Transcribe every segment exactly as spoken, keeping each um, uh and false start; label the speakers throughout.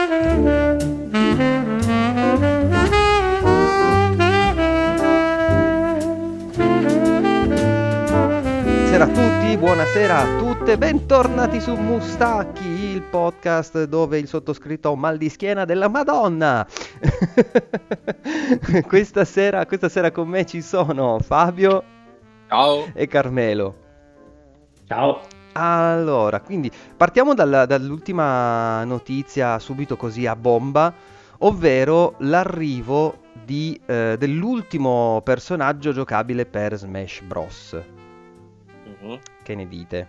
Speaker 1: Buonasera a tutti, buonasera a tutte, bentornati su Mustacchi, il podcast dove il sottoscritto ha un mal di schiena della Madonna. questa sera, questa sera con me ci sono Fabio.
Speaker 2: Ciao.
Speaker 1: E Carmelo.
Speaker 3: Ciao.
Speaker 1: Allora, quindi partiamo dalla- dall'ultima notizia subito così a bomba, ovvero l'arrivo di, eh, dell'ultimo personaggio giocabile per Smash Bros.
Speaker 2: Mhm.
Speaker 1: Che ne dite?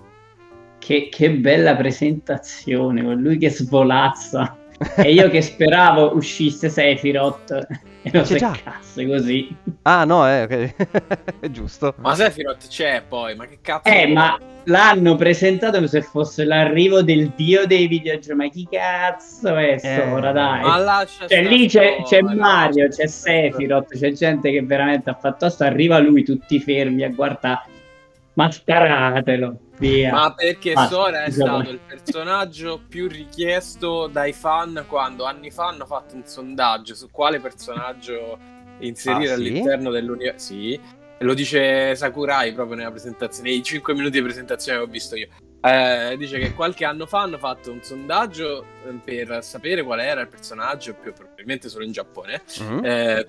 Speaker 3: Che, che bella presentazione con lui che svolazza e io che speravo uscisse Sephiroth e lo
Speaker 1: C'è già.
Speaker 3: seccasse così.
Speaker 1: Ah no, eh, ok. È giusto.
Speaker 2: Ma Sephiroth c'è poi, ma che cazzo?
Speaker 3: Eh, ma l'hanno presentato come se fosse l'arrivo del dio dei videogiochi. Ma chi cazzo è
Speaker 1: Eh,
Speaker 3: ora, dai?
Speaker 2: Ma lascia
Speaker 3: Cioè,
Speaker 2: sta
Speaker 3: lì c'è, c'è
Speaker 2: storia,
Speaker 3: Mario,
Speaker 2: lascia
Speaker 3: c'è
Speaker 2: sta storia.
Speaker 3: Sephiroth, c'è gente che veramente ha fatto sta. Arriva lui tutti fermi a guardare. Mascaratelo, via.
Speaker 2: Ma perché
Speaker 3: Ah,
Speaker 2: Sora è
Speaker 3: diciamo-
Speaker 2: stato il personaggio più richiesto dai fan quando anni fa hanno fatto un sondaggio su quale personaggio inserire
Speaker 1: Ah, sì?
Speaker 2: all'interno dell'universo. Sì, e lo dice Sakurai proprio nella presentazione, nei cinque minuti di presentazione che ho visto io. Eh, dice che qualche anno fa hanno fatto un sondaggio eh, per sapere qual era il personaggio più, probabilmente solo in Giappone,
Speaker 1: Mhm.
Speaker 2: eh,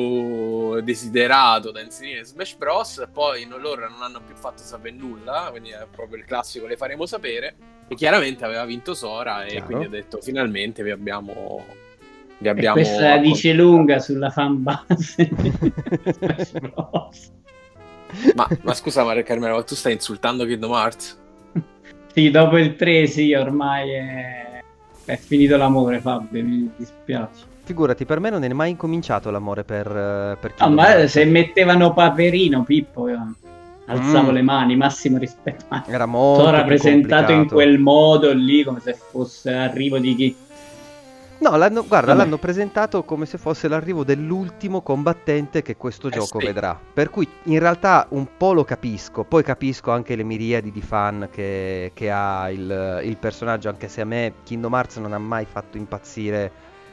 Speaker 2: più desiderato da inserire in Smash Bros. Poi non, loro non hanno più fatto sapere nulla, quindi è proprio il classico le faremo sapere. E chiaramente aveva vinto Sora e
Speaker 1: Chiaro.
Speaker 2: quindi ha detto finalmente vi abbiamo vi
Speaker 3: E
Speaker 2: abbiamo
Speaker 3: questa la dice lunga sulla fanbase di Smash Bros.
Speaker 2: ma, ma scusa Mario Carmelo, tu stai insultando Kingdom Hearts?
Speaker 3: Sì, dopo il tre sì, ormai è... è finito l'amore, Fabio, mi dispiace.
Speaker 1: Figurati, per me non è mai incominciato l'amore per, eh, per
Speaker 3: No,
Speaker 1: Kingdom
Speaker 3: ma
Speaker 1: Hearts.
Speaker 3: se mettevano Paperino, Pippo, io alzavo
Speaker 1: Mm.
Speaker 3: le mani, massimo rispetto. Ma
Speaker 1: Era molto
Speaker 3: Sora
Speaker 1: più
Speaker 3: presentato in
Speaker 1: complicato.
Speaker 3: quel modo lì, come se fosse l'arrivo di chi?
Speaker 1: No, l'hanno, guarda,
Speaker 3: Vabbè.
Speaker 1: l'hanno presentato come se fosse l'arrivo dell'ultimo combattente che questo
Speaker 2: Eh,
Speaker 1: gioco
Speaker 2: sì.
Speaker 1: vedrà. Per cui in realtà un po' lo capisco, poi capisco anche le miriadi di fan che, che ha il, il personaggio, anche se a me Kingdom Hearts non ha mai fatto impazzire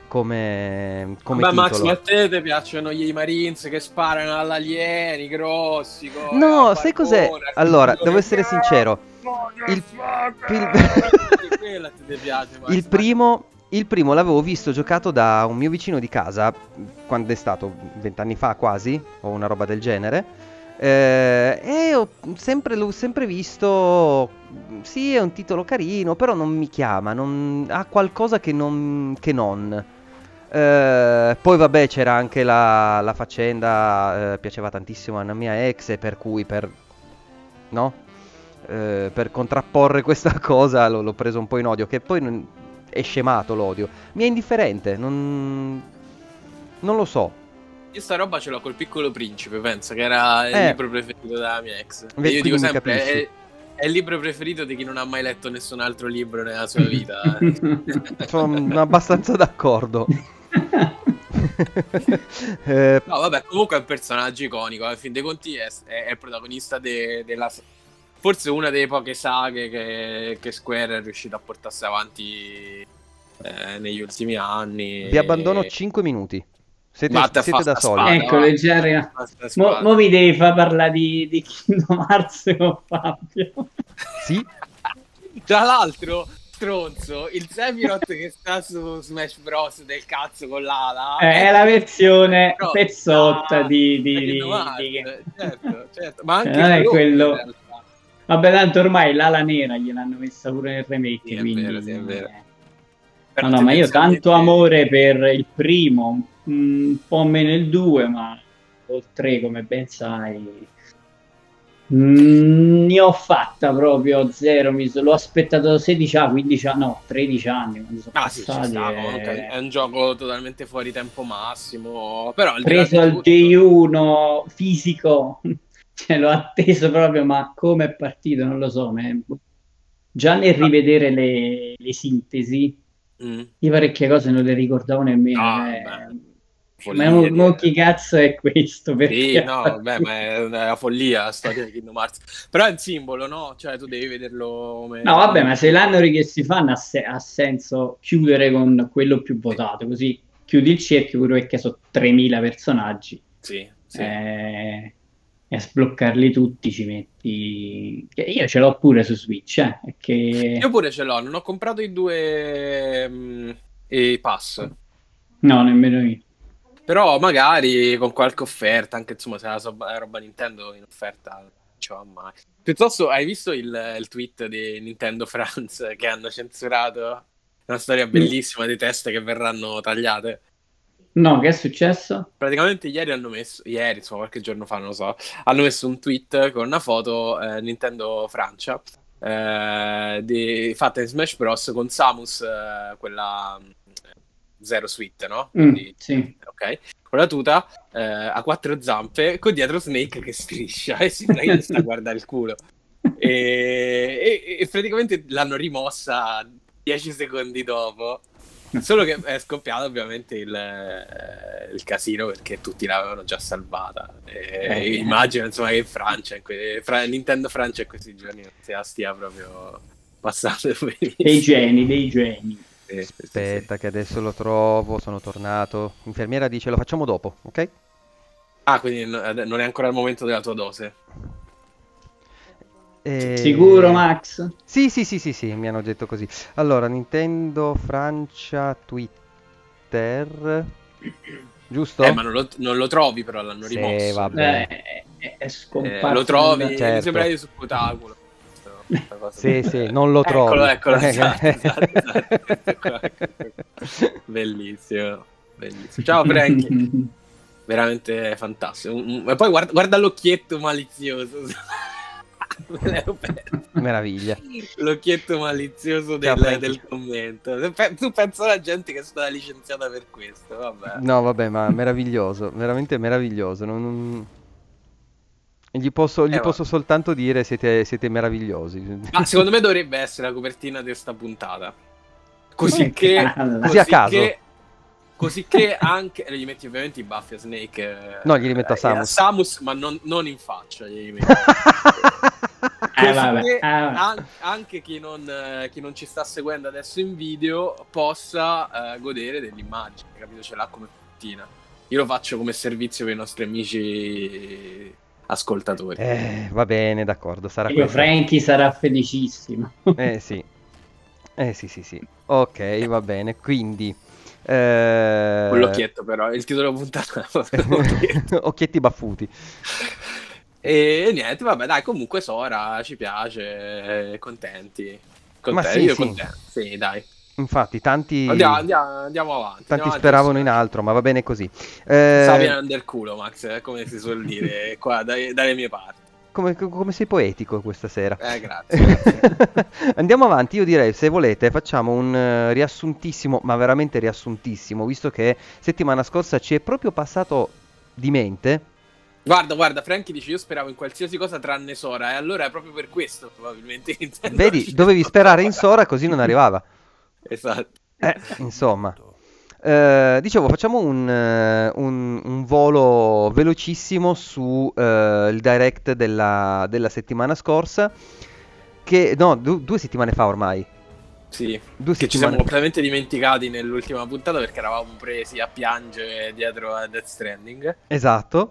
Speaker 1: come, come
Speaker 2: Vabbè, Max,
Speaker 1: titolo.
Speaker 2: ma a te ti piacciono gli Marines che sparano agli alieni grossi? co-
Speaker 1: No,
Speaker 2: a
Speaker 1: sai
Speaker 2: barbone,
Speaker 1: cos'è?
Speaker 2: al
Speaker 1: Allora,
Speaker 2: figlio
Speaker 1: devo
Speaker 2: che-
Speaker 1: essere sincero. Il, il-
Speaker 2: Quella ti piace, Max,
Speaker 1: il
Speaker 2: ma-
Speaker 1: primo, il primo l'avevo visto giocato da un mio vicino di casa, quando è stato vent'anni fa quasi, o una roba del genere. eh, e ho sempre, l'ho sempre visto. Sì, è un titolo carino, però non mi chiama. Non, ha qualcosa che non. Che non. Eh, poi vabbè, c'era anche la, la faccenda. eh, piaceva tantissimo a una mia ex, e per cui per. No? Eh, per contrapporre questa cosa l'ho, l'ho preso un po' in odio, che poi non- è scemato l'odio. Mi è indifferente, non, non lo so.
Speaker 2: Io sta roba ce l'ho col Piccolo Principe, penso che era il
Speaker 1: Eh.
Speaker 2: libro preferito della mia ex.
Speaker 1: Beh,
Speaker 2: E io
Speaker 1: quindi
Speaker 2: dico
Speaker 1: mi
Speaker 2: sempre,
Speaker 1: capisci.
Speaker 2: è, è il libro preferito di chi non ha mai letto nessun altro libro nella sua vita.
Speaker 1: Sono abbastanza d'accordo. Eh,
Speaker 2: No, vabbè, comunque è un personaggio iconico. Alla fin dei conti è, è il protagonista de- della. Forse una delle poche saghe che, che Square è riuscita a portarsi avanti eh, negli ultimi anni.
Speaker 1: vi abbandono cinque minuti. Siete,
Speaker 2: Vatte a
Speaker 1: siete
Speaker 2: fa
Speaker 1: da
Speaker 2: sta
Speaker 1: soli.
Speaker 2: spada.
Speaker 3: Ecco,
Speaker 2: va.
Speaker 3: leggera.
Speaker 2: Basta
Speaker 3: Mo,
Speaker 2: spada.
Speaker 3: mo mi devi far parlare di, di Kingdom Hearts con Fabio.
Speaker 1: Sì,
Speaker 2: Tra l'altro, stronzo, il Sephiroth che sta su Smash Bros. Del cazzo con l'ala
Speaker 3: Eh, è la versione
Speaker 2: Però-
Speaker 3: pezzotta
Speaker 2: Ah,
Speaker 3: di... di,
Speaker 2: da
Speaker 3: di-
Speaker 2: Kingdom Hearts,
Speaker 3: di-
Speaker 2: certo, certo. Ma
Speaker 3: Cioè,
Speaker 2: anche
Speaker 3: non è
Speaker 2: il clone,
Speaker 3: quello-
Speaker 2: in realtà.
Speaker 3: Vabbè, tanto ormai l'ala nera gliel'hanno messa pure nel remake,
Speaker 2: Sì, è
Speaker 3: quindi...
Speaker 2: vero, sì, è vero.
Speaker 3: eh.
Speaker 2: Però
Speaker 3: No, no, ma io
Speaker 2: tendenzialmente-
Speaker 3: tanto amore per il primo, un po' meno il due, ma il tre, come ben sai, mm, ne ho fatta proprio zero. Mi so- l'ho aspettato sedici anni, quindici anni, no, tredici anni. quando sono
Speaker 2: Ah sì, ci
Speaker 3: passati,
Speaker 2: sta,
Speaker 3: e-
Speaker 2: comunque è un gioco totalmente fuori tempo massimo, però al di là
Speaker 3: preso
Speaker 2: di
Speaker 3: al
Speaker 2: tutto-
Speaker 3: J uno fisico, cioè, l'ho atteso proprio, ma come è partito non lo so. ma- Già nel rivedere le, le sintesi,
Speaker 2: Mm.
Speaker 3: io parecchie cose non le ricordavo nemmeno.
Speaker 2: Ah,
Speaker 3: cioè,
Speaker 2: beh.
Speaker 3: Ma mo, mo chi cazzo è questo?
Speaker 2: Sì, no, vabbè, ma è una follia la storia di Kingdom Hearts. Però è un simbolo, no? Cioè, tu devi vederlo come...
Speaker 3: No, vabbè, ma se l'hanno richiesto i fan ha, se- ha senso chiudere con quello più votato, così chiudi il cerchio, pure perché sono tremila personaggi.
Speaker 2: Sì, sì.
Speaker 3: Eh, e a sbloccarli tutti ci metti... che io ce l'ho pure su Switch, eh, è che...
Speaker 2: Io pure ce l'ho, non ho comprato i due mh, i pass.
Speaker 3: No, nemmeno io.
Speaker 2: Però magari con qualche offerta, anche insomma se la so- la roba Nintendo in offerta non ci va mai. Piuttosto hai visto il, il tweet di Nintendo France che hanno censurato? Una storia bellissima di teste che verranno tagliate.
Speaker 3: No, che è successo?
Speaker 2: Praticamente ieri hanno messo, ieri insomma qualche giorno fa non lo so, hanno messo un tweet con una foto eh, Nintendo Francia eh, di, fatta in Smash Bros con Samus, eh, quella Zero Suite, no? Quindi,
Speaker 3: Mm, sì.
Speaker 2: ok, con la tuta eh, a quattro zampe, con dietro Snake che striscia e sembra che gli sta a guardare il culo. E, e, e praticamente l'hanno rimossa dieci secondi dopo. Solo che è scoppiato ovviamente il, il casino perché tutti l'avevano già salvata. E
Speaker 3: Eh.
Speaker 2: immagino insomma che in Francia, in que- fra- Nintendo Francia in questi giorni non si la stia proprio passando benissimo.
Speaker 3: Dei geni, dei geni.
Speaker 2: Sì, sì, sì,
Speaker 1: Aspetta
Speaker 2: sì.
Speaker 1: che adesso lo trovo, sono tornato. L'infermiera dice lo facciamo dopo, ok?
Speaker 2: Ah, quindi no- non è ancora il momento della tua dose.
Speaker 1: E-
Speaker 3: Sicuro, Max?
Speaker 1: Sì, sì, sì, sì, sì, mi hanno detto così. Allora, Nintendo Francia Twitter, giusto?
Speaker 2: Eh, ma non lo, non lo trovi però, l'hanno
Speaker 1: Sì,
Speaker 2: rimosso.
Speaker 1: vabbè.
Speaker 3: Eh, è, è
Speaker 2: Eh,
Speaker 3: scomparso.
Speaker 2: lo trovi,
Speaker 3: nel-
Speaker 2: mi
Speaker 1: Certo.
Speaker 2: sembra di su Cutaculo. Questa cosa.
Speaker 1: Sì, sì, non lo trovi.
Speaker 2: Eccolo, eccolo,
Speaker 1: Eh,
Speaker 2: esatto, esatto, esatto. Questo qua. Bellissimo, bellissimo. Ciao Frankie, veramente fantastico. Mm, E poi guarda, guarda l'occhietto malizioso. Me l'ero perso.
Speaker 1: Meraviglia.
Speaker 2: L'occhietto malizioso
Speaker 1: Ciao,
Speaker 2: del,
Speaker 1: Frankie.
Speaker 2: del commento. Se pe- Tu pensa alla gente che è stata licenziata per questo, vabbè.
Speaker 1: No, vabbè, ma meraviglioso, veramente meraviglioso. Non, non- Gli posso, gli
Speaker 2: Eh,
Speaker 1: posso soltanto dire siete, siete meravigliosi.
Speaker 2: Ma secondo me dovrebbe essere la copertina di questa puntata. Così che,
Speaker 3: Così
Speaker 1: a
Speaker 2: così
Speaker 1: caso.
Speaker 2: che, così che anche e gli metti ovviamente i baffi a Snake. eh,
Speaker 1: No, glieli metto a
Speaker 2: eh,
Speaker 1: Samus.
Speaker 2: Samus, ma non, non in faccia. Glieli metto.
Speaker 3: Eh,
Speaker 2: Così
Speaker 3: vabbè,
Speaker 2: che
Speaker 3: eh, vabbè.
Speaker 2: an- anche chi non, eh, chi non ci sta seguendo adesso in video possa eh, godere dell'immagine, capito? Ce l'ha come copertina. Io lo faccio come servizio per i nostri amici ascoltatori.
Speaker 1: Eh, va bene, d'accordo, sarà
Speaker 3: Io,
Speaker 1: questo.
Speaker 3: Frankie sarà felicissimo.
Speaker 1: Eh sì, eh sì, sì, sì. Ok, va bene, quindi... eh,
Speaker 2: Con l'occhietto però, il titolo della puntata l'occhietto.
Speaker 1: Occhietti baffuti.
Speaker 2: E niente, vabbè, dai, comunque Sora ci piace, eh, contenti.
Speaker 1: Ma
Speaker 2: Contenti,
Speaker 1: sì,
Speaker 2: io
Speaker 1: sì.
Speaker 2: contento. Sì, dai.
Speaker 1: Infatti, tanti,
Speaker 2: Andiamo, andiamo, andiamo avanti.
Speaker 1: tanti
Speaker 2: andiamo avanti
Speaker 1: speravano in
Speaker 2: adesso.
Speaker 1: altro, ma va bene così. Eh,
Speaker 2: Sapiens under culo, Max, eh, come si suol dire qua dai- dalle mie parti.
Speaker 1: come, come sei poetico questa sera.
Speaker 2: Eh, grazie. grazie.
Speaker 1: Andiamo avanti, io direi, se volete, facciamo un eh, riassuntissimo, ma veramente riassuntissimo, visto che settimana scorsa ci è proprio passato di mente.
Speaker 2: Guarda, guarda, Frankie dice io speravo in qualsiasi cosa tranne Sora, e allora è proprio per questo probabilmente Nintendo
Speaker 1: Vedi,
Speaker 2: ci
Speaker 1: dovevi
Speaker 2: sta
Speaker 1: sperare in
Speaker 2: lavorando.
Speaker 1: Sora, così non arrivava.
Speaker 2: Esatto.
Speaker 1: Eh, insomma. Eh, dicevo, facciamo un, eh, un- un volo velocissimo su eh, il direct della, della settimana scorsa, che no, du- due settimane fa ormai.
Speaker 2: Sì,
Speaker 1: Due
Speaker 2: che ci
Speaker 1: settimane
Speaker 2: siamo completamente dimenticati nell'ultima puntata perché eravamo presi a piangere dietro a Death Stranding.
Speaker 1: Esatto.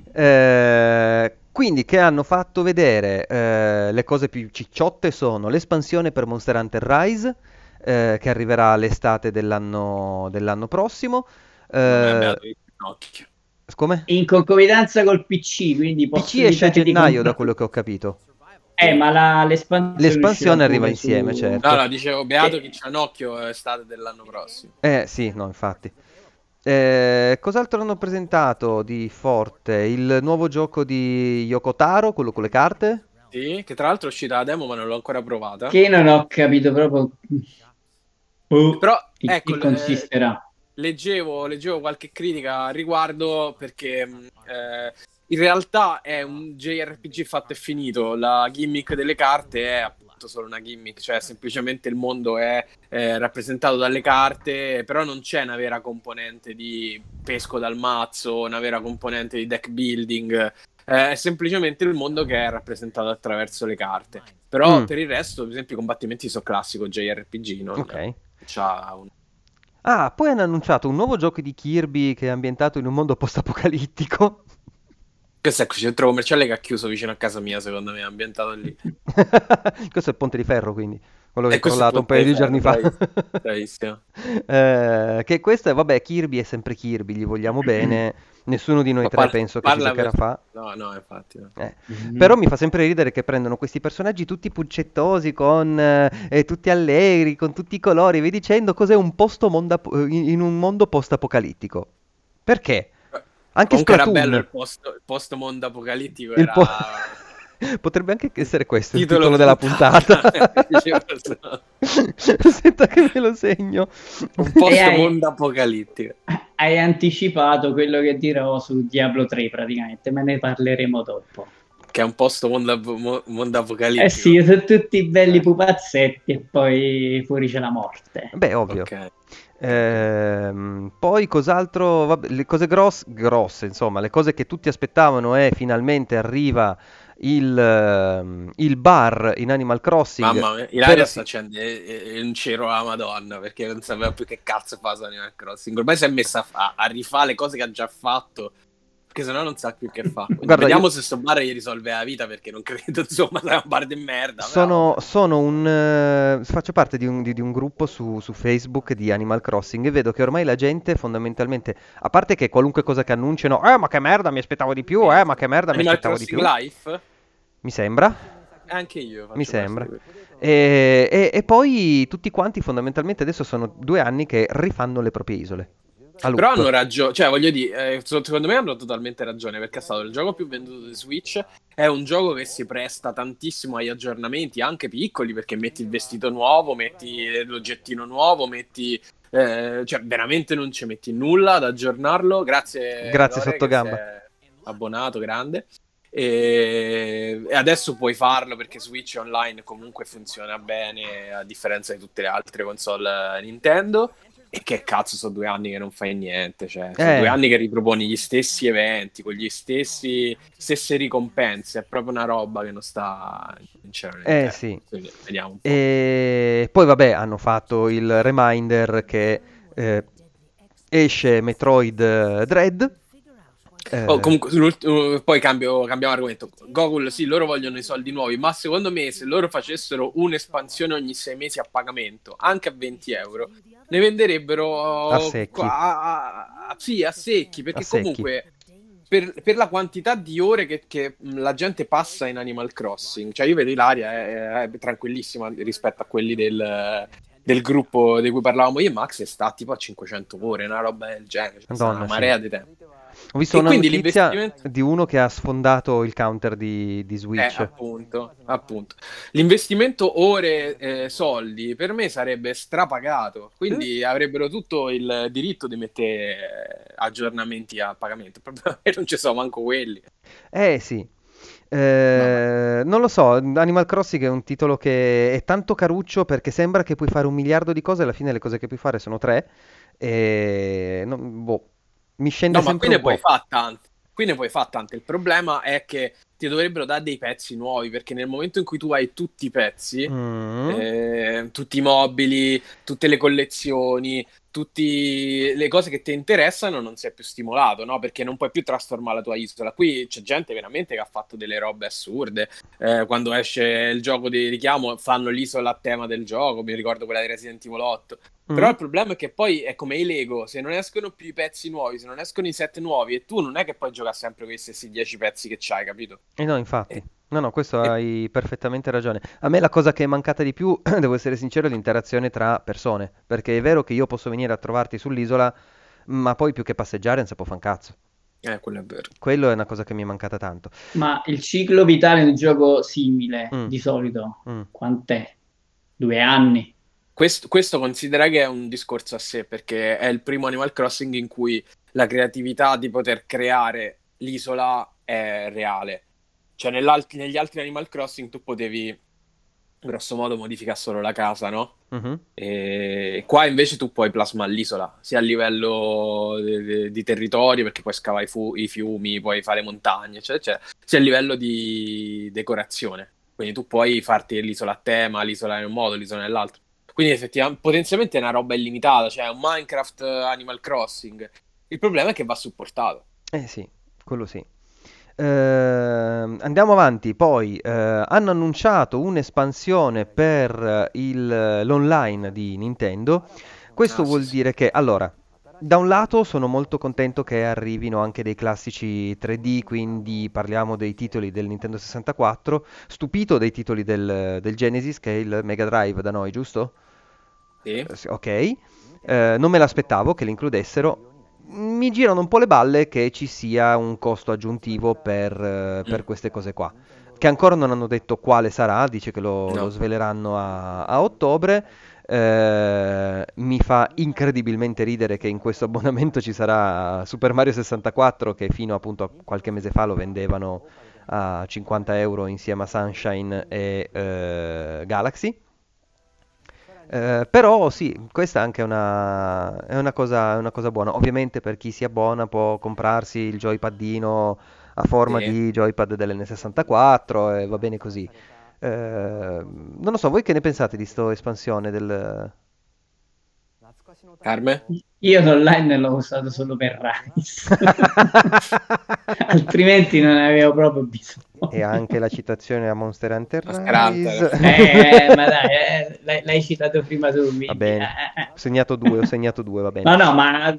Speaker 1: Eh, quindi che hanno fatto vedere eh, le cose più cicciotte sono l'espansione per Monster Hunter Rise, eh, che arriverà all'estate dell'anno dell'anno prossimo.
Speaker 2: Non è
Speaker 1: Eh,
Speaker 2: beato il ginocchio.
Speaker 1: come?
Speaker 3: In concomitanza col P C, quindi
Speaker 1: P
Speaker 3: posso
Speaker 1: C esce a
Speaker 3: evitare di
Speaker 1: gennaio, da
Speaker 3: comprare-
Speaker 1: quello che ho capito.
Speaker 3: Eh, ma la- l'espansione,
Speaker 1: L'espansione
Speaker 3: uscirà
Speaker 1: arriva
Speaker 3: pure
Speaker 1: insieme,
Speaker 3: su-
Speaker 1: certo.
Speaker 2: No, no, dicevo, beato
Speaker 3: Che-
Speaker 2: chi c'ha un occhio è estate dell'anno prossimo.
Speaker 1: Eh sì, no, infatti. Eh, cos'altro hanno presentato di forte? Il nuovo gioco di Yoko Taro, quello con le carte?
Speaker 2: Sì, che tra l'altro è uscita la demo ma non l'ho ancora provata.
Speaker 3: Che non ho capito proprio oh,
Speaker 2: Però,
Speaker 3: in
Speaker 2: ecco,
Speaker 3: che consisterà.
Speaker 2: Leggevo, leggevo qualche critica a riguardo perché mh, eh, in realtà è un J R P G fatto e finito. La gimmick delle carte è appunto solo una gimmick, cioè semplicemente il mondo è eh, rappresentato dalle carte, però non c'è una vera componente di pesco dal mazzo, una vera componente di deck building. Eh, è semplicemente il mondo che è rappresentato attraverso le carte. Però
Speaker 1: Mm.
Speaker 2: per il resto, per esempio, i combattimenti sono classico J R P G, non
Speaker 1: Ok.
Speaker 2: c'ha un...
Speaker 1: Ah, poi hanno annunciato un nuovo gioco di Kirby che è ambientato in un mondo post-apocalittico.
Speaker 2: Questo è il centro commerciale che ha chiuso vicino a casa mia, secondo me, è ambientato lì.
Speaker 1: Questo è il Ponte di Ferro, quindi, quello che
Speaker 2: E
Speaker 1: è
Speaker 2: questo è il
Speaker 1: crollato un
Speaker 2: Ponte
Speaker 1: paio
Speaker 2: di
Speaker 1: di giorni
Speaker 2: Ferro,
Speaker 1: fa.
Speaker 2: bravi- bravissimo.
Speaker 1: Eh, che questo è, vabbè, Kirby è sempre Kirby, gli vogliamo bene. Nessuno di noi
Speaker 2: Ma
Speaker 1: tre
Speaker 2: par-
Speaker 1: penso che ci
Speaker 2: parla
Speaker 1: giocherà
Speaker 2: per...
Speaker 1: fa.
Speaker 2: No, no, infatti, no.
Speaker 1: Eh.
Speaker 3: Mhm.
Speaker 1: Però mi fa sempre ridere che prendono questi personaggi tutti puccettosi, con, eh, e tutti allegri, con tutti i colori, vi dicendo cos'è un posto monda- in in un mondo post-apocalittico. Perché? Anche
Speaker 2: Comunque era bello
Speaker 1: Splatoon.
Speaker 2: il post, il post mondo apocalittico,
Speaker 1: Il po-
Speaker 2: era
Speaker 1: Potrebbe anche essere questo il
Speaker 2: titolo
Speaker 1: titolo della
Speaker 2: puntata.
Speaker 1: puntata.
Speaker 2: Dicevo, so.
Speaker 1: Aspetta che me lo segno.
Speaker 2: Un post
Speaker 3: E hai-
Speaker 2: mondo apocalittico.
Speaker 3: Hai anticipato quello che dirò su Diablo tre praticamente, ma ne parleremo dopo.
Speaker 2: Che è un post mondo, mo- mondo apocalittico.
Speaker 3: Eh sì, sono tutti belli pupazzetti e poi fuori c'è la morte.
Speaker 1: Beh, ovvio.
Speaker 2: Ok.
Speaker 1: Ehm, poi cos'altro? Vabbè, le cose gross- grosse, insomma, le cose che tutti aspettavano è finalmente arriva il, ehm, il bar in Animal Crossing.
Speaker 2: Mamma mia, Ilaria
Speaker 1: per-
Speaker 2: sta accendendo eh, eh, un cero alla Madonna perché non sapeva più che cazzo fa su Animal Crossing. Ormai si è messa a, fa- a rifare le cose che ha già fatto, perché sennò non sa più che fa. Quindi
Speaker 1: Guarda,
Speaker 2: vediamo
Speaker 1: io-
Speaker 2: se sto bar gli risolve la vita, perché non credo, insomma, sarà un bar di merda. però
Speaker 1: Sono,
Speaker 2: vabbè.
Speaker 1: sono un, eh, faccio parte di un, di- di un gruppo su, su Facebook di Animal Crossing e vedo che ormai la gente fondamentalmente, a parte che qualunque cosa che annunciano, eh ma che merda mi aspettavo di più, eh ma che merda mi
Speaker 2: Animal
Speaker 1: aspettavo di
Speaker 2: Crossing
Speaker 1: più,
Speaker 2: Life?
Speaker 1: mi sembra,
Speaker 2: Anche io faccio
Speaker 1: mi
Speaker 2: parte
Speaker 1: sembra.
Speaker 2: di quello.
Speaker 1: E, e- e poi tutti quanti fondamentalmente adesso sono due anni che rifanno le proprie isole. A
Speaker 2: Però
Speaker 1: loop.
Speaker 2: hanno ragione, cioè voglio dire, eh, so- secondo me hanno totalmente ragione, perché è stato il gioco più venduto di Switch, è un gioco che si presta tantissimo agli aggiornamenti, anche piccoli, perché metti il vestito nuovo, metti l'oggettino nuovo, metti... eh, cioè veramente non ci metti nulla ad aggiornarlo, grazie
Speaker 1: Grazie
Speaker 2: Lore, che
Speaker 1: Sottogamba.
Speaker 2: si è abbonato, grande. E... e adesso puoi farlo perché Switch Online comunque funziona bene, a differenza di tutte le altre console Nintendo. E che cazzo, sono due anni che non fai niente, cioè, sono
Speaker 1: Eh.
Speaker 2: due anni che riproponi gli stessi eventi, con gli stessi stesse ricompense, è proprio una roba che non sta in cielo né in
Speaker 1: Eh
Speaker 2: terra.
Speaker 1: sì.
Speaker 2: Quindi vediamo un po'.
Speaker 1: E poi vabbè, hanno fatto il reminder che eh, esce Metroid eh, Dread. Eh,
Speaker 2: Oh, comunque, sull'ult- poi cambio, cambiamo argomento. Google, sì, loro vogliono i soldi nuovi, ma secondo me se loro facessero un'espansione ogni sei mesi a pagamento, anche a venti euro, ne venderebbero
Speaker 1: A secchi.
Speaker 2: qua- a- a- sì, a secchi, perché
Speaker 1: A secchi.
Speaker 2: comunque per, per la quantità di ore che, che mh, la gente passa in Animal Crossing, cioè io vedo Ilaria è, è tranquillissima rispetto a quelli del, del gruppo di cui parlavamo io e Max, e sta tipo a cinquecento ore, una roba del genere, cioè, sta
Speaker 1: Madonna,
Speaker 2: una
Speaker 1: sì.
Speaker 2: marea di tempo.
Speaker 1: Ho visto
Speaker 2: E
Speaker 1: una
Speaker 2: quindi
Speaker 1: notizia
Speaker 2: l'investimento...
Speaker 1: di uno che ha sfondato il counter di, di
Speaker 2: Eh,
Speaker 1: Switch.
Speaker 2: appunto, appunto. L'investimento ore eh, soldi per me sarebbe strapagato, quindi avrebbero tutto il diritto di mettere eh, aggiornamenti a pagamento. Il problema è che non ci sono manco quelli.
Speaker 1: Eh sì. Eh, non lo so, Animal Crossing è un titolo che è tanto caruccio perché sembra che puoi fare un miliardo di cose, alla fine le cose che puoi fare sono tre. E non- boh, mi scende
Speaker 2: No, ma
Speaker 1: sempre
Speaker 2: qui ne
Speaker 1: un
Speaker 2: puoi
Speaker 1: po'.
Speaker 2: fare tante. Qui ne puoi fare tante. Il problema è che ti dovrebbero dare dei pezzi nuovi, perché nel momento in cui tu hai tutti i pezzi,
Speaker 1: Mm.
Speaker 2: eh, tutti i mobili, tutte le collezioni, tutte le cose che ti interessano, non sei più stimolato, no? Perché non puoi più trasformare la tua isola. Qui c'è gente veramente che ha fatto delle robe assurde. Eh, quando esce il gioco di richiamo, fanno l'isola a tema del gioco. Mi ricordo quella di Resident Evil otto. Però
Speaker 1: Mm.
Speaker 2: il problema è che poi è come i Lego, se non escono più i pezzi nuovi, se non escono i set nuovi, e tu non è che puoi giocare sempre con gli stessi dieci pezzi che c'hai, capito?
Speaker 1: Eh no, infatti.
Speaker 2: E-
Speaker 1: No, no, questo
Speaker 2: e-
Speaker 1: hai perfettamente ragione. A me la cosa che è mancata di più, devo essere sincero, è l'interazione tra persone. Perché è vero che io posso venire a trovarti sull'isola, ma poi più che passeggiare non si può fare un cazzo.
Speaker 2: Eh, quello è vero.
Speaker 1: Quello è una cosa che mi è mancata tanto.
Speaker 3: Ma il ciclo vitale di un gioco simile,
Speaker 1: Mm,
Speaker 3: di solito,
Speaker 1: mm.
Speaker 3: quant'è? Due anni?
Speaker 2: Questo, questo considera che è un discorso a sé, perché è il primo Animal Crossing in cui la creatività di poter creare l'isola è reale. Cioè nell'alt- negli altri Animal Crossing tu potevi grosso modo modificare solo la casa, no?
Speaker 1: Mhm.
Speaker 2: E qua invece tu puoi plasmare l'isola, sia a livello di, di territorio, perché puoi scavare i, fu- i fiumi, puoi fare montagne, eccetera, eccetera, sia a livello di decorazione. Quindi tu puoi farti l'isola a tema, l'isola in un modo, l'isola nell'altro. Quindi effettivamente potenzialmente è una roba illimitata, cioè è un Minecraft Animal Crossing. Il problema è che va supportato.
Speaker 1: Eh sì, quello sì. Ehm, andiamo avanti, poi eh, hanno annunciato un'espansione per eh, il- l'online di Nintendo. Questo
Speaker 2: Ah, sì,
Speaker 1: vuol
Speaker 2: sì.
Speaker 1: dire che, allora, da un lato sono molto contento che arrivino anche dei classici tre D, quindi parliamo dei titoli del Nintendo sessantaquattro, stupito dei titoli del, del Genesis, che è il Mega Drive da noi, giusto?
Speaker 2: Sì.
Speaker 1: Eh, sì, ok. Eh, non me l'aspettavo che li includessero. Mi girano un po' le balle che ci sia un costo aggiuntivo per, eh, per
Speaker 2: Mm.
Speaker 1: queste cose qua. Che ancora non hanno detto quale sarà, dice che lo, lo
Speaker 2: No.
Speaker 1: sveleranno a, a ottobre. Eh, mi fa incredibilmente ridere che in questo abbonamento ci sarà Super Mario sessantaquattro, che fino appunto a qualche mese fa lo vendevano a cinquanta euro insieme a Sunshine e eh, Galaxy. Eh, però sì, questa anche è una, è una cosa, è una cosa buona. Ovviamente per chi si abbona può comprarsi il joypadino a forma
Speaker 2: Sì.
Speaker 1: di joypad dell'N sessantaquattro e va bene così. Eh, non lo so, voi che ne pensate di sto espansione del...
Speaker 2: Carme?
Speaker 3: Io l'online l'ho usato solo per Rise, altrimenti non ne avevo proprio
Speaker 1: E
Speaker 3: bisogno.
Speaker 1: anche la citazione a Monster Hunter
Speaker 2: Monster Hunter.
Speaker 1: Rise.
Speaker 3: Eh, ma dai, eh, l'hai, l'hai citato prima tu,
Speaker 1: Va
Speaker 3: quindi... eh,
Speaker 1: bene,
Speaker 3: eh,
Speaker 1: ho
Speaker 3: eh.
Speaker 1: segnato due, ho segnato due, va bene.
Speaker 3: No, no, ma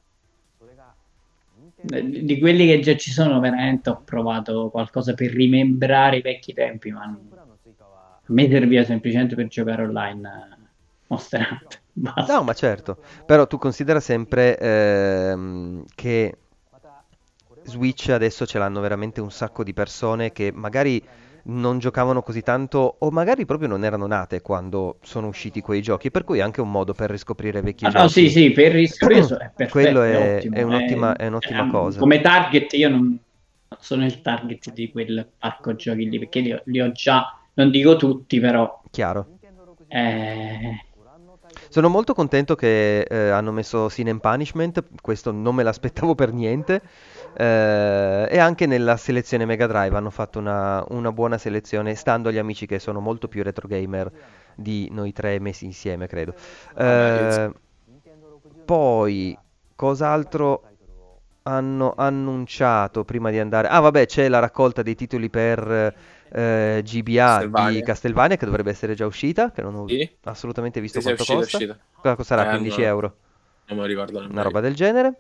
Speaker 3: di quelli che già ci sono, veramente ho provato qualcosa per rimembrare i vecchi tempi, ma non- a me serviva semplicemente per giocare online eh, Monster Hunter.
Speaker 1: No, ma
Speaker 3: Basta.
Speaker 1: certo, però tu considera sempre ehm, che Switch adesso ce l'hanno veramente un sacco di persone che magari non giocavano così tanto o magari proprio non erano nate quando sono usciti quei giochi, per cui è anche un modo per riscoprire vecchi
Speaker 3: Ah, no, sì,
Speaker 1: giochi.
Speaker 3: sì, per riscoprire è
Speaker 1: Quello
Speaker 3: perfetto, è
Speaker 1: è, è
Speaker 3: ottimo.
Speaker 1: un'ottima,
Speaker 3: È-
Speaker 1: è un'ottima
Speaker 3: cioè,
Speaker 1: cosa,
Speaker 3: come target io non, non sono il target di quel parco giochi lì, perché li ho, li ho già, non dico tutti, però
Speaker 1: chiaro.
Speaker 3: eh,
Speaker 1: Sono molto contento che eh, hanno messo Sin and Punishment, questo non me l'aspettavo per niente. Eh, e anche nella selezione Mega Drive hanno fatto una, una buona selezione, stando agli amici che sono molto più retro gamer di noi tre messi insieme, credo.
Speaker 2: Vabbè, io...
Speaker 1: Eh, poi, cos'altro hanno annunciato prima di andare? Ah, vabbè, c'è la raccolta dei titoli per eh, G B A di
Speaker 2: Castlevania.
Speaker 1: Castlevania che dovrebbe essere già uscita, che non ho
Speaker 2: Sì?
Speaker 1: assolutamente visto
Speaker 2: Sì, sì, è
Speaker 1: quanto
Speaker 2: uscito, è
Speaker 1: costa.
Speaker 2: uscito.
Speaker 1: Cosa costerà?
Speaker 2: Eh,
Speaker 1: quindici
Speaker 2: no,
Speaker 1: euro,
Speaker 2: non me lo ricordo
Speaker 1: una
Speaker 2: nemmeno
Speaker 1: roba
Speaker 2: io.
Speaker 1: del genere.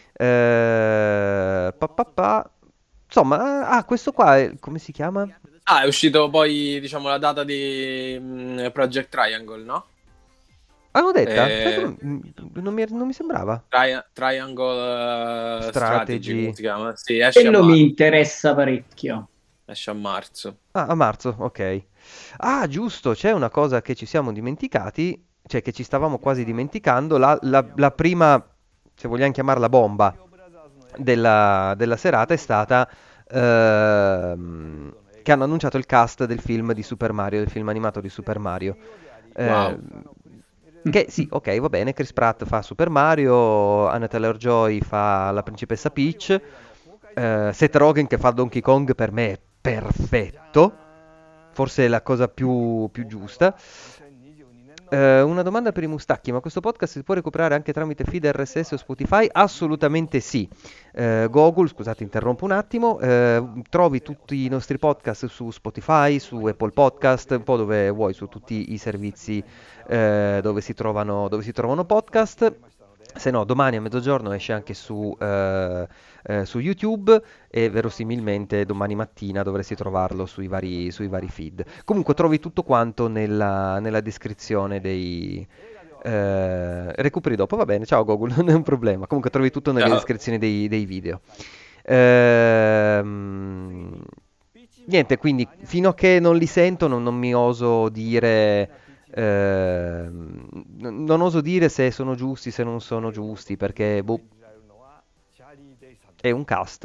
Speaker 1: Eh, pa, pa, pa. Insomma, ah, questo qua è, come si chiama?
Speaker 2: Ah, è uscito poi, diciamo, la data di mm, Project Triangle, no?
Speaker 1: Hanno detta? Sai che
Speaker 2: Eh,
Speaker 1: non, non mi, non mi sembrava.
Speaker 2: Tri- Triangle eh, Strategy, come
Speaker 1: Strategy.
Speaker 2: si chiama? Sì, esce a
Speaker 3: quello mi
Speaker 2: marzo.
Speaker 3: interessa parecchio.
Speaker 2: Esce a marzo.
Speaker 1: Ah, a marzo, ok. Ah, giusto, c'è una cosa che ci siamo dimenticati, cioè che ci stavamo quasi dimenticando, la, la- la prima, se vogliamo chiamarla bomba, della, della serata è stata ehm, che hanno annunciato il cast del film di Super Mario, del film animato di Super Mario. Eh,
Speaker 2: Wow.
Speaker 1: che sì, ok, va bene, Chris Pratt fa Super Mario, Anna Taylor-Joy fa la principessa Peach, eh, Seth Rogen che fa Donkey Kong per me è perfetto, forse è la cosa più, più giusta. Eh, una domanda per i mustacchi, ma questo podcast si può recuperare anche tramite feed R S S o Spotify? Assolutamente sì. Eh, Google, scusate, interrompo un attimo, eh, trovi tutti i nostri podcast su Spotify, su Apple Podcast, un po' dove vuoi, su tutti i servizi eh, dove si trovano, dove si trovano podcast. Se no, domani a mezzogiorno esce anche su, eh, eh, su YouTube e verosimilmente domani mattina dovresti trovarlo sui vari, sui vari feed. Comunque trovi tutto quanto nella, nella descrizione dei... eh, recuperi dopo, va bene, ciao Google, non è un problema. Comunque trovi tutto nelle
Speaker 2: Ciao.
Speaker 1: descrizioni dei, dei video. Ehm, niente, quindi fino a che non li sento non, non mi oso dire... ehm, n- non oso dire se sono giusti, se non sono giusti, perché boh, è un cast.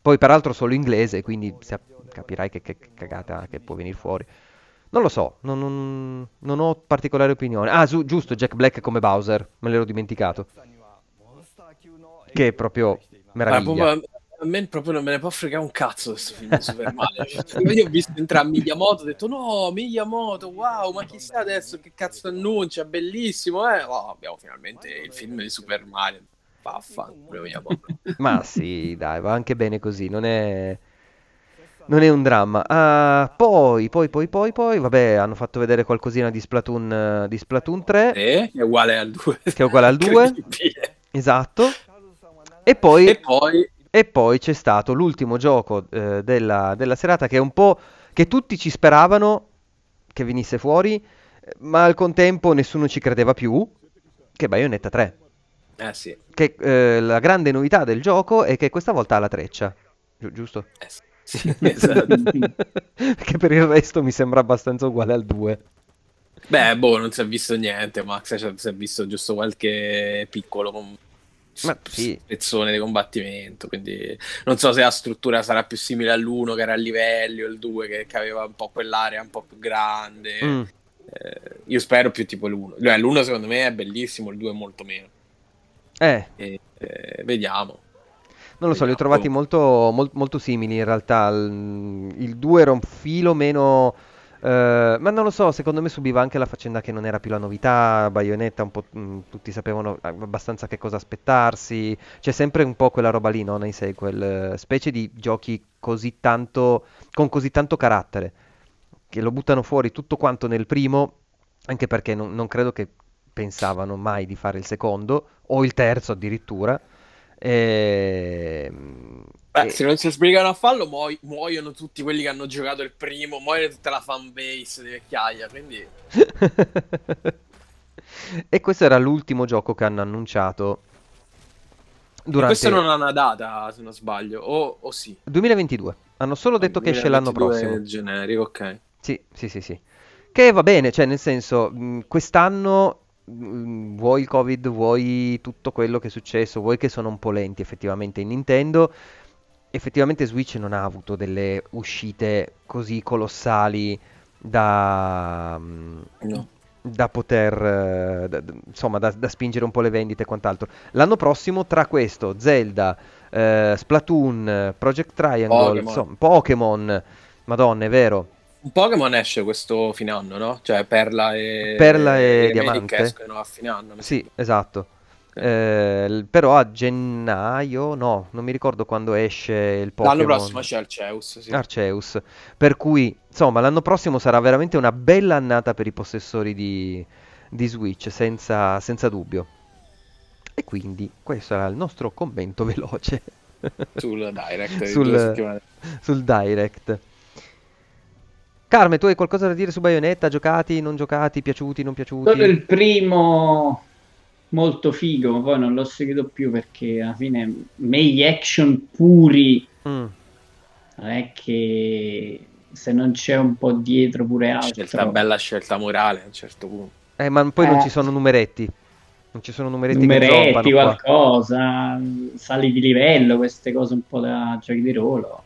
Speaker 1: Poi peraltro solo inglese, quindi sa- capirai che, che cagata che può venire fuori. Non lo so, non, non- non ho particolari opinioni. Ah, su- giusto, Jack Black come Bowser, me l'ero dimenticato. Che è proprio
Speaker 2: Ma
Speaker 1: meraviglia.
Speaker 2: proprio, a me proprio non me ne può fregare un cazzo questo film di Super Mario. Cioè, io ho visto entrare Miyamoto, ho detto no, Miyamoto, wow, ma chissà adesso che cazzo annuncia, bellissimo, eh? Oh, abbiamo finalmente il film di Super Mario. Vaffanculo Miyamoto.
Speaker 1: Ma sì, dai, va anche bene così, non è, non è un dramma. Ah, poi, poi, poi, poi, poi, vabbè, hanno fatto vedere qualcosina di Splatoon, eh, di Splatoon tre,
Speaker 2: Eh? È uguale al due.
Speaker 1: che è uguale al due,
Speaker 2: Incredibile.
Speaker 1: esatto. E poi,
Speaker 2: E poi,
Speaker 1: e poi c'è stato l'ultimo gioco eh, della, della serata che è un po' che tutti ci speravano che venisse fuori, eh, ma al contempo nessuno ci credeva più, che è Bayonetta tre.
Speaker 2: eh sì,
Speaker 1: Che eh, la grande novità del gioco è che questa volta ha la treccia, Giu- giusto?
Speaker 2: eh sì, sì, esatto.
Speaker 1: Che per il resto mi sembra abbastanza uguale al due.
Speaker 2: Beh, boh, non si è visto niente, Max, cioè, si è visto giusto qualche piccolo com-
Speaker 1: Ma
Speaker 2: s-
Speaker 1: sì,
Speaker 2: spezzone di combattimento, quindi non so se la struttura sarà più simile all'uno che era a livelli o il due che, che aveva un po' quell'area un po' più grande.
Speaker 1: mm,
Speaker 2: Eh, io spero più tipo l'uno. Cioè, l'uno secondo me è bellissimo, il due molto meno.
Speaker 1: eh,
Speaker 2: E, eh, vediamo,
Speaker 1: non lo so, li ho
Speaker 2: vediamo.
Speaker 1: trovati molto, mol- molto simili in realtà. Il, il due era un filo meno... eh, ma non lo so, secondo me subiva anche la faccenda che non era più la novità, Bayonetta un po', mm, tutti sapevano abbastanza che cosa aspettarsi. C'è sempre un po' quella roba lì, no? Nei sequel, eh, specie di giochi così tanto, con così tanto carattere, che lo buttano fuori tutto quanto nel primo, anche perché non, non credo che pensavano mai di fare il secondo, o il terzo addirittura. Ehm,
Speaker 2: Beh,
Speaker 1: E,
Speaker 2: se non si sbrigano a farlo, muoi- muoiono tutti quelli che hanno giocato il primo, muoiono tutta la fanbase di vecchiaia, quindi...
Speaker 1: e questo era l'ultimo gioco che hanno annunciato
Speaker 2: Ma questo
Speaker 1: durante
Speaker 2: non ha una data, se non sbaglio, o, o sì.
Speaker 1: duemilaventidue. Hanno solo
Speaker 2: Ah,
Speaker 1: detto che esce l'anno prossimo.
Speaker 2: duemilaventidue generico, ok.
Speaker 1: Sì, sì, sì, sì. Che va bene, cioè nel senso, mh, quest'anno mh, vuoi il Covid, vuoi tutto quello che è successo, vuoi che sono un po' lenti effettivamente in Nintendo. Effettivamente Switch non ha avuto delle uscite così colossali da, mh,
Speaker 2: No.
Speaker 1: da poter, eh, da- da- insomma, da, da spingere un po' le vendite e quant'altro. L'anno prossimo, tra questo, Zelda, eh, Splatoon, eh, Project Triangle,
Speaker 2: Pokémon.
Speaker 1: insomma, Pokémon, Madonna, è vero.
Speaker 2: Un Pokémon esce questo fine anno, no? Cioè Perla
Speaker 1: Perla
Speaker 2: e
Speaker 1: e
Speaker 2: i remake
Speaker 1: Diamante?
Speaker 2: escono a fine anno, mi
Speaker 1: Sì,
Speaker 2: sembra.
Speaker 1: esatto.
Speaker 2: Ok.
Speaker 1: Eh, l- però a gennaio, no, non mi ricordo quando esce il
Speaker 2: L'anno prossimo
Speaker 1: Pokémon
Speaker 2: c'è Arceus, sì.
Speaker 1: Arceus. Per cui, insomma, l'anno prossimo sarà veramente una bella annata per i possessori di, di Switch, senza, senza dubbio. E quindi questo era il nostro commento veloce
Speaker 2: Sul Direct di due
Speaker 1: sul,
Speaker 2: settimane.
Speaker 1: sul Direct. Carme, tu hai qualcosa da dire su Bayonetta? Giocati, non giocati, piaciuti, non
Speaker 3: Solo
Speaker 1: piaciuti?
Speaker 3: il primo molto figo, ma poi non l'ho seguito più perché alla fine me gli action puri
Speaker 1: Mm.
Speaker 3: non è che se non c'è un po' dietro pure
Speaker 2: Scelta,
Speaker 3: altro,
Speaker 2: bella scelta morale a un certo punto.
Speaker 1: Eh, ma poi non ci
Speaker 3: eh,
Speaker 1: sono numeretti. Non ci sono numeretti che
Speaker 3: numeretti,
Speaker 1: zompano qua.
Speaker 3: qualcosa, sali di livello, queste cose un po' da giochi di ruolo.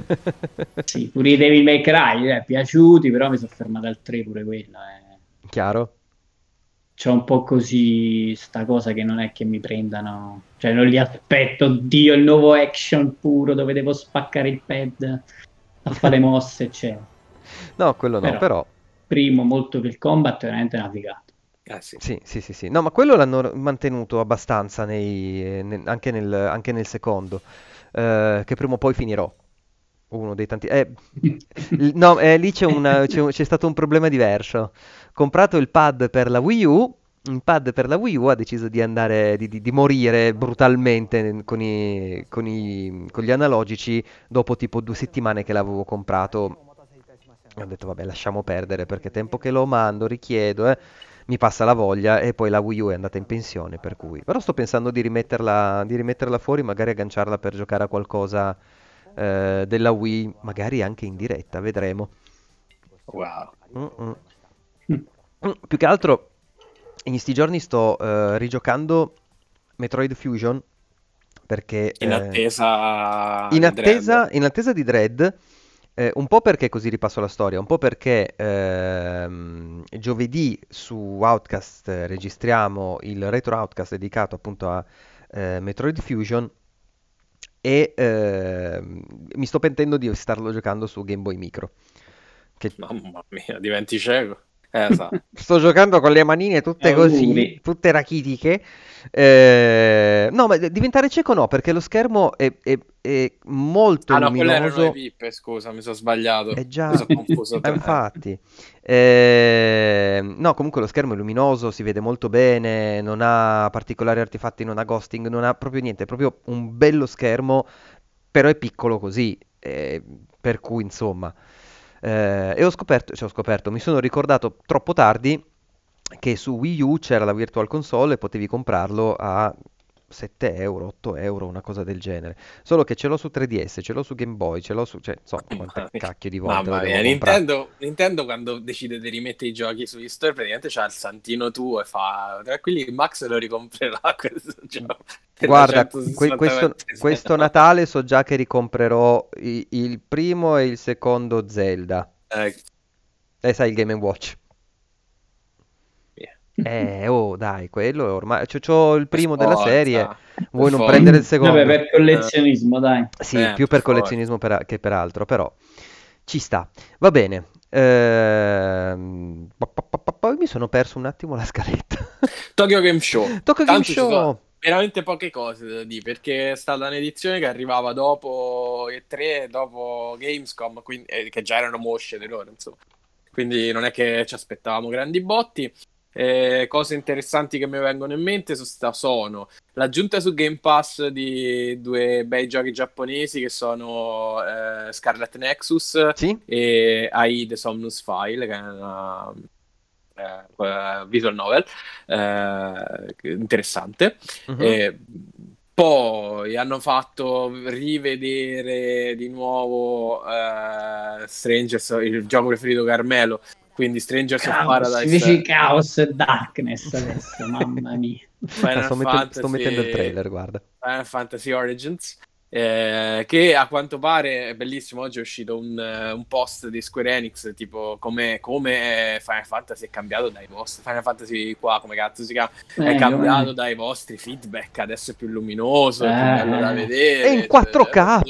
Speaker 3: Sì, pure i Devil May Cry, eh, piaciuti, però mi sono fermato al tre pure quello. Eh.
Speaker 1: Chiaro?
Speaker 3: C'è un po' così sta cosa che non è che mi prendano, cioè non li aspetto, Dio, il nuovo action puro dove devo spaccare il pad a fare le mosse, eccetera.
Speaker 1: No, quello no,
Speaker 3: Però,
Speaker 1: però.
Speaker 3: primo, molto che il combat è veramente una figata.
Speaker 2: Eh sì.
Speaker 1: Sì, sì, sì, sì. No, ma quello l'hanno mantenuto abbastanza nei- eh, ne- anche nel, anche nel secondo. Eh, che prima o poi finirò. Uno dei tanti. Eh, l- no, eh, lì c'è una- c'è un- c'è stato un problema diverso. Ho comprato il pad per la Wii U. Il pad per la Wii U ha deciso di andare, di, di- di morire brutalmente con i, con i- con gli analogici dopo tipo due settimane che l'avevo comprato. Ho detto, vabbè, lasciamo perdere perché tempo che lo mando, richiedo, eh, mi passa la voglia e poi la Wii U è andata in pensione, per cui... Però sto pensando di rimetterla, di rimetterla fuori, magari agganciarla per giocare a qualcosa eh, della Wii, magari anche in diretta, vedremo.
Speaker 2: Wow.
Speaker 1: Mm-mm. Mm, Più che altro, in questi giorni sto eh, rigiocando Metroid Fusion perché
Speaker 2: In
Speaker 1: eh,
Speaker 2: attesa
Speaker 1: in
Speaker 2: di
Speaker 1: attesa,
Speaker 2: Dread.
Speaker 1: in attesa di Dread, eh, un po' perché così ripasso la storia, un po' perché ehm, giovedì su Outcast eh, registriamo il retro Outcast dedicato appunto a eh, Metroid Fusion e ehm, mi sto pentendo di starlo giocando su Game Boy Micro. Che
Speaker 2: Mamma mia, diventi cieco. Eh, sa.
Speaker 1: sto giocando con le manine tutte così,
Speaker 3: Auguri.
Speaker 1: tutte rachitiche. Eh, no, ma diventare cieco no, perché lo schermo è, è- è molto
Speaker 2: Ah no, quelle erano le
Speaker 1: luminoso.
Speaker 2: pippe, scusa, mi sono sbagliato.
Speaker 1: È
Speaker 2: Mi
Speaker 1: già,
Speaker 2: sono confuso
Speaker 1: ma
Speaker 2: tra... eh.
Speaker 1: infatti. Eh, no, comunque lo schermo è luminoso, si vede molto bene, non ha particolari artefatti, non ha ghosting, non ha proprio niente, è proprio un bello schermo, però è piccolo così, eh, per cui insomma. Eh, e ho scoperto, cioè ho scoperto, mi sono ricordato troppo tardi che su Wii U c'era la Virtual Console e potevi comprarlo a sette euro, otto euro, una cosa del genere. Solo che ce l'ho su tre D S, ce l'ho su Game Boy, ce l'ho su... cioè, insomma, quante
Speaker 2: Mamma mia,
Speaker 1: cacchio di volte lo
Speaker 2: Mamma
Speaker 1: devo
Speaker 2: mia.
Speaker 1: comprare.
Speaker 2: Nintendo, Nintendo quando decide di rimettere i giochi sugli store praticamente c'ha il santino tuo e fa tranquilli, Max lo ricomprerà questo gioco per la
Speaker 1: Guarda, que- questo,
Speaker 2: centosessanta
Speaker 1: questo Natale so già che ricomprerò i- il primo e il secondo Zelda.
Speaker 2: Eh,
Speaker 1: E sai, il Game and Watch.
Speaker 2: via.
Speaker 1: Eh, oh, dai, quello è ormai... C'ho, c'ho il
Speaker 2: Per
Speaker 1: primo della serie,
Speaker 2: forza, per
Speaker 1: vuoi non prendere il
Speaker 2: forza.
Speaker 3: Vabbè,
Speaker 1: secondo?
Speaker 3: per collezionismo, dai.
Speaker 1: Sì,
Speaker 2: Eh,
Speaker 1: più
Speaker 2: per
Speaker 1: per
Speaker 2: forza.
Speaker 1: collezionismo per- che per altro, però ci sta. Va bene. Ehm, pa- pa- pa- pa- Poi mi sono perso un attimo la scaletta.
Speaker 2: Tokyo Game Show.
Speaker 1: Tokyo Game
Speaker 2: Tanto ci sono
Speaker 1: Show.
Speaker 2: veramente poche cose da dire perché è stata un'edizione che arrivava dopo E tre, dopo Gamescom, quindi, eh, che già erano mosce di loro, insomma. Quindi non è che ci aspettavamo grandi botti. Eh, cose interessanti che mi vengono in mente so- sta- sono l'aggiunta su Game Pass di due bei giochi giapponesi che sono eh, Scarlet Nexus
Speaker 1: Sì?
Speaker 2: e A I The Somnus File, che è una eh, visual novel eh, interessante.
Speaker 1: Mhm.
Speaker 2: E poi hanno fatto rivedere di nuovo eh, Strangers, il gioco preferito Carmelo, quindi Strangers of
Speaker 3: Chaos, invece
Speaker 2: Paradise,
Speaker 3: Chaos e Darkness adesso, mamma mia.
Speaker 1: Ah,
Speaker 2: Final
Speaker 1: sto, mettendo, sto mettendo il
Speaker 2: Fantasy,
Speaker 1: trailer, guarda.
Speaker 2: Final Fantasy Origins, eh, che a quanto pare è bellissimo. Oggi è uscito un, eh, un post di Square Enix tipo come, come Final Fantasy è cambiato dai vostri Final Fantasy qua, come cazzo si chiama, è
Speaker 3: Eh,
Speaker 2: cambiato
Speaker 3: come-
Speaker 2: dai vostri feedback, adesso è più luminoso, è più
Speaker 3: Eh.
Speaker 2: bello da vedere,
Speaker 1: È in
Speaker 2: cioè,
Speaker 1: quattro K!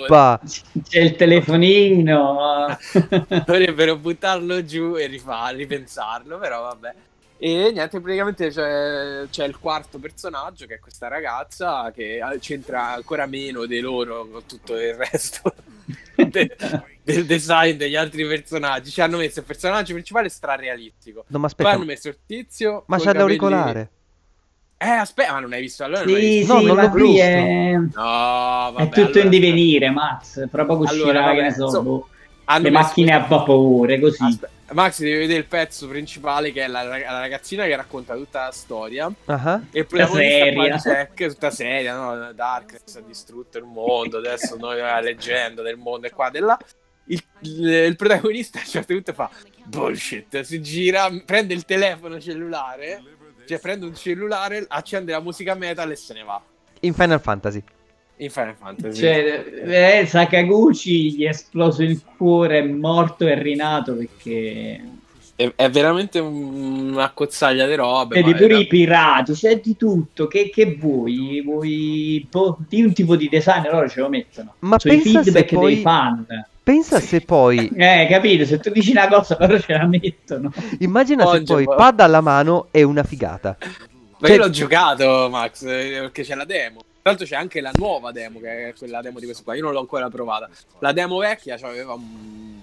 Speaker 3: C'è il telefonino.
Speaker 2: dovrebbero buttarlo giù e rifare, ripensarlo, però vabbè. E niente, praticamente c'è, c'è il quarto personaggio, che è questa ragazza che c'entra ancora meno di loro con tutto il resto de- del design degli altri personaggi. Ci hanno messo il personaggio principale strarealistico,
Speaker 1: No, ma
Speaker 2: poi
Speaker 1: aspetta,
Speaker 2: hanno messo il tizio
Speaker 1: ma
Speaker 2: coi
Speaker 1: c'ha
Speaker 2: capelli-
Speaker 1: l'auricolare.
Speaker 2: Eh, aspetta, ma non hai visto? Allora non hai
Speaker 3: Sì,
Speaker 2: visto?
Speaker 1: No,
Speaker 3: sì,
Speaker 1: non
Speaker 3: ma
Speaker 1: l'ho
Speaker 3: qui
Speaker 1: visto.
Speaker 3: è...
Speaker 2: No, vabbè,
Speaker 3: è tutto
Speaker 2: allora-
Speaker 3: in divenire, Max. Fra poco uscirà,
Speaker 2: Allora,
Speaker 3: che
Speaker 2: vabbè,
Speaker 3: ne so,
Speaker 2: insomma,
Speaker 3: boh,
Speaker 2: hanno
Speaker 3: le
Speaker 2: messo
Speaker 3: macchine a
Speaker 2: questo-
Speaker 3: vapore, così.
Speaker 2: Aspetta, Max, devi vedere il pezzo principale, che è la, la ragazzina che racconta tutta la storia.
Speaker 1: Ah,
Speaker 2: E il protagonista
Speaker 3: seria.
Speaker 2: qua di Jack, tutta seria, no? Darkness ha distrutto il mondo, adesso noi la leggenda del mondo e qua e là. Il, il, il protagonista a un certo punto fa bullshit, si gira, prende il telefono cellulare, cioè prende un cellulare, accende la musica metal e se ne va.
Speaker 1: in Final Fantasy.
Speaker 2: In Final Fantasy.
Speaker 3: Cioè, eh, Sakaguchi gli è esploso il cuore, è morto e rinato perché...
Speaker 2: È, è veramente un- una cozzaglia di robe.
Speaker 3: Vedi
Speaker 2: ma
Speaker 3: pure
Speaker 2: era-
Speaker 3: i pirati, c'è di tutto. Che, che vuoi? Vuoi boh, di un tipo di design, loro ce lo mettono.
Speaker 1: Ma
Speaker 3: Sui
Speaker 1: pensa se
Speaker 3: feedback
Speaker 1: poi-
Speaker 3: dei fan.
Speaker 1: Pensa se poi...
Speaker 3: Eh, capito? Se tu dici una cosa, loro ce la mettono.
Speaker 1: Immagina se
Speaker 2: Oggi,
Speaker 1: poi
Speaker 2: boh.
Speaker 1: pad alla mano è una figata.
Speaker 2: Ma
Speaker 1: Cioè-
Speaker 2: io l'ho giocato, Max, eh, perché c'è la demo. Tra l'altro c'è anche la nuova demo, che è quella demo di questo qua. Io non l'ho ancora provata. La demo vecchia aveva un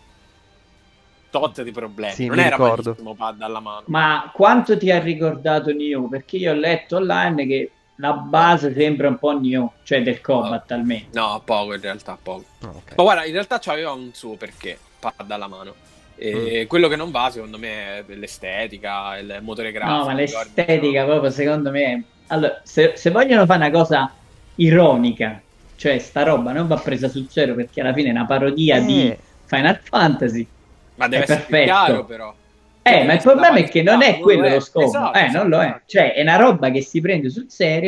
Speaker 2: tot di problemi.
Speaker 1: Sì,
Speaker 2: non
Speaker 1: mi
Speaker 2: era
Speaker 1: ricordo.
Speaker 2: malissimo pad alla mano.
Speaker 3: Ma quanto ti ha ricordato Nioh? Perché io ho letto online che la base sembra un po' Nioh, cioè del combat almeno.
Speaker 2: No, poco in realtà, poco.
Speaker 1: Ah, ok.
Speaker 2: Ma guarda, in realtà c'aveva un suo perché, pad alla mano. E
Speaker 1: Mm.
Speaker 2: quello che non va, secondo me, è l'estetica, il motore grafico.
Speaker 3: No, ma
Speaker 2: ricordi?
Speaker 3: l'estetica proprio secondo me... Allora, se, se vogliono fare una cosa ironica, cioè sta roba non va presa sul serio perché alla fine è una parodia
Speaker 1: Eh.
Speaker 3: di Final Fantasy.
Speaker 2: Ma deve
Speaker 3: è
Speaker 2: essere più
Speaker 3: perfetto.
Speaker 2: chiaro, però.
Speaker 3: Eh,
Speaker 2: Cioè,
Speaker 3: ma il
Speaker 2: questa
Speaker 3: problema è che non è
Speaker 2: non
Speaker 3: quello
Speaker 2: lo è.
Speaker 3: lo scopo.
Speaker 2: Esatto,
Speaker 3: eh,
Speaker 2: esatto,
Speaker 3: non lo è.
Speaker 2: esatto.
Speaker 3: Cioè, è una roba che si prende sul serio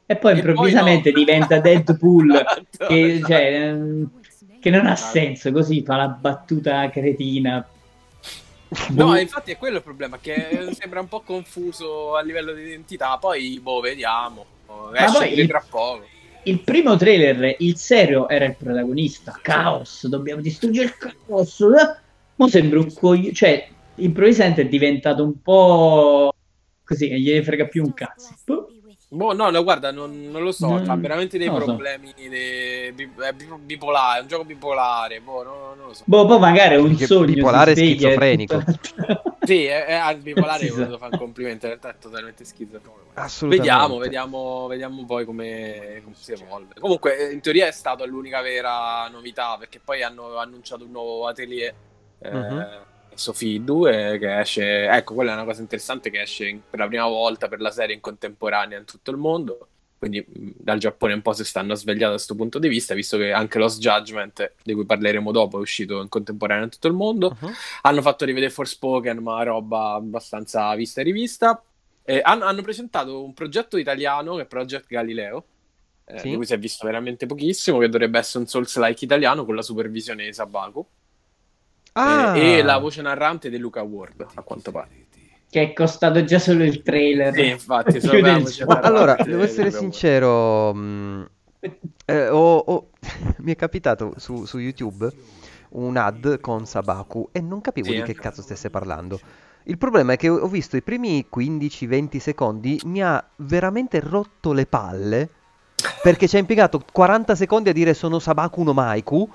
Speaker 3: e poi
Speaker 2: E
Speaker 3: improvvisamente
Speaker 2: poi no.
Speaker 3: diventa Deadpool,
Speaker 2: Esatto,
Speaker 3: che,
Speaker 2: esatto.
Speaker 3: cioè, ehm, che non ha senso, così fa la battuta cretina.
Speaker 2: No,
Speaker 3: Boh.
Speaker 2: infatti è quello il problema, che sembra un po' confuso a livello di identità, poi boh, vediamo,
Speaker 3: Ma
Speaker 2: esce
Speaker 3: poi
Speaker 2: pure
Speaker 3: il,
Speaker 2: tra poco.
Speaker 3: il primo trailer, il serio era il protagonista, Caos, dobbiamo distruggere il caos. Mo sembra un coglione, cioè improvvisamente è diventato un po' così, non gliene frega più un cazzo. Boh.
Speaker 2: Boh, no, no, guarda, non, non lo so,
Speaker 3: Non-
Speaker 2: ha veramente dei
Speaker 3: non lo so.
Speaker 2: problemi, dei- bi- è bi- bipolare, è un gioco bipolare, boh, no, non lo so.
Speaker 3: Boh, poi magari è un
Speaker 1: Che
Speaker 3: sogno,
Speaker 1: bipolare e
Speaker 3: si sveglia e tutto
Speaker 1: schizofrenico.
Speaker 3: un altro-
Speaker 2: Sì, è, è al bipolare,
Speaker 3: Si
Speaker 2: io
Speaker 3: sa.
Speaker 2: volevo fare un complimento, in realtà è totalmente schizofrenico.
Speaker 1: Assolutamente.
Speaker 2: Vediamo, vediamo, vediamo poi come, come si evolve. Comunque, in teoria è stata l'unica vera novità, perché poi hanno annunciato un nuovo atelier, eh,
Speaker 1: Mhm.
Speaker 2: Sophie due, che esce, ecco, quella è una cosa interessante, che esce in- per la prima volta per la serie in contemporanea in tutto il mondo. Quindi mh, dal Giappone un po' si stanno svegliando da questo punto di vista, visto che anche Lost Judgment, di cui parleremo dopo, è uscito in contemporanea in tutto il mondo.
Speaker 1: Mhm.
Speaker 2: Hanno fatto rivedere Forspoken, ma roba abbastanza vista e rivista. Eh, hanno, hanno presentato un progetto italiano, che è Project Galileo, eh,
Speaker 1: Sì.
Speaker 2: di cui si è visto veramente pochissimo, che dovrebbe essere un Souls-like italiano con la supervisione di Sabaku.
Speaker 1: Ah,
Speaker 2: Eh, e la voce narrante di Luca Ward, a quanto pare.
Speaker 3: Che è costato già solo il trailer.
Speaker 2: Sì, infatti, solo
Speaker 3: Chiude
Speaker 2: per la
Speaker 3: il
Speaker 2: voce
Speaker 3: gioco.
Speaker 1: ma allora,
Speaker 2: narrante
Speaker 1: devo
Speaker 2: di
Speaker 1: essere
Speaker 2: Luca Ward.
Speaker 1: sincero, mh, eh, ho- ho- mi è capitato su, su YouTube un ad con Sabaku e non capivo
Speaker 2: Sì,
Speaker 1: di
Speaker 2: eh.
Speaker 1: che cazzo stesse parlando. Il problema è che ho ho visto i primi quindici venti secondi, mi ha veramente rotto le palle perché ci ha impiegato quaranta secondi a dire sono Sabaku no Maiku,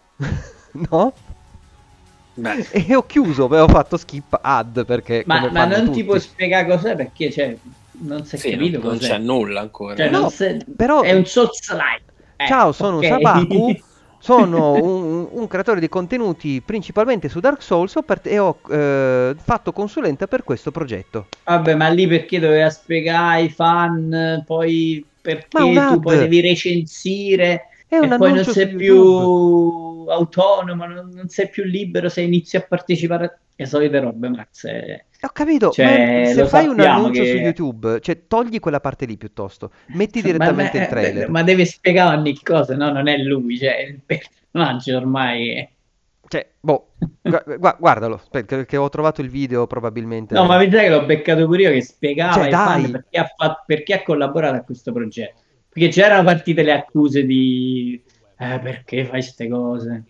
Speaker 1: no?
Speaker 2: Beh,
Speaker 1: E ho chiuso, beh, ho fatto skip ad perché
Speaker 3: Ma,
Speaker 1: come
Speaker 3: ma
Speaker 1: fanno
Speaker 3: non
Speaker 1: tutti.
Speaker 3: ti può spiegare cos'è, perché cioè, non si è
Speaker 2: sì, non,
Speaker 3: capito
Speaker 2: non
Speaker 3: cos'è.
Speaker 2: c'è nulla ancora.
Speaker 3: Cioè,
Speaker 1: No,
Speaker 3: non si-
Speaker 1: però-
Speaker 3: è un Souls-like. Eh,
Speaker 1: Ciao, sono
Speaker 3: ok.
Speaker 1: Sabaku, sono un, un creatore di contenuti principalmente su Dark Souls ho per- e ho eh, fatto consulente per questo progetto.
Speaker 3: Vabbè, ma lì perché doveva spiegare ai fan, poi
Speaker 1: Ma un
Speaker 3: perché tu poi
Speaker 1: ad!
Speaker 3: devi recensire
Speaker 1: È un
Speaker 3: e poi non
Speaker 1: annuncio su
Speaker 3: sei
Speaker 1: YouTube.
Speaker 3: più autonomo, non, non sei più libero se inizi a partecipare a le solite robe, Max. eh.
Speaker 1: Ho capito,
Speaker 3: Cioè,
Speaker 1: ma se
Speaker 3: lo
Speaker 1: fai un
Speaker 3: sappiamo
Speaker 1: annuncio su
Speaker 3: che-
Speaker 1: YouTube, cioè togli quella parte lì piuttosto, metti
Speaker 3: Ma,
Speaker 1: direttamente
Speaker 3: ma-
Speaker 1: il trailer.
Speaker 3: ma deve spiegare ogni cosa, no? Non è lui, cioè il personaggio ormai. è-
Speaker 1: Cioè, boh, gu- gu- guardalo, aspetta, che, che ho trovato il video probabilmente.
Speaker 3: No, ma mi sa che l'ho beccato pure io che spiegava
Speaker 1: Cioè,
Speaker 3: ai fan
Speaker 1: dai!
Speaker 3: perché ha, fatto, perché ha collaborato a questo progetto. Perché c'erano partite le accuse di eh, perché fai queste cose?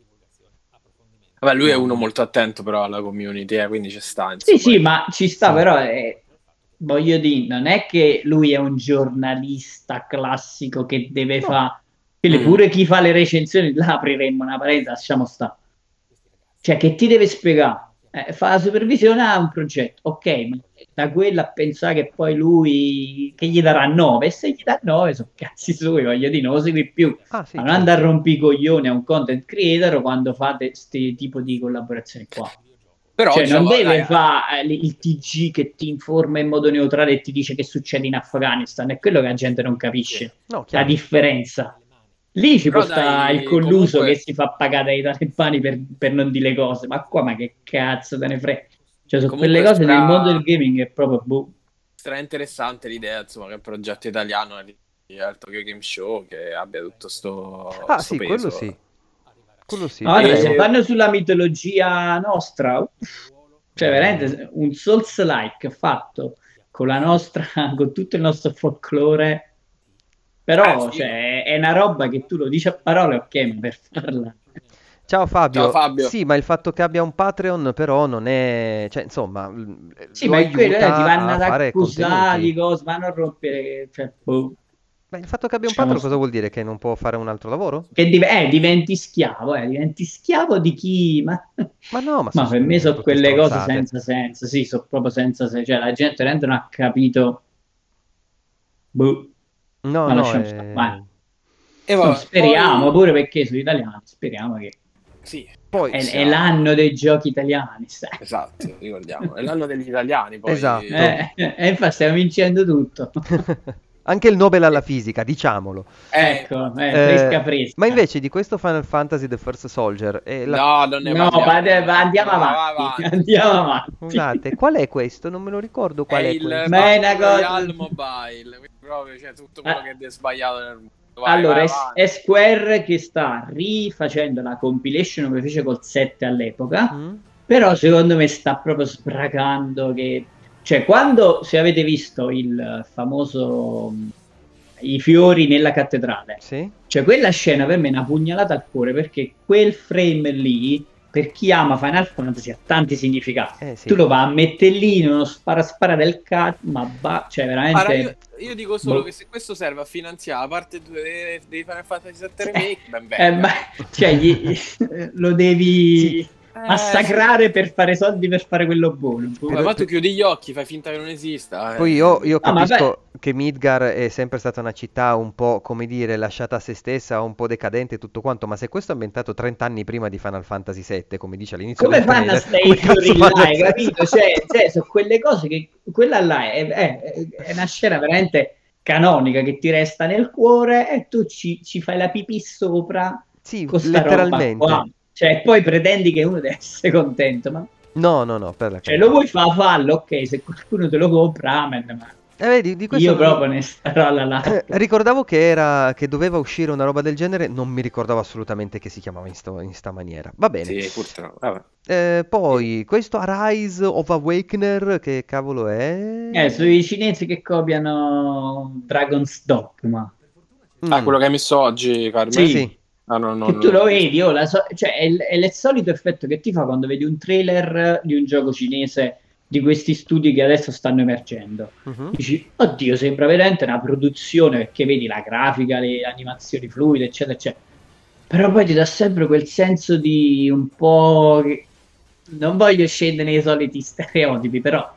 Speaker 2: Vabbè, lui è
Speaker 3: No.
Speaker 2: uno molto attento però alla community, eh, quindi ci sta.
Speaker 3: Sì,
Speaker 2: Insomma.
Speaker 3: sì, ma ci sta,
Speaker 1: Sì.
Speaker 3: però eh, voglio dire, non è che lui è un giornalista classico che deve
Speaker 1: No.
Speaker 3: fare. Quindi
Speaker 2: Mm.
Speaker 3: pure chi fa le recensioni, là apriremmo una parentesi, lasciamo stare. Cioè, che ti deve spiegare? Eh, fa la supervisione a un progetto, ok, ma da quella a pensare che poi lui che gli darà nove, e se gli dà nove sono cazzi suoi, voglio dire, non lo segui più.
Speaker 1: Ah, sì,
Speaker 3: Ma non
Speaker 1: certo.
Speaker 3: andare a rompi i coglioni a un content creator quando fate questo tipo di collaborazioni qua.
Speaker 2: Però
Speaker 3: Cioè,
Speaker 2: il
Speaker 3: non
Speaker 2: gioco-
Speaker 3: deve
Speaker 2: dai,
Speaker 3: fare eh, il T G che ti informa in modo neutrale e ti dice che succede in Afghanistan, è quello che la gente non capisce,
Speaker 1: No,
Speaker 3: la
Speaker 1: chiaro.
Speaker 3: differenza. Lì ci
Speaker 2: Però
Speaker 3: può stare
Speaker 2: dai,
Speaker 3: il colluso
Speaker 2: comunque-
Speaker 3: che si fa pagare dai talebani per, per non dire cose, ma qua ma che cazzo te ne frega? Cioè, su
Speaker 2: Comunque
Speaker 3: quelle cose
Speaker 2: stra-
Speaker 3: nel mondo del gaming è proprio boh.
Speaker 2: Stra interessante l'idea, insomma, che un progetto italiano di al Tokyo Game Show che abbia tutto sto,
Speaker 1: Ah,
Speaker 2: sto
Speaker 1: sì,
Speaker 2: peso.
Speaker 1: quello sì. Quello sì.
Speaker 3: Ma guarda,
Speaker 2: E-
Speaker 3: se vanno sulla mitologia nostra, uff, cioè veramente un Souls-like fatto con la nostra, con tutto il nostro folklore, però
Speaker 2: Eh, sì.
Speaker 3: cioè, è una roba che tu lo dici a parole, ok, ma per farla.
Speaker 1: Ciao Fabio.
Speaker 2: Ciao, Fabio.
Speaker 1: Sì, ma il fatto che abbia un Patreon però non è... Cioè, insomma, l-
Speaker 3: Sì,
Speaker 1: lo
Speaker 3: ma è quello, eh, ti
Speaker 1: aiuta
Speaker 3: vanno
Speaker 1: a
Speaker 3: ad
Speaker 1: fare
Speaker 3: accusare di
Speaker 1: contenuti.
Speaker 3: cose, vanno a rompere, cioè, boh.
Speaker 1: Ma il fatto che abbia un
Speaker 3: Diciamo
Speaker 1: Patreon cosa
Speaker 3: sì.
Speaker 1: vuol dire? Che non può fare un altro lavoro?
Speaker 3: Che div- eh, diventi schiavo, eh, diventi schiavo di chi? Ma,
Speaker 1: Ma no, ma
Speaker 3: ma
Speaker 1: so-
Speaker 3: per me sono
Speaker 1: tutte
Speaker 3: quelle cose
Speaker 1: stronzate.
Speaker 3: senza senso, sì, sono proprio senza senso, cioè la gente veramente non ha capito. Boh,
Speaker 1: No,
Speaker 3: ma
Speaker 1: no,
Speaker 3: lasciamo
Speaker 1: è...
Speaker 3: stare, vai.
Speaker 2: E
Speaker 3: No,
Speaker 2: vabbè,
Speaker 3: speriamo,
Speaker 2: poi-
Speaker 3: pure perché sono italiani, speriamo che
Speaker 2: Sì,
Speaker 1: Poi...
Speaker 3: è, è
Speaker 2: siamo-
Speaker 3: l'anno dei giochi italiani, sai.
Speaker 2: Esatto, ricordiamo. È l'anno degli italiani, poi...
Speaker 1: Esatto.
Speaker 3: Eh, eh, infatti stiamo vincendo tutto.
Speaker 1: Anche il Nobel alla fisica, diciamolo.
Speaker 2: Eh,
Speaker 3: Ecco, eh,
Speaker 1: Eh,
Speaker 3: fresca fresca.
Speaker 1: ma invece di questo Final Fantasy The First Soldier, eh, la-
Speaker 2: no, non ne
Speaker 3: No,
Speaker 2: parliamo.
Speaker 3: ma, ma andiamo
Speaker 2: No, vai
Speaker 3: avanti,
Speaker 2: avanti.
Speaker 3: andiamo avanti.
Speaker 1: scusate, qual è questo? Non me lo ricordo
Speaker 2: È
Speaker 1: qual è,
Speaker 2: il
Speaker 1: questo.
Speaker 3: Ma è una
Speaker 2: Battle
Speaker 3: cosa-
Speaker 2: Royale Mobile, quindi proprio c'è tutto quello
Speaker 3: Ah.
Speaker 2: che è sbagliato nel mondo. Vai,
Speaker 3: Allora,
Speaker 2: vai
Speaker 3: è,
Speaker 2: avanti.
Speaker 3: è Square che sta rifacendo la compilation come fece col sette all'epoca,
Speaker 1: Mm?
Speaker 3: però secondo me sta proprio sbracando che... Cioè, quando, se avete visto il famoso mh, i fiori nella cattedrale,
Speaker 1: Sì?
Speaker 3: cioè quella scena per me è una pugnalata al cuore, perché quel frame lì, per chi ama Final Fantasy, ha tanti significati.
Speaker 1: Eh sì.
Speaker 3: Tu lo vai a mettere lì in uno spara spara del cazzo, ma va, cioè veramente...
Speaker 2: Allora, io, io dico solo
Speaker 3: Boh.
Speaker 2: che se questo serve a finanziare la parte due dei, dei Final Fantasy sette
Speaker 3: Sì.
Speaker 2: Remake, ben
Speaker 3: Eh,
Speaker 2: venga.
Speaker 3: ma, cioè, gli- lo devi
Speaker 1: Sì.
Speaker 2: Eh,
Speaker 3: massacrare per fare soldi per fare quello buono.
Speaker 2: Vabbè, ma tu chiudi gli occhi, fai finta che non esista. eh.
Speaker 1: Poi io, io
Speaker 3: No, ma
Speaker 1: capisco che Midgar è sempre stata una città un po', come dire, lasciata a se stessa, un po' decadente e tutto quanto, ma se questo è ambientato trenta anni prima di Final Fantasy sette, come dice all'inizio
Speaker 3: Come
Speaker 1: del
Speaker 3: fanno a
Speaker 1: trailer,
Speaker 3: stare
Speaker 1: come
Speaker 3: i fiori
Speaker 1: cazzo
Speaker 3: là,
Speaker 1: fanno a
Speaker 3: hai capito?
Speaker 1: essere-
Speaker 3: Cioè, cioè, sono quelle cose che quella là è, è- è una scena veramente canonica che ti resta nel cuore e tu ci, ci fai la pipì sopra
Speaker 1: Sì,
Speaker 3: con sta roba
Speaker 1: letteralmente.
Speaker 3: qua. Cioè, poi pretendi che uno deve essere contento, ma
Speaker 1: No, no, no, per la
Speaker 3: cioè,
Speaker 1: carità.
Speaker 3: lo vuoi fare, fallo, ok, se qualcuno te lo compra, amen, ma
Speaker 1: Eh, vedi, di questo
Speaker 3: io
Speaker 1: non-
Speaker 3: proprio ne starò alla
Speaker 1: Eh,
Speaker 3: larga.
Speaker 1: ricordavo che era che doveva uscire una roba del genere, non mi ricordavo assolutamente che si chiamava in, sto- in sta maniera. Va bene.
Speaker 2: Sì, purtroppo. Vabbè.
Speaker 1: Eh, poi questo Arise of Awakener, che cavolo è?
Speaker 3: Eh, sui cinesi che copiano Dragon's Dogma.
Speaker 2: Ah,
Speaker 1: Mm.
Speaker 2: quello che hai messo oggi, Carmen?
Speaker 3: Sì.
Speaker 1: Sì.
Speaker 2: Ah, no, no,
Speaker 3: Che
Speaker 2: no,
Speaker 3: tu
Speaker 2: no.
Speaker 3: lo vedi, oh, la so- cioè, è, il- è il solito effetto che ti fa quando vedi un trailer di un gioco cinese di questi studi che adesso stanno emergendo.
Speaker 1: Mhm.
Speaker 3: Dici, oddio, sembra veramente una produzione, perché vedi la grafica, le animazioni fluide, eccetera, eccetera. Però poi ti dà sempre quel senso di un po'... che- Non voglio scendere nei soliti stereotipi, però...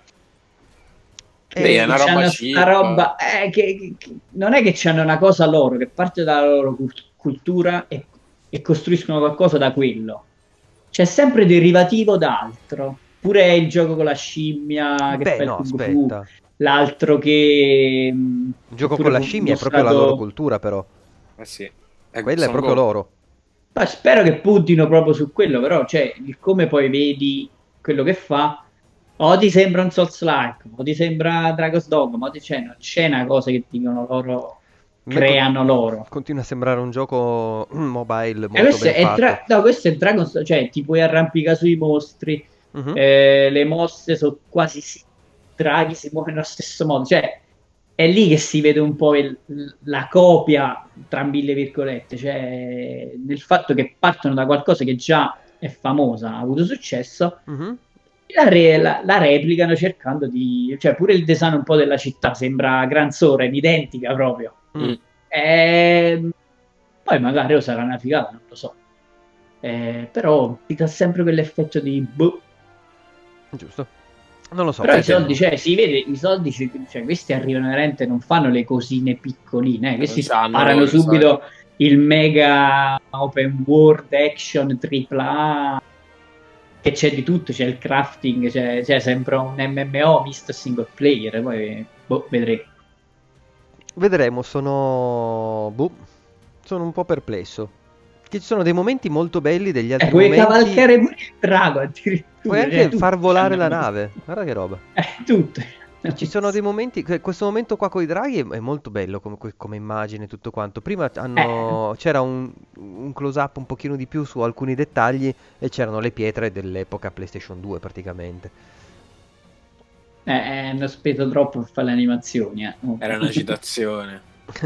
Speaker 1: Eh,
Speaker 2: Sì, è una roba
Speaker 3: c'hanno
Speaker 2: cheap.
Speaker 3: sta roba, eh, che, che- che- non è che c'hanno una cosa loro, che parte dalla loro cult- cultura e, e costruiscono qualcosa da quello. C'è sempre derivativo da altro. Pure il gioco con la scimmia che
Speaker 1: Beh,
Speaker 3: fa il
Speaker 1: no,
Speaker 3: kung fu,
Speaker 1: aspetta.
Speaker 3: l'altro che... mh,
Speaker 1: Il gioco
Speaker 3: pure
Speaker 1: con la
Speaker 3: fu
Speaker 1: scimmia è proprio la
Speaker 3: mostrato-
Speaker 1: loro cultura, però.
Speaker 2: Eh sì. Eh,
Speaker 1: Quella è
Speaker 2: Son
Speaker 1: proprio
Speaker 2: Goku.
Speaker 1: loro.
Speaker 3: Ma spero che puntino proprio su quello, però, cioè, il come poi vedi quello che fa, o ti sembra un Souls-like, o ti sembra Dragon's Dogma, o ti, cioè, non c'è una cosa che dicono loro,
Speaker 1: A me
Speaker 3: creano
Speaker 1: con-
Speaker 3: loro.
Speaker 1: Continua a sembrare un gioco mobile
Speaker 3: E
Speaker 1: molto
Speaker 3: questo
Speaker 1: ben
Speaker 3: è,
Speaker 1: fatto.
Speaker 3: Dra- no, questo è Dragon's Dogma, cioè, ti puoi arrampicare sui mostri,
Speaker 1: Mhm.
Speaker 3: eh, le mosse sono quasi sì, draghi si muovono nello stesso modo, cioè, è lì che si vede un po' il- la copia, tra mille virgolette, cioè nel fatto che partono da qualcosa che già è famosa, ha avuto successo,
Speaker 1: Mhm.
Speaker 3: la, re- la- la replicano cercando di... cioè pure il design un po' della città sembra Gran Soren, identica proprio.
Speaker 1: Mm.
Speaker 3: Ehm, Poi magari o sarà una figata, non lo so. Eh, però ti dà sempre quell'effetto di... boh.
Speaker 1: Giusto. Non lo so.
Speaker 3: Però i
Speaker 1: vedremo.
Speaker 3: soldi, cioè, si vede, i soldi, ci- cioè, questi arrivano veramente, non fanno le cosine piccoline, eh. Questi
Speaker 2: Non sanno
Speaker 3: sparano
Speaker 2: loro i
Speaker 3: subito il mega open world action tripla A, che c'è di tutto, c'è il crafting, c'è, c'è sempre un M M O misto single player, poi boh, vedremo.
Speaker 1: Vedremo, sono... boh, sono un po' perplesso. Che ci sono dei momenti molto belli, degli
Speaker 3: E
Speaker 1: altri
Speaker 3: puoi
Speaker 1: momenti...
Speaker 3: cavalcare pure il drago addirittura.
Speaker 1: Puoi anche
Speaker 3: cioè, tutti
Speaker 1: far volare la
Speaker 3: hanno-
Speaker 1: nave. Guarda che roba.
Speaker 3: Eh, tutto.
Speaker 1: Ci sono dei momenti, que- questo momento qua con i draghi è, è molto bello come, come immagine tutto quanto. Prima hanno- c'era un, un close-up un pochino di più su alcuni dettagli e c'erano le pietre dell'epoca PlayStation due praticamente.
Speaker 3: Eh, eh, hanno speso troppo per fare le animazioni. eh. Oh.
Speaker 2: Era una citazione.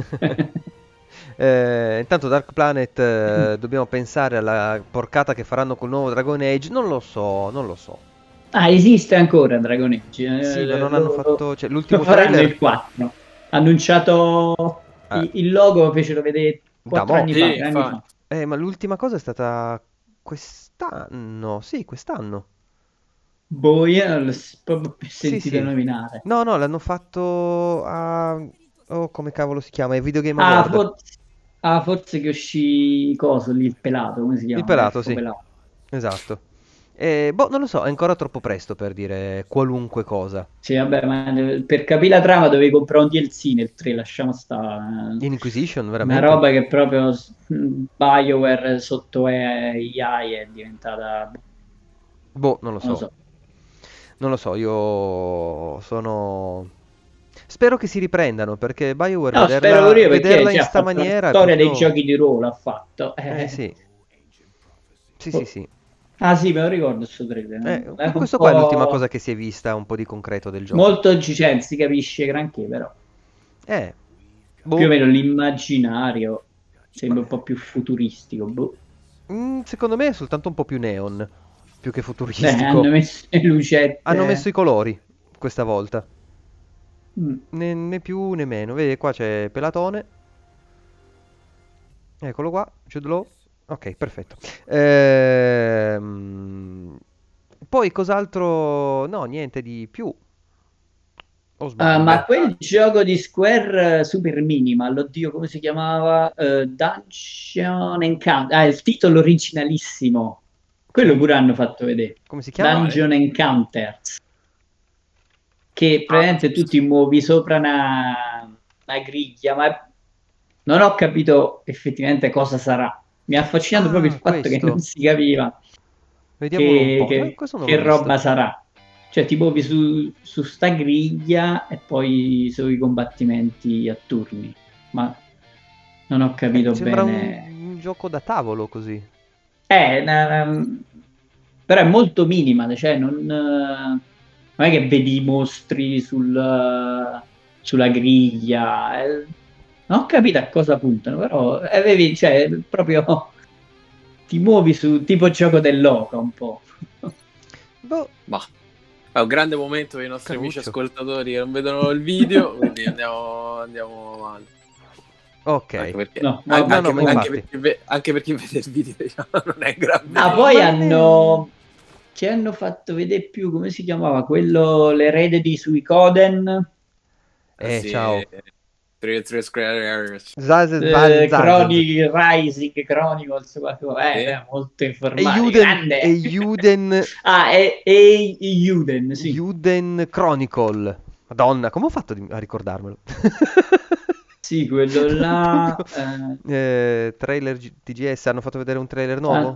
Speaker 1: Eh, intanto Dark Planet, eh, dobbiamo pensare alla porcata che faranno col nuovo Dragon Age. Non lo so, non lo so.
Speaker 3: Ah, esiste ancora Dragon Age. eh,
Speaker 1: Sì, ma non
Speaker 3: lo-
Speaker 1: hanno fatto... Cioè, l'ultimo
Speaker 3: lo faranno
Speaker 1: trailer...
Speaker 3: il quattro. Annunciato
Speaker 1: Ah.
Speaker 3: il, il logo, fecero vedere
Speaker 1: Da
Speaker 3: quattro
Speaker 1: mo'.
Speaker 3: anni
Speaker 2: Sì,
Speaker 3: fa, tre anni
Speaker 2: fa-
Speaker 3: fa.
Speaker 1: Eh, ma l'ultima cosa è stata quest'anno. Sì, quest'anno.
Speaker 3: Boh, io non l'ho s- proprio più
Speaker 1: Sì,
Speaker 3: sentito
Speaker 1: sì.
Speaker 3: nominare.
Speaker 1: No, no, l'hanno fatto a... Oh, come cavolo si chiama? I Video Game
Speaker 3: Ah,
Speaker 1: Award.
Speaker 3: forse, ah, forse che uscì coso lì, il pelato, come si chiama?
Speaker 1: Il pelato,
Speaker 3: Elfo
Speaker 1: sì.
Speaker 3: pelato.
Speaker 1: Esatto. E, boh, non lo so, è ancora troppo presto per dire qualunque cosa.
Speaker 3: Sì, vabbè, ma per capire la trama dovevi comprare un D L C nel tre, lasciamo stare.
Speaker 1: In Inquisition,
Speaker 3: Una
Speaker 1: veramente?
Speaker 3: roba che proprio mh, BioWare sotto eh, I A è diventata...
Speaker 1: Boh, non lo
Speaker 3: non lo
Speaker 1: so.
Speaker 3: so.
Speaker 1: Non lo so, io sono... Spero che si riprendano, perché BioWare
Speaker 3: No, spero
Speaker 1: vederla,
Speaker 3: pure io perché
Speaker 1: vederla
Speaker 3: cioè,
Speaker 1: in
Speaker 3: ha
Speaker 1: sta
Speaker 3: fatto la
Speaker 1: maniera è
Speaker 3: storia dei
Speaker 1: proprio...
Speaker 3: giochi di ruolo, ha fatto.
Speaker 1: Eh
Speaker 3: Eh,
Speaker 1: sì, sì, sì,
Speaker 3: oh.
Speaker 1: sì.
Speaker 3: Ah sì, me lo ricordo questo trailer.
Speaker 1: Eh,
Speaker 3: È
Speaker 1: que-
Speaker 3: un
Speaker 1: questo qua è l'ultima cosa
Speaker 3: po'
Speaker 1: che si è vista un po' di concreto del gioco.
Speaker 3: molto cioè, si capisce granché, però
Speaker 1: Eh,
Speaker 3: più o
Speaker 1: boh,
Speaker 3: meno l'immaginario sembra un po' più futuristico. Boh.
Speaker 1: mm, secondo me è soltanto un po' più neon, più che
Speaker 3: Eh, hanno
Speaker 1: futuristico.
Speaker 3: messo le
Speaker 1: Hanno messo
Speaker 3: lucette.
Speaker 1: i colori questa volta,
Speaker 3: Mm.
Speaker 1: né, né più né meno. Vedi, qua c'è Pelatone. Eccolo qua, Jude Law. Ok, perfetto. Ehm, Poi cos'altro? No, niente di più. O
Speaker 3: Ah,
Speaker 1: sbaglio?
Speaker 3: ma
Speaker 2: Beh,
Speaker 3: quel gioco di Square eh, super minimal, oddio, come si chiamava? Eh, Dungeon Encounter. Ah, il titolo originalissimo. Quello
Speaker 1: Sì?
Speaker 3: pure hanno fatto vedere.
Speaker 1: Come si chiama?
Speaker 2: quale?
Speaker 3: Dungeon Encounters. Che
Speaker 2: Ah,
Speaker 3: praticamente tu ti muovi sopra una, una griglia, ma non ho capito effettivamente cosa sarà. Mi ha affascinato proprio il
Speaker 1: Ah,
Speaker 3: fatto che non
Speaker 1: questo.
Speaker 3: si capiva
Speaker 1: Vediamolo un
Speaker 3: che,
Speaker 1: po'. No,
Speaker 3: che-
Speaker 1: questo non l'ho
Speaker 3: che
Speaker 1: visto.
Speaker 3: roba sarà. Cioè ti muovi su, su sta griglia e poi sui combattimenti a turni. Ma non ho
Speaker 1: Eh,
Speaker 3: capito
Speaker 1: sembra
Speaker 3: bene.
Speaker 1: un, un gioco da tavolo così.
Speaker 3: Eh, na- però è molto minima, cioè non, eh, non è che vedi i mostri sul, sulla griglia. eh. Non ho capito a cosa puntano, però eh, avevi, cioè, proprio ti muovi su tipo gioco del loco un po'.
Speaker 1: Boh,
Speaker 2: ma è un grande momento per i nostri amici
Speaker 1: caruccio.
Speaker 2: ascoltatori che non vedono il video, quindi andiamo, andiamo avanti.
Speaker 1: Ok.
Speaker 2: Anche perché,
Speaker 3: No,
Speaker 2: an-
Speaker 1: No,
Speaker 3: vabbè,
Speaker 1: no,
Speaker 2: anche,
Speaker 1: ma
Speaker 2: per, anche
Speaker 3: comunque.
Speaker 2: per
Speaker 1: infatti.
Speaker 2: chi ve- anche per chi vede il video, diciamo, non è un gran
Speaker 3: Ah,
Speaker 2: vedere.
Speaker 3: poi
Speaker 1: Ma non è...
Speaker 3: hanno... Che hanno fatto vedere più, come si chiamava? Quello, l'erede di Suicoden?
Speaker 2: Ah,
Speaker 1: Eh,
Speaker 2: sì,
Speaker 1: ciao.
Speaker 2: Three, three Square Areas.
Speaker 1: Zaz, Vaz,
Speaker 3: Eh,
Speaker 1: Zaz.
Speaker 3: Chronic, Rising Chronicles, qualcosa. Eh,
Speaker 2: Sì.
Speaker 3: beh, molto
Speaker 1: E
Speaker 3: informato,
Speaker 1: Juden, e
Speaker 3: grande.
Speaker 1: Juden,
Speaker 3: Ah, e, e Juden, sì.
Speaker 1: Juden Chronicle. Madonna, come ho fatto di- a ricordarmelo?
Speaker 3: Sì, quello
Speaker 1: Proprio...
Speaker 3: là. eh,
Speaker 1: eh, trailer G- T G S, hanno fatto vedere un trailer
Speaker 3: ah,
Speaker 1: nuovo?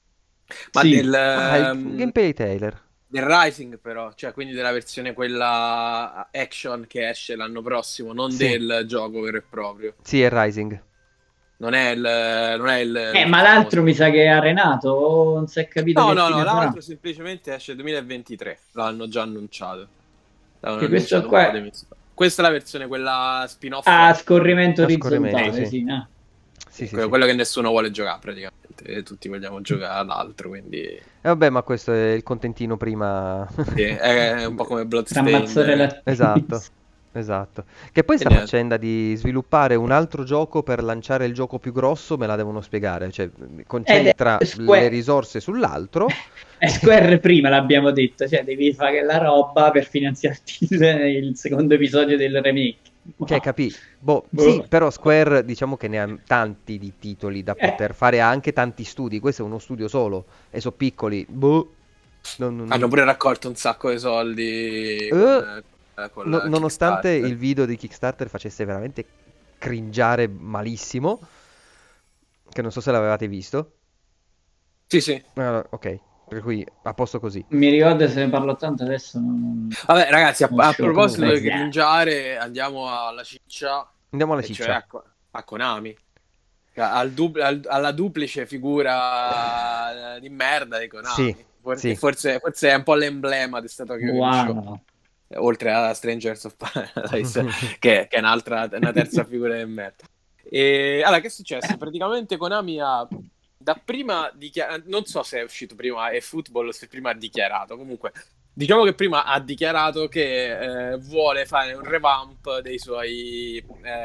Speaker 2: Ma
Speaker 3: sì.
Speaker 2: del,
Speaker 1: Ah, il
Speaker 2: ehm,
Speaker 1: gameplay trailer.
Speaker 2: del Rising però, cioè quindi della versione quella action che esce l'anno prossimo, non
Speaker 1: Sì,
Speaker 2: del gioco vero e proprio.
Speaker 1: sì, è Rising.
Speaker 2: Non è il, non è il,
Speaker 3: Eh,
Speaker 2: il
Speaker 3: ma
Speaker 2: famoso.
Speaker 3: l'altro mi sa che è arenato, o non si è capito
Speaker 2: No,
Speaker 3: che
Speaker 2: no, no,
Speaker 3: fine farà.
Speaker 2: l'altro semplicemente esce duemilaventitré, l'hanno già annunciato. L'hanno
Speaker 3: Che questo
Speaker 2: annunciato un
Speaker 3: qua
Speaker 2: po' di
Speaker 3: è
Speaker 2: mesi fa. Questa è la versione, quella spin-off.
Speaker 3: a scorrimento
Speaker 1: A scorrimento,
Speaker 3: orizzontale,
Speaker 1: sì.
Speaker 3: sì. Ah.
Speaker 1: Sì,
Speaker 2: Sì,
Speaker 1: sì,
Speaker 2: que-
Speaker 1: sì.
Speaker 2: quello che nessuno vuole giocare praticamente, e tutti vogliamo giocare ad altro, quindi
Speaker 1: E vabbè, ma questo è il contentino prima.
Speaker 2: sì, è un po' come
Speaker 3: Rammazzare
Speaker 2: Bloodstained.
Speaker 1: Esatto,
Speaker 3: l'attività.
Speaker 1: esatto. Che poi
Speaker 2: E
Speaker 1: sta
Speaker 2: niente.
Speaker 1: faccenda di sviluppare un altro gioco per lanciare il gioco più grosso, me la devono spiegare. Cioè,
Speaker 3: Ed
Speaker 1: concentra
Speaker 3: è
Speaker 1: le
Speaker 3: Square.
Speaker 1: risorse sull'altro.
Speaker 3: È Square prima l'abbiamo detto, cioè devi fare la roba per finanziarti il, il secondo episodio del remake.
Speaker 1: Cioè,
Speaker 3: Ma-
Speaker 1: capì? Boh, sì,
Speaker 3: boh.
Speaker 1: però Square diciamo che ne ha tanti di titoli da
Speaker 3: Eh,
Speaker 1: poter fare, ha anche tanti studi. Questo è uno studio solo e sono piccoli. Boh. Non- non-
Speaker 2: Hanno
Speaker 1: non-
Speaker 2: pure raccolto un sacco di soldi con,
Speaker 1: Eh,
Speaker 2: eh, con
Speaker 1: no-
Speaker 2: la
Speaker 1: nonostante
Speaker 2: Kickstarter.
Speaker 1: il video di Kickstarter facesse veramente cringiare malissimo, che non so se l'avevate visto.
Speaker 2: Sì, sì.
Speaker 1: Ah, ok, per cui a posto così.
Speaker 3: mi ricordo se ne parlo tanto adesso, non
Speaker 2: Vabbè, ragazzi, a, a
Speaker 3: conoscevo proprio
Speaker 2: proposito di
Speaker 3: quasi.
Speaker 2: cringiare, andiamo alla ciccia,
Speaker 1: Andiamo alla
Speaker 2: e cioè
Speaker 1: ciccia.
Speaker 2: a, Ko- a Konami. Al dupl- al- alla duplice figura di merda di
Speaker 1: Sì,
Speaker 2: Konami. For- che
Speaker 1: sì.
Speaker 2: forse, forse è un po' l'emblema di sta Tokyo Game Show.
Speaker 3: Wow.
Speaker 2: Oltre a Strangers of Paradise, che, che è un'altra, una terza figura di merda. E allora, che è successo? Praticamente Konami ha dapprima dichiarato, non so se è uscito prima eFootball o se prima ha dichiarato, comunque diciamo che prima ha dichiarato che eh, vuole fare un revamp dei suoi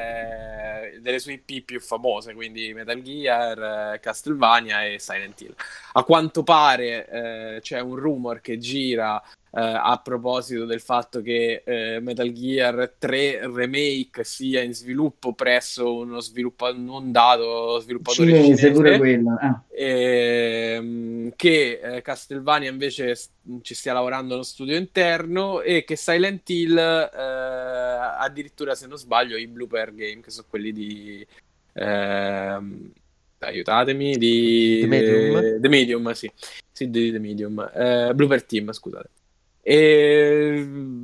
Speaker 2: eh, delle sue I P più famose, quindi Metal Gear, eh, Castlevania e Silent Hill. A quanto pare eh, c'è un rumor che gira eh, a proposito del fatto che eh, Metal Gear tre Remake sia in sviluppo presso uno sviluppo non dato sviluppatore
Speaker 3: Cinese, pure
Speaker 2: cinese,
Speaker 3: quello. Ah.
Speaker 2: ehm, che eh, Castlevania invece s- ci stia lavorando uno studio interno e che Silent Hill eh, addirittura, se non sbaglio, i Blooper Game, che sono quelli di ehm, aiutatemi,
Speaker 1: The
Speaker 2: di
Speaker 1: Medium.
Speaker 2: The Medium, sì, sì, di The Medium, eh, Blooper Team, scusate. E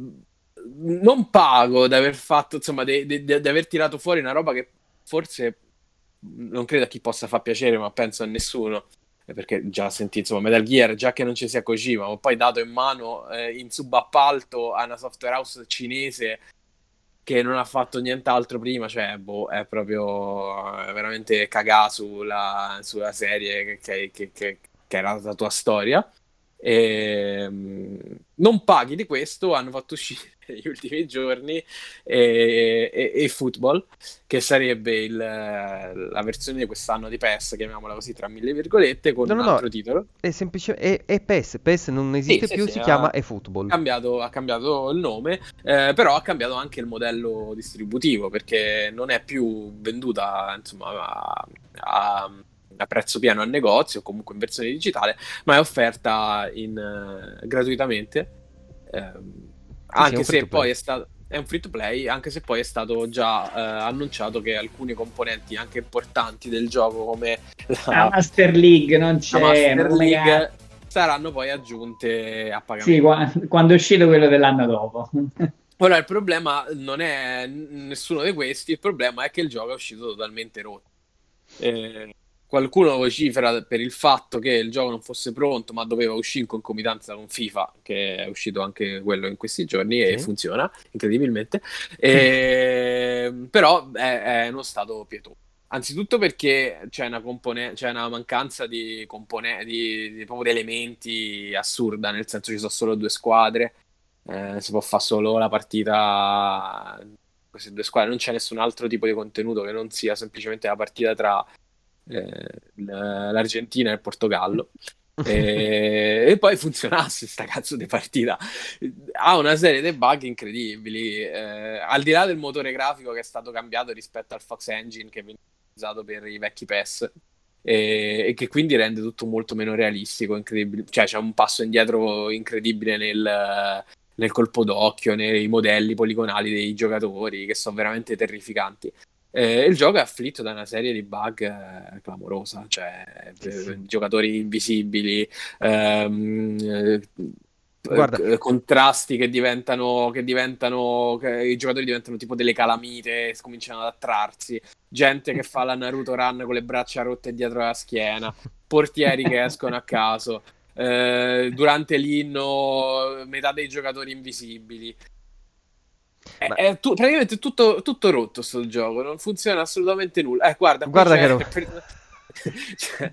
Speaker 2: non pago di aver fatto, insomma, di, di- di aver tirato fuori una roba che forse non credo a chi possa far piacere, ma penso a nessuno. Eh, Perché già sentì, insomma, Metal Gear, già che non ci sia Kojima, ma poi dato in mano eh, in subappalto a una software house cinese che non ha fatto nient'altro prima, cioè, boh, è proprio è veramente cagà sulla, sulla serie che, che, che, che era la tua storia. E, mm, non paghi di questo, hanno fatto uscire negli ultimi giorni e, e, e Football, che sarebbe il- la versione di quest'anno di P E S, chiamiamola così, tra mille virgolette, con
Speaker 1: No,
Speaker 2: un
Speaker 1: no, no,
Speaker 2: altro titolo.
Speaker 1: è semplicemente è, è PES, PES non
Speaker 2: Sì,
Speaker 1: esiste
Speaker 2: sì,
Speaker 1: più,
Speaker 2: sì,
Speaker 1: si
Speaker 2: ha
Speaker 1: chiama eFootball.
Speaker 2: cambiato, ha cambiato il nome, eh, però ha cambiato anche il modello distributivo perché non è più venduta, insomma, a, a- a prezzo pieno al negozio o comunque in versione digitale, ma è offerta in, eh, gratuitamente. ehm,
Speaker 1: Sì, sì, è un
Speaker 2: Anche
Speaker 1: free
Speaker 2: se
Speaker 1: to play.
Speaker 2: poi è stato. È un free to play, anche se poi è stato già eh, annunciato che alcune componenti anche importanti del gioco, come
Speaker 3: Ah,
Speaker 2: la,
Speaker 3: Master League non
Speaker 2: la
Speaker 3: c'è, ma
Speaker 2: Master
Speaker 3: come cazzo?
Speaker 2: League, saranno poi aggiunte a
Speaker 3: Sì,
Speaker 2: pagamento.
Speaker 3: qua- quando è uscito quello dell'anno dopo.
Speaker 2: Ora, il problema non è n- nessuno di questi, il problema è che il gioco è uscito totalmente rotto. Eh, Qualcuno vocifera per il fatto che il gioco non fosse pronto, ma doveva uscire in concomitanza con FIFA, che è uscito anche quello in questi giorni e
Speaker 1: Sì.
Speaker 2: funziona incredibilmente. Eh, però è, è uno stato pietoso. Anzitutto perché c'è una, compone- c'è una mancanza di, compone- di, di, proprio di elementi assurda, nel senso ci sono solo due squadre, eh, si può fare solo la partita queste due squadre, non c'è nessun altro tipo di contenuto che non sia semplicemente la partita tra eh, l- l'Argentina e il Portogallo. E, e poi funzionasse sta cazzo di partita. Ha una serie di bug incredibili, eh, al di là del motore grafico che è stato cambiato rispetto al Fox Engine che veniva usato per i vecchi P E S, e, e che quindi rende tutto molto meno realistico, incredibile. Cioè c'è un passo indietro incredibile nel, nel colpo d'occhio, nei modelli poligonali dei giocatori che sono veramente terrificanti. Eh, il gioco è afflitto da una serie di bug eh, clamorosa, cioè
Speaker 1: Sì,
Speaker 2: eh,
Speaker 1: sì.
Speaker 2: giocatori invisibili, ehm, eh,
Speaker 1: Guarda,
Speaker 2: eh, contrasti che diventano, che diventano, che i giocatori diventano tipo delle calamite, e cominciano ad attrarsi, gente che fa la Naruto Run con le braccia rotte dietro la schiena, portieri che escono a caso, eh, durante l'inno metà dei giocatori invisibili. È,
Speaker 1: ma
Speaker 2: è tu- praticamente tutto, tutto rotto sto gioco, non funziona assolutamente nulla. Eh, guarda, qui
Speaker 1: guarda che
Speaker 2: c'è,
Speaker 1: roba.
Speaker 2: per- c'è,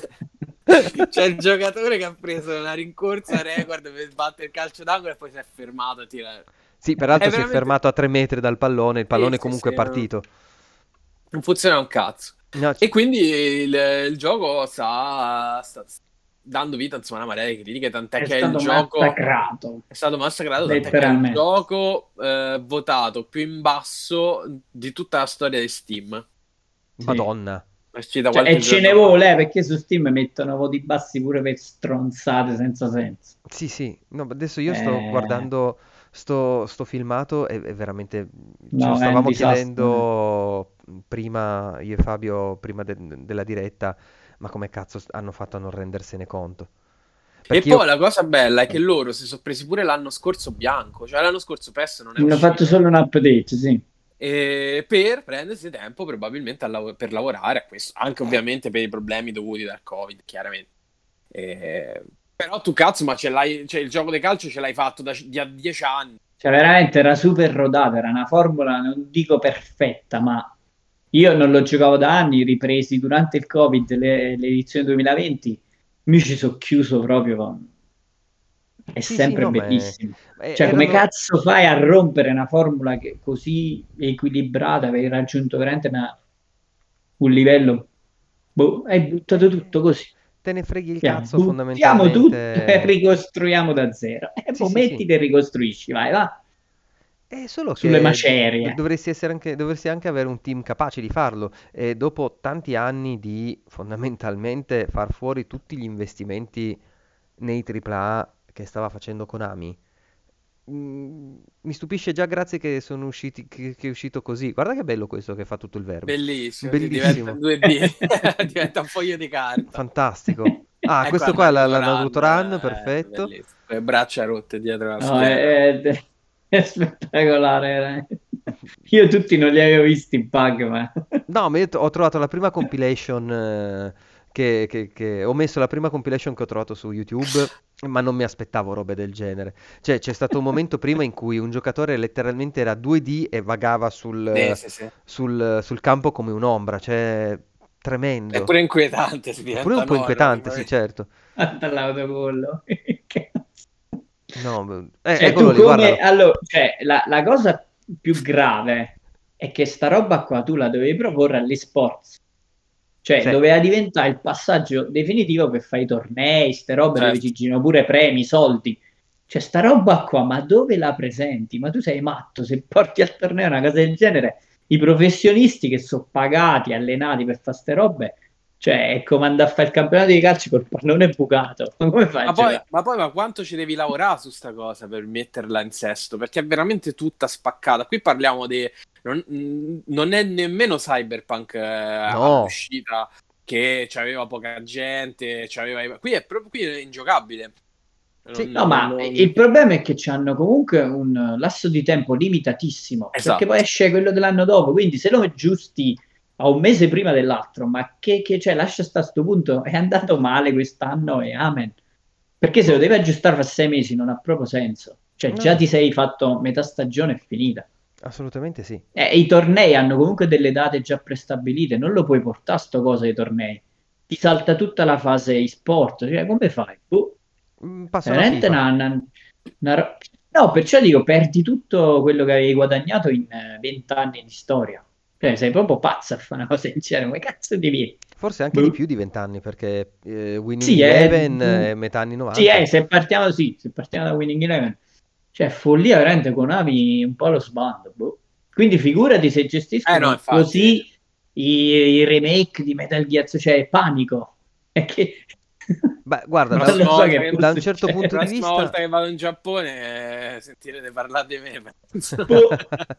Speaker 2: c'è il giocatore che ha preso una rincorsa record per battere il calcio d'angolo e poi si è fermato a tirare.
Speaker 1: Sì,
Speaker 2: È
Speaker 1: peraltro si è
Speaker 2: veramente.
Speaker 1: fermato a tre metri dal pallone, il
Speaker 2: Sì,
Speaker 1: pallone
Speaker 2: sì,
Speaker 1: comunque è
Speaker 2: sì, non,
Speaker 1: partito.
Speaker 2: non funziona un cazzo.
Speaker 1: No, c-
Speaker 2: E quindi il, il gioco sta, sta dando vita insomma, a una marea di critiche, tant'è
Speaker 3: È
Speaker 2: che è il
Speaker 3: stato
Speaker 2: gioco.
Speaker 3: massacrato,
Speaker 2: È stato massacrato, tant'è che è il
Speaker 3: letteralmente.
Speaker 2: gioco eh, votato più in basso di tutta la storia di Steam.
Speaker 3: Sì.
Speaker 1: Madonna.
Speaker 2: È uscita
Speaker 3: Cioè, e
Speaker 2: qualche
Speaker 3: ce ne
Speaker 2: giorno fa.
Speaker 3: vuole, eh, perché su Steam mettono voti bassi pure per stronzate senza senso.
Speaker 1: Sì, sì, no, adesso io sto
Speaker 3: Eh,
Speaker 1: guardando sto, sto filmato e è veramente. Ce lo
Speaker 3: no, è un
Speaker 1: stavamo
Speaker 3: disastro. Eh.
Speaker 1: chiedendo prima, io e Fabio, prima de- della diretta, ma come cazzo st- hanno fatto a non rendersene conto?
Speaker 2: E
Speaker 1: Perché
Speaker 2: poi
Speaker 1: io.
Speaker 2: la cosa bella è che loro si sono presi pure l'anno scorso bianco, cioè l'anno scorso P E S non è
Speaker 3: Hanno fatto
Speaker 2: uscito.
Speaker 3: solo un update, sì.
Speaker 2: E per prendersi tempo probabilmente a lav- per lavorare a questo, anche ovviamente per i problemi dovuti dal Covid, chiaramente. E- Però tu cazzo, ma ce l'hai, cioè, il gioco di calcio ce l'hai fatto da di a dieci anni.
Speaker 3: Cioè, veramente era super rodata, era una formula, non dico perfetta, ma io non lo giocavo da anni, ripresi durante il Covid, le, le edizioni duemilaventi, mi ci sono chiuso proprio con. È
Speaker 1: Sì, sì,
Speaker 3: sempre
Speaker 1: no, ma è-
Speaker 3: bellissimo.
Speaker 1: ma è-
Speaker 3: Cioè, come
Speaker 1: erano.
Speaker 3: cazzo fai a rompere una formula che così equilibrata, avevi raggiunto veramente una- un livello, boh, hai buttato
Speaker 1: Eh,
Speaker 3: tutto così.
Speaker 1: te ne freghi il
Speaker 3: Yeah,
Speaker 1: cazzo
Speaker 3: buttiamo tutto e
Speaker 1: fondamentalmente.
Speaker 3: ricostruiamo da zero. E
Speaker 1: Sì,
Speaker 3: poi
Speaker 1: sì, sì.
Speaker 3: mettiti e ricostruisci, vai, va.
Speaker 1: È solo
Speaker 3: Sulle
Speaker 1: che do-
Speaker 3: macerie.
Speaker 1: dovresti essere anche, dovresti anche avere un team capace di farlo e dopo tanti anni di fondamentalmente far fuori tutti gli investimenti nei tripla A che stava facendo Konami, mm, mi stupisce già grazie che sono usciti, che, che è uscito così. Guarda che bello questo che fa tutto il verme.
Speaker 2: Bellissimo, sì, diventa in
Speaker 1: Bellissimo.
Speaker 2: due D, diventa un foglio di carta.
Speaker 1: Fantastico. Ah,
Speaker 2: Ecco
Speaker 1: questo qua è la-
Speaker 2: Naruto
Speaker 1: la- Naruto
Speaker 2: Run,
Speaker 1: Run,
Speaker 2: eh,
Speaker 1: perfetto.
Speaker 2: bellissimo. Le braccia rotte dietro la
Speaker 3: No,
Speaker 2: schiena.
Speaker 3: è, è- è spettacolare, veramente. Io tutti non li avevo visti in bug, ma...
Speaker 1: No, ma io t- ho trovato la prima compilation eh, che, che- che- ho messo la prima compilation che ho trovato su YouTube, ma non mi aspettavo robe del genere. Cioè, c'è stato un momento prima in cui un giocatore letteralmente era due D e vagava
Speaker 2: Sì,
Speaker 1: sul,
Speaker 2: sì, sì.
Speaker 1: sul- sul campo come un'ombra, cioè
Speaker 2: È
Speaker 1: tremendo.
Speaker 2: pure inquietante, si
Speaker 1: È pure un
Speaker 2: diventa
Speaker 1: po'
Speaker 2: horror.
Speaker 1: inquietante, sì, certo.
Speaker 3: dall'autopollo. Che cazzo.
Speaker 1: No, beh, eh,
Speaker 3: Cioè,
Speaker 1: eccolo
Speaker 3: tu
Speaker 1: lì,
Speaker 3: come...
Speaker 1: guardalo.
Speaker 3: Allora, cioè, la, la cosa più grave è che sta roba qua tu la dovevi proporre agli sports. Cioè,
Speaker 1: Sì.
Speaker 3: doveva diventare il passaggio definitivo per fare i tornei, ste robe dove
Speaker 2: Certo.
Speaker 3: ci girano pure premi, soldi. Cioè, sta roba qua, ma dove la presenti? Ma tu sei matto se porti al torneo una cosa del genere. I professionisti che sono pagati, allenati per fare ste robe, cioè, è come andare a fare il campionato di calcio col pallone bucato. Ma come fai a
Speaker 2: Ma poi,
Speaker 3: giocare?
Speaker 2: ma poi, ma quanto ci devi lavorare su sta cosa per metterla in sesto? Perché è veramente tutta spaccata. Qui parliamo di... Non, non è nemmeno Cyberpunk eh,
Speaker 1: No.
Speaker 2: all'uscita che c'aveva poca gente, c'aveva... Qui è proprio qui è ingiocabile.
Speaker 1: Sì.
Speaker 2: Non-
Speaker 3: No,
Speaker 2: non-
Speaker 3: ma
Speaker 2: non-
Speaker 3: il problema è che hanno comunque un lasso di tempo limitatissimo, perché poi
Speaker 2: Esatto.
Speaker 3: esce quello dell'anno dopo, quindi se lo aggiusti a un mese prima dell'altro, ma che, che cioè, lascia stare a sto punto, è andato male quest'anno e amen. Perché se lo devi aggiustare fra sei mesi non ha proprio senso. Cioè,
Speaker 1: No,
Speaker 3: già
Speaker 1: no,
Speaker 3: ti sei fatto metà stagione e finita.
Speaker 1: assolutamente sì.
Speaker 3: Eh, i tornei hanno comunque delle date già prestabilite, non lo puoi portare sto cosa ai tornei. Ti salta tutta la fase e-sport, cioè come fai? Boh.
Speaker 1: Mm,
Speaker 3: È
Speaker 1: Passano a
Speaker 3: veramente
Speaker 1: FIFA.
Speaker 3: una, una- una ro- No, perciò dico, perdi tutto quello che avevi guadagnato in eh, vent'anni di storia. Cioè, sei proprio pazzo a fare una cosa del genere, come cazzo di vieni?
Speaker 1: Forse anche di
Speaker 3: Boh.
Speaker 1: più di vent'anni, perché eh, Winning
Speaker 3: Sì, è...
Speaker 1: Eleven è metà anni
Speaker 3: sì,
Speaker 1: novanta.
Speaker 3: eh, se partiamo, sì, se partiamo da Winning Eleven, cioè follia veramente con Avi un po' lo sbando. Boh. Quindi figurati se
Speaker 2: Eh no,
Speaker 3: gestiscono
Speaker 2: infatti.
Speaker 3: così i, i remake di Metal Gear, cioè panico. È che
Speaker 1: Beh, guarda, da,
Speaker 3: non lo
Speaker 2: Prossima
Speaker 3: so
Speaker 2: volta
Speaker 3: che
Speaker 2: che,
Speaker 3: può
Speaker 1: da un certo punto di
Speaker 3: succedere.
Speaker 2: prossima volta
Speaker 1: vista...
Speaker 2: che vado in Giappone eh, sentirete parlare di me. penso.
Speaker 3: Boh.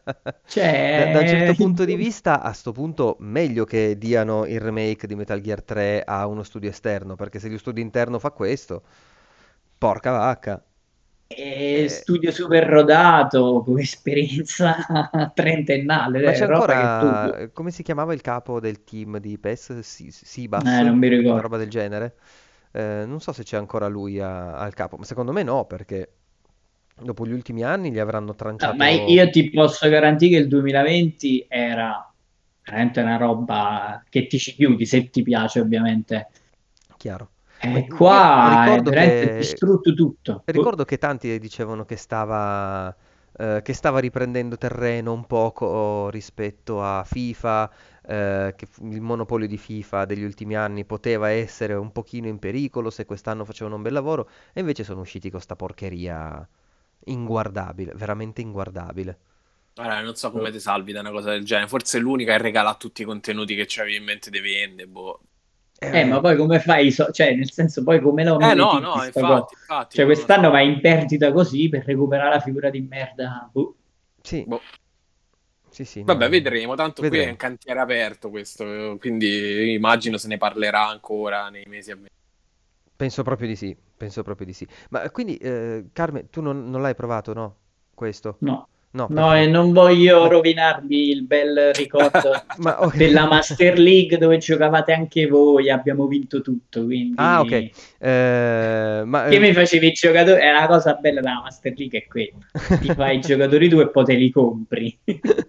Speaker 1: Da, da un
Speaker 3: Cioè,
Speaker 1: certo punto di vista, a sto punto, meglio che diano il remake di Metal Gear tre a uno studio esterno, perché se lo studio interno fa questo, porca vacca.
Speaker 3: è
Speaker 1: Eh,
Speaker 3: studio super rodato, con esperienza trentennale,
Speaker 1: ma c'è
Speaker 3: è roba che tu...
Speaker 1: ancora, eh, come si chiamava il capo del team di PES? Si-
Speaker 3: Eh,
Speaker 1: Sibas?
Speaker 3: non mi
Speaker 1: Una
Speaker 3: ricordo.
Speaker 1: roba del genere? Eh, non so se c'è ancora lui a- al capo, ma secondo me no, perché dopo gli ultimi anni gli avranno
Speaker 3: No, ma
Speaker 1: tranciato
Speaker 3: io ti posso garantire che il duemilaventi era veramente una roba che ti ci chiudi, se ti piace ovviamente.
Speaker 1: chiaro. Ma
Speaker 3: E
Speaker 1: io
Speaker 3: qua è
Speaker 1: ricordo
Speaker 3: veramente
Speaker 1: che,
Speaker 3: distrutto tutto. Boh.
Speaker 1: ricordo che tanti dicevano che stava, eh, che stava riprendendo terreno un poco rispetto a FIFA, eh, che f- il monopolio di FIFA degli ultimi anni poteva essere un pochino in pericolo se quest'anno facevano un bel lavoro, e invece sono usciti con sta porcheria inguardabile, veramente inguardabile.
Speaker 2: Ora, non so come ti salvi da una cosa del genere. Forse l'unica è regalare tutti i contenuti che c'avevi in mente di vendere. Boh.
Speaker 3: Eh, ma
Speaker 1: Eh,
Speaker 3: poi come fai? so- Cioè, nel senso, poi come lo
Speaker 2: Eh no,
Speaker 3: monetizzi
Speaker 2: no,
Speaker 3: sta cosa?
Speaker 2: infatti, infatti,
Speaker 3: Cioè,
Speaker 2: non lo
Speaker 3: quest'anno
Speaker 2: so.
Speaker 3: vai in perdita così per recuperare la figura di merda. Boh.
Speaker 1: sì,
Speaker 2: Boh.
Speaker 1: sì, sì,
Speaker 2: Vabbè,
Speaker 1: no,
Speaker 2: vedremo. Tanto qui è un
Speaker 1: vedremo.
Speaker 2: cantiere aperto questo, quindi immagino se ne parlerà ancora nei mesi a venire.
Speaker 1: Penso proprio di sì, penso proprio di sì. Ma quindi, eh, Carme, tu non, non l'hai provato, no? Questo?
Speaker 3: No,
Speaker 1: No,
Speaker 3: no, e
Speaker 1: perfetto.
Speaker 3: non voglio
Speaker 1: Ma,
Speaker 3: rovinarvi il bel ricordo
Speaker 1: ma ok.
Speaker 3: della Master League dove giocavate anche voi, abbiamo vinto tutto,
Speaker 1: Ah, ok.
Speaker 3: quindi
Speaker 1: Eh, ma,
Speaker 3: che
Speaker 1: eh,
Speaker 3: mi facevi i giocatori? È la cosa bella della Master League è quella, ti fai i giocatori tu e poi te li compri.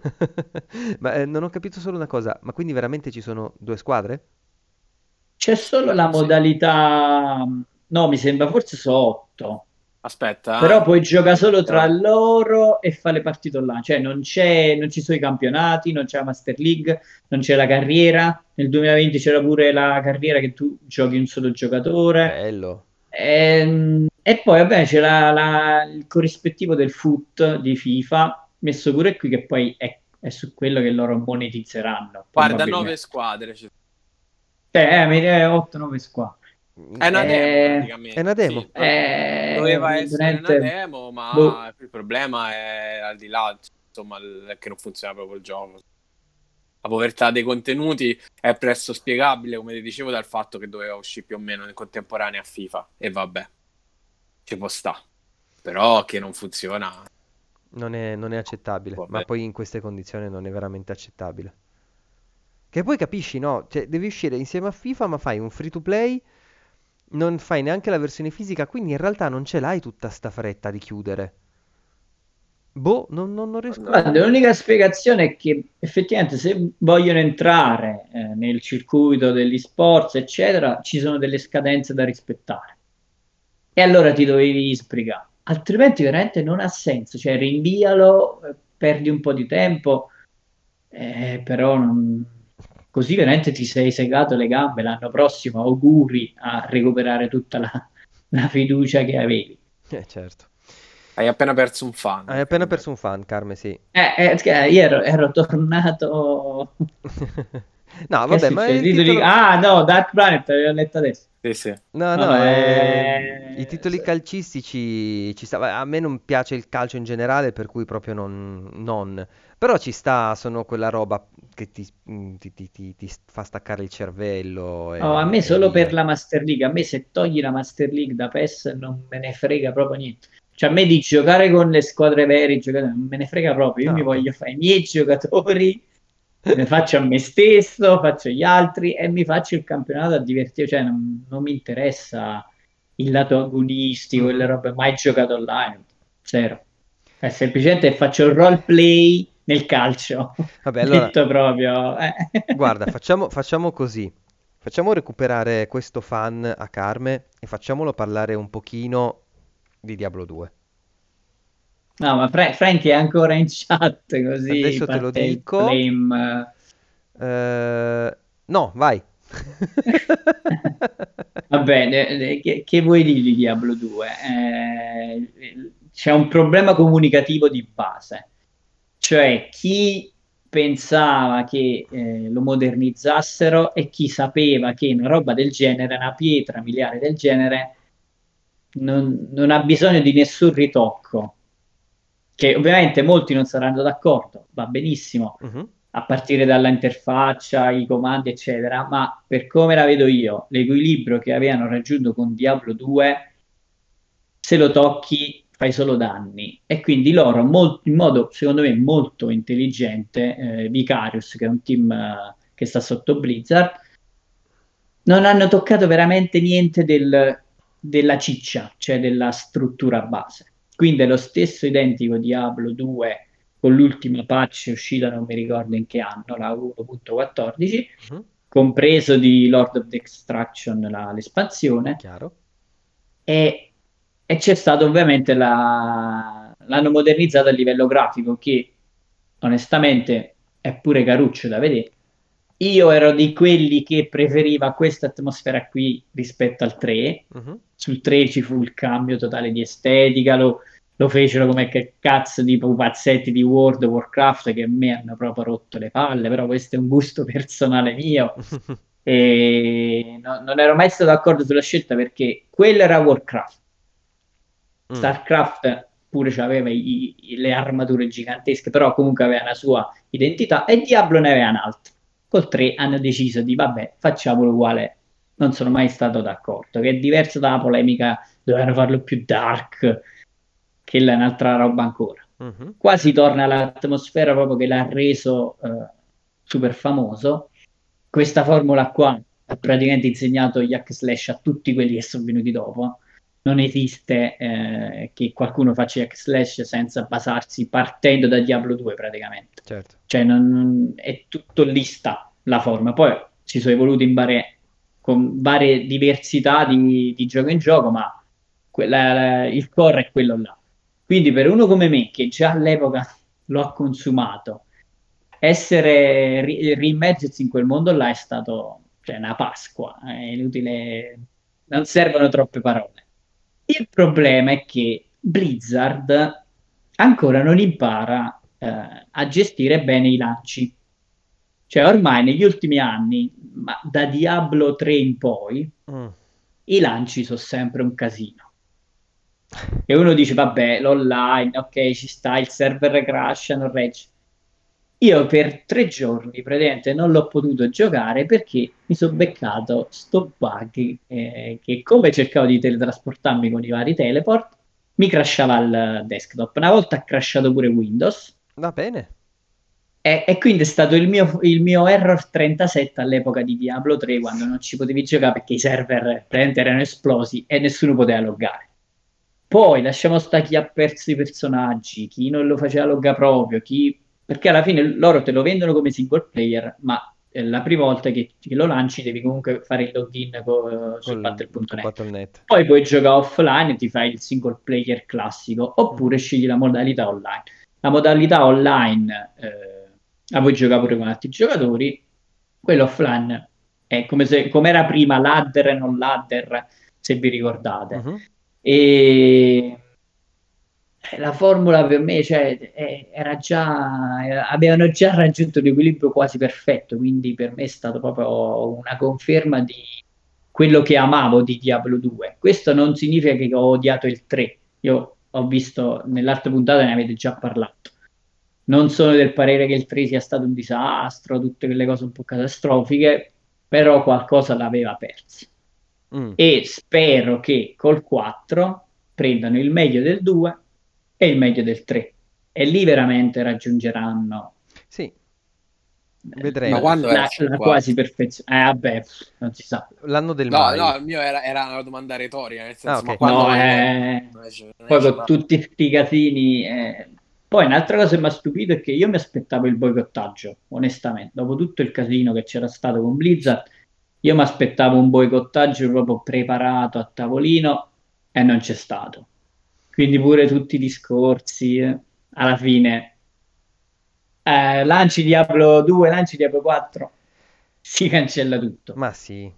Speaker 1: ma eh, non ho capito solo una cosa, ma quindi veramente ci sono due squadre?
Speaker 3: C'è solo
Speaker 2: Eh,
Speaker 3: la
Speaker 2: sì.
Speaker 3: modalità, no, mi sembra forse sono otto.
Speaker 2: Aspetta,
Speaker 3: Però
Speaker 2: eh.
Speaker 3: poi gioca solo tra loro e fa le partite online, cioè non c'è, non ci sono i campionati, non c'è la Master League, non c'è la carriera. Nel duemilaventi c'era pure la carriera che tu giochi un solo giocatore.
Speaker 1: Bello.
Speaker 3: Ehm, E, poi vabbè c'è la- la- il corrispettivo del foot di FIFA, messo pure qui che poi è, è su quello che loro monetizzeranno,
Speaker 2: Guarda, nove
Speaker 3: probabilmente.
Speaker 2: squadre. ci-
Speaker 3: Cioè, eh, otto nove squadre.
Speaker 2: È una demo
Speaker 3: Eh,
Speaker 1: È una
Speaker 2: praticamente.
Speaker 1: demo.
Speaker 2: Sì, do-
Speaker 3: eh,
Speaker 2: doveva essere una
Speaker 3: veramente,
Speaker 2: demo,
Speaker 3: boh.
Speaker 2: ma il problema è al di là, insomma, il- che non funziona proprio il gioco. La povertà dei contenuti è presto spiegabile, come ti dicevo, dal fatto che doveva uscire più o meno in contemporanea a FIFA. E vabbè, ci può sta. Però che non funziona,
Speaker 1: Non è, non è accettabile, ma
Speaker 2: vabbè.
Speaker 1: poi in queste condizioni non è veramente accettabile. Che poi capisci, no? Cioè, devi uscire insieme a FIFA, ma fai un free to play, non fai neanche la versione fisica, quindi in realtà non ce l'hai tutta sta fretta di chiudere. Boh, non, non- non riesco.
Speaker 3: Guarda, l'unica spiegazione è che effettivamente se vogliono entrare eh, nel circuito degli sports, eccetera, ci sono delle scadenze da rispettare. E allora ti dovevi sbrigare. Altrimenti veramente non ha senso. Cioè, rinvialo, eh, perdi un po' di tempo, eh, però non- così veramente ti sei segato le gambe. L'anno prossimo auguri a recuperare tutta la, la fiducia che avevi.
Speaker 1: Eh, certo.
Speaker 2: Hai appena perso un fan.
Speaker 1: Hai appena perso un fan, Carme, sì.
Speaker 3: Eh, eh, che io ero, ero tornato.
Speaker 1: No,
Speaker 3: Che
Speaker 1: vabbè, ma
Speaker 3: succede?
Speaker 1: il
Speaker 3: Titoli-
Speaker 1: titolo.
Speaker 3: Ah, no, Dark Planet, l'avevo letto adesso.
Speaker 2: Sì, sì.
Speaker 1: No,
Speaker 3: No,
Speaker 1: no,
Speaker 3: no,
Speaker 1: ehm, i
Speaker 3: è...
Speaker 1: titoli calcistici ci sta. A me non piace il calcio in generale, per cui proprio non, non. Però ci sta, sono quella roba che ti, mm, ti- ti- ti- ti fa staccare il cervello
Speaker 3: No, a
Speaker 1: e,
Speaker 3: me
Speaker 1: e
Speaker 3: solo per
Speaker 1: via.
Speaker 3: la Master League, a me se togli la Master League da PES non me ne frega proprio niente. Cioè a me di giocare con le squadre vere, i giocatori, non me ne frega proprio, io
Speaker 1: Ah,
Speaker 3: mi
Speaker 1: ok.
Speaker 3: voglio fare i miei giocatori, ne faccio a me stesso, faccio gli altri e mi faccio il campionato a divertire, cioè non, non mi interessa il lato agonistico, quelle
Speaker 1: Mhm.
Speaker 3: robe, mai giocato online, zero. È semplicemente faccio il roleplay nel calcio,
Speaker 1: Vabbè, allora,
Speaker 3: detto proprio. eh.
Speaker 1: guarda, facciamo, facciamo così. Facciamo recuperare questo fan a Carme e facciamolo parlare un pochino di Diablo due.
Speaker 3: No, ma Fra- Frank è ancora in chat, così
Speaker 1: Adesso te lo
Speaker 3: parte il
Speaker 1: dico.
Speaker 3: flame.
Speaker 1: Eh, no, vai.
Speaker 3: Va bene, eh, che, che vuoi dire di Diablo due? Eh, c'è un problema comunicativo di base, cioè chi pensava che eh, lo modernizzassero e chi sapeva che una roba del genere, una pietra miliare del genere, non, non ha bisogno di nessun ritocco, che ovviamente molti non saranno d'accordo, va benissimo,
Speaker 1: Mhm.
Speaker 3: a partire dalla interfaccia, i comandi, eccetera, ma per come la vedo io, l'equilibrio che avevano raggiunto con Diablo due, se lo tocchi fai solo danni. E quindi loro, mol- in modo secondo me molto intelligente, eh, Vicarious, che è un team eh, che sta sotto Blizzard, non hanno toccato veramente niente del- della ciccia, cioè della struttura base. Quindi è lo stesso identico Diablo due con l'ultima patch uscita, non mi ricordo in che anno, la uno punto quattordici,
Speaker 1: Mhm.
Speaker 3: compreso di Lord of the Extraction, la- l'espansione,
Speaker 1: Chiaro.
Speaker 3: e, e c'è stato ovviamente la... l'hanno modernizzato a livello grafico, che onestamente è pure caruccio da vedere. Io ero di quelli che preferiva questa atmosfera qui rispetto al tre.
Speaker 1: Mhm.
Speaker 3: Sul tre ci fu il cambio totale di estetica, lo, lo fecero come che cazzo di pupazzetti di World of Warcraft che a me hanno proprio rotto le palle, però questo è un gusto personale mio. E no- non ero mai stato d'accordo sulla scelta perché quello era Warcraft.
Speaker 1: Mm.
Speaker 3: StarCraft pure aveva i- i- le armature gigantesche, però comunque aveva una sua identità e Diablo ne aveva un'altra. Col tre hanno deciso di, vabbè, facciamolo uguale. Non sono mai stato d'accordo, che è diverso dalla polemica, dovevano farlo più dark, che è un'altra roba ancora.
Speaker 1: Mhm.
Speaker 3: Qua si torna all'atmosfera proprio che l'ha reso eh, super famoso. Questa formula qua ha praticamente insegnato gli hack slash a tutti quelli che sono venuti dopo. Non esiste eh, che qualcuno faccia hack slash senza basarsi partendo da Diablo due praticamente.
Speaker 1: Certo.
Speaker 3: Cioè non- non- è tutto lì sta la forma. Poi si sono evoluti in varie, con varie diversità di, di gioco in gioco, ma quella- la- il core è quello là. Quindi per uno come me, che già all'epoca lo ha consumato, essere ri- riimmergersi in quel mondo là è stato, cioè, una Pasqua, è inutile, non servono troppe parole. Il problema è che Blizzard ancora non impara eh, a gestire bene i lanci. Cioè, ormai negli ultimi anni, ma da Diablo tre in poi,
Speaker 1: Mm.
Speaker 3: i lanci sono sempre un casino. E uno dice, vabbè, l'online, ok, ci sta, il server crash, non regge. Io per tre giorni praticamente non l'ho potuto giocare perché mi sono beccato sto bug eh, che come cercavo di teletrasportarmi con i vari teleport, mi crashava il desktop. Una volta ha crashato pure Windows
Speaker 1: Va bene.
Speaker 3: e, e quindi è stato il mio, il mio error trentasette all'epoca di Diablo tre quando non ci potevi giocare perché i server praticamente erano esplosi e nessuno poteva loggare. Poi lasciamo stare chi ha perso i personaggi, chi non lo faceva logga proprio, chi... perché alla fine loro te lo vendono come single player, ma eh, la prima volta che, che lo lanci devi comunque fare il login co- su
Speaker 1: Col,
Speaker 3: battle punto
Speaker 1: con
Speaker 3: net.
Speaker 1: battle punto net.
Speaker 3: Poi puoi giocare offline e ti fai il single player classico,
Speaker 1: Mhm.
Speaker 3: oppure scegli la modalità online. La modalità online eh, la puoi giocare pure con altri giocatori, quello offline è come se, come era prima ladder e non ladder, se vi ricordate.
Speaker 1: Mhm.
Speaker 3: E la formula per me, cioè, eh, era già, eh, avevano già raggiunto l'equilibrio quasi perfetto, quindi per me è stato proprio una conferma di quello che amavo di Diablo due. Questo non significa che ho odiato il tre, io ho visto nell'altra puntata ne avete già parlato. Non sono del parere che il tre sia stato un disastro, tutte quelle cose un po' catastrofiche, però qualcosa l'aveva perso.
Speaker 1: Mm.
Speaker 3: E spero che col quattro prendano il meglio del due e il meglio del tre. E lì veramente raggiungeranno
Speaker 1: Sì,
Speaker 2: Ma
Speaker 1: vedremo.
Speaker 2: quando
Speaker 3: la,
Speaker 2: esce il
Speaker 3: la quasi
Speaker 2: quattro?
Speaker 3: perfezione. Eh, vabbè, non si sa.
Speaker 1: L'anno del
Speaker 2: No,
Speaker 1: mai.
Speaker 2: no, il mio era, era una domanda retorica, nel
Speaker 1: Ah,
Speaker 2: senso, ma
Speaker 1: ok.
Speaker 2: quando
Speaker 3: No,
Speaker 2: mai esce?
Speaker 3: eh,
Speaker 2: Non esce, non
Speaker 3: poi
Speaker 2: esce
Speaker 3: con
Speaker 2: mai.
Speaker 3: tutti sti casini. eh. Poi un'altra cosa che mi ha stupito è che io mi aspettavo il boicottaggio, onestamente. Dopo tutto il casino che c'era stato con Blizzard, io mi aspettavo un boicottaggio proprio preparato a tavolino e non c'è stato. Quindi pure tutti i discorsi, eh, alla fine, eh, lanci Diablo due, lanci Diablo quattro, si cancella tutto.
Speaker 1: Ma sì.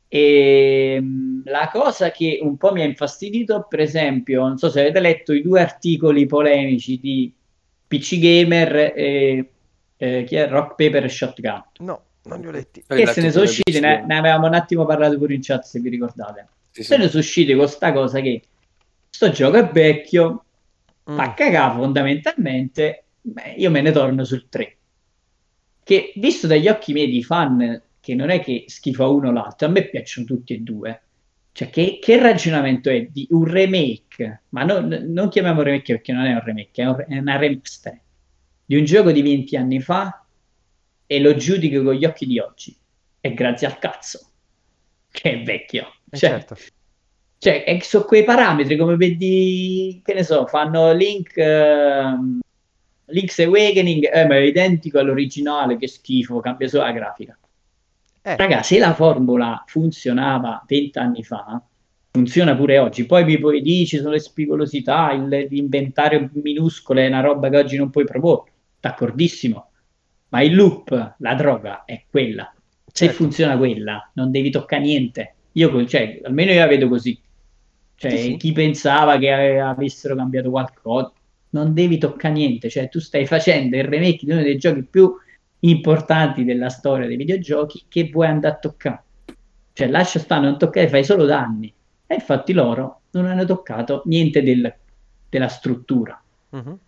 Speaker 3: E mh, la cosa che un po' mi ha infastidito, per esempio, non so se avete letto i due articoli polemici di P C Gamer e eh, chi è? Rock Paper e Shotgun,
Speaker 1: No, non li ho letti.
Speaker 2: Ho
Speaker 3: che se
Speaker 2: letto
Speaker 3: ne sono
Speaker 2: pure
Speaker 3: usciti, ne,
Speaker 2: P C Game.
Speaker 3: ne avevamo un attimo parlato pure in chat, se vi ricordate.
Speaker 2: Sì,
Speaker 3: Se
Speaker 2: sì.
Speaker 3: ne sono usciti con sta cosa che sto gioco è vecchio,
Speaker 1: Mm.
Speaker 3: fa cagare fondamentalmente, beh, io me ne torno sul tre che visto dagli occhi miei di fan, che non è che schifa uno o l'altro, a me piacciono tutti e due. Cioè, che, che ragionamento è di un remake? Ma non, non chiamiamo remake perché non è un remake, è, un- è una remaster di un gioco di venti anni fa e lo giudico con gli occhi di oggi. E grazie al cazzo, che è vecchio.
Speaker 1: Eh
Speaker 3: Cioè,
Speaker 1: certo.
Speaker 3: cioè è su quei parametri, come vedi, che ne so, fanno Link, ehm, Link's Awakening, eh, ma è identico all'originale, che schifo, cambia solo la grafica.
Speaker 1: Eh,
Speaker 3: Raga, se la formula funzionava venti anni fa, funziona pure oggi. Poi mi puoi dire, ci sono le spigolosità, il- l'inventario minuscolo è una roba che oggi non puoi proporre. D'accordissimo. Ma il loop, la droga, è quella. Se
Speaker 1: certo.
Speaker 3: funziona quella, non devi toccare niente. Io, co- cioè, almeno io la vedo così.
Speaker 1: Sì,
Speaker 3: Cioè,
Speaker 1: sì.
Speaker 3: chi pensava che ave- avessero cambiato qualcosa, non devi toccare niente. Cioè, tu stai facendo il remake di uno dei giochi più importanti della storia dei videogiochi che vuoi andare a toccare. Cioè, lascia stare, non toccare, fai solo danni. E infatti loro non hanno toccato niente del- della struttura.
Speaker 1: Mhm.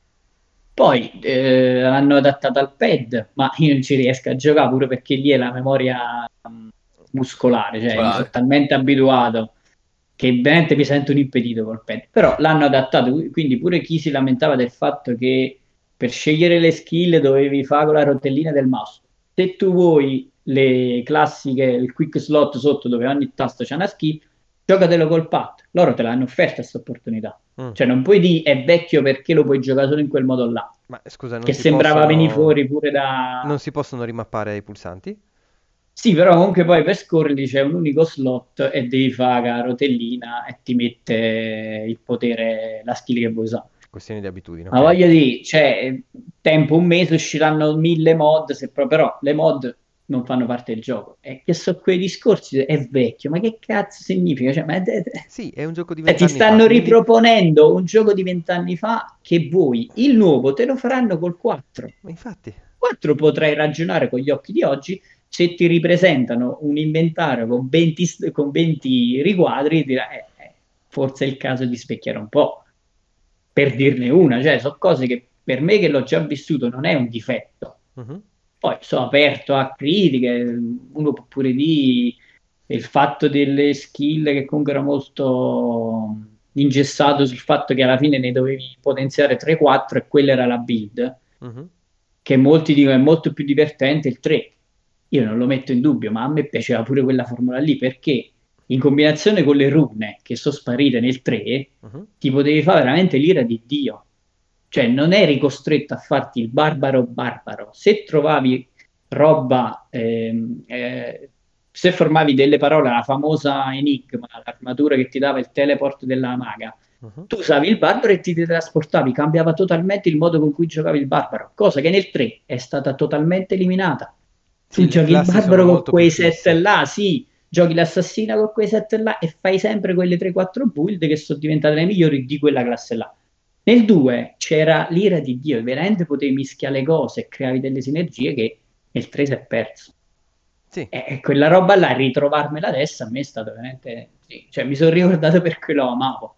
Speaker 3: Poi eh, l'hanno adattata al pad, ma io non ci riesco a giocare pure perché lì è la memoria mh, muscolare, cioè mi sono
Speaker 2: Muscolare.
Speaker 3: talmente abituato che veramente mi sento un impedito col pad. Però l'hanno adattato, quindi pure chi si lamentava del fatto che per scegliere le skill dovevi fare con la rotellina del mouse. Se tu vuoi le classiche, il quick slot sotto dove ogni tasto c'è una skill, giocatelo col pad. Loro te l'hanno offerta questa opportunità.
Speaker 1: Mm.
Speaker 3: Cioè non puoi dire è vecchio perché lo puoi giocare solo in quel modo là.
Speaker 1: Ma scusa, non
Speaker 3: Che
Speaker 1: si
Speaker 3: sembrava venire
Speaker 1: possono...
Speaker 3: fuori pure da...
Speaker 1: non si possono rimappare i pulsanti?
Speaker 3: Sì, però comunque poi per scorrerli c'è un unico slot e devi fare la rotellina e ti mette il potere, la skill che vuoi usare.
Speaker 1: Questioni di abitudine,
Speaker 3: Ma
Speaker 1: ok.
Speaker 3: voglio dire, cioè, tempo un mese usciranno mille mod, se pro- però le mod non fanno parte del gioco. E che so quei discorsi, è vecchio, ma che cazzo significa? Cioè, ma de- de-
Speaker 1: Sì, è un gioco di
Speaker 3: cioè, ti
Speaker 1: vent'anni fa,
Speaker 3: stanno
Speaker 1: quindi
Speaker 3: riproponendo un gioco di vent'anni fa che vuoi. Il nuovo te lo faranno col quattro.
Speaker 1: ma infatti,
Speaker 3: quattro potrai ragionare con gli occhi di oggi, se ti ripresentano un inventario con venti, st- con venti riquadri, dirai, eh, eh, forse è il caso di specchiare un po', per dirne una, cioè sono cose che per me che l'ho già vissuto non è un difetto.
Speaker 1: mhm,
Speaker 3: Poi sono aperto a critiche, uno può pure dire il fatto delle skill che comunque era molto ingessato sul fatto che alla fine ne dovevi potenziare tre quattro e quella era la build,
Speaker 1: mhm.
Speaker 3: che molti dicono è molto più divertente il tre. Io non lo metto in dubbio, ma a me piaceva pure quella formula lì perché in combinazione con le rune che sono sparite nel tre,
Speaker 1: Mhm.
Speaker 3: ti potevi fare veramente l'ira di Dio. Cioè non eri costretto a farti il barbaro barbaro. Se trovavi roba, ehm, eh, se formavi delle parole, la famosa enigma, l'armatura che ti dava il teleport della maga,
Speaker 1: Mhm.
Speaker 3: tu usavi il barbaro e ti trasportavi, cambiava totalmente il modo con cui giocavi il barbaro, cosa che nel tre è stata totalmente eliminata.
Speaker 1: Sì,
Speaker 3: Tu
Speaker 1: le
Speaker 3: giochi il
Speaker 1: classi sono
Speaker 3: barbaro con
Speaker 1: molto più
Speaker 3: quei set
Speaker 1: fisse.
Speaker 3: là, sì, giochi l'assassina con quei set là e fai sempre quelle tre quattro build che sono diventate le migliori di quella classe là. Nel due c'era l'ira di Dio e veramente potevi mischiare le cose e creavi delle sinergie che nel tre si è perso.
Speaker 1: Sì,
Speaker 3: E, e quella roba là, ritrovarmela adesso, a me è stato veramente... Sì, cioè mi sono ricordato perché lo amavo.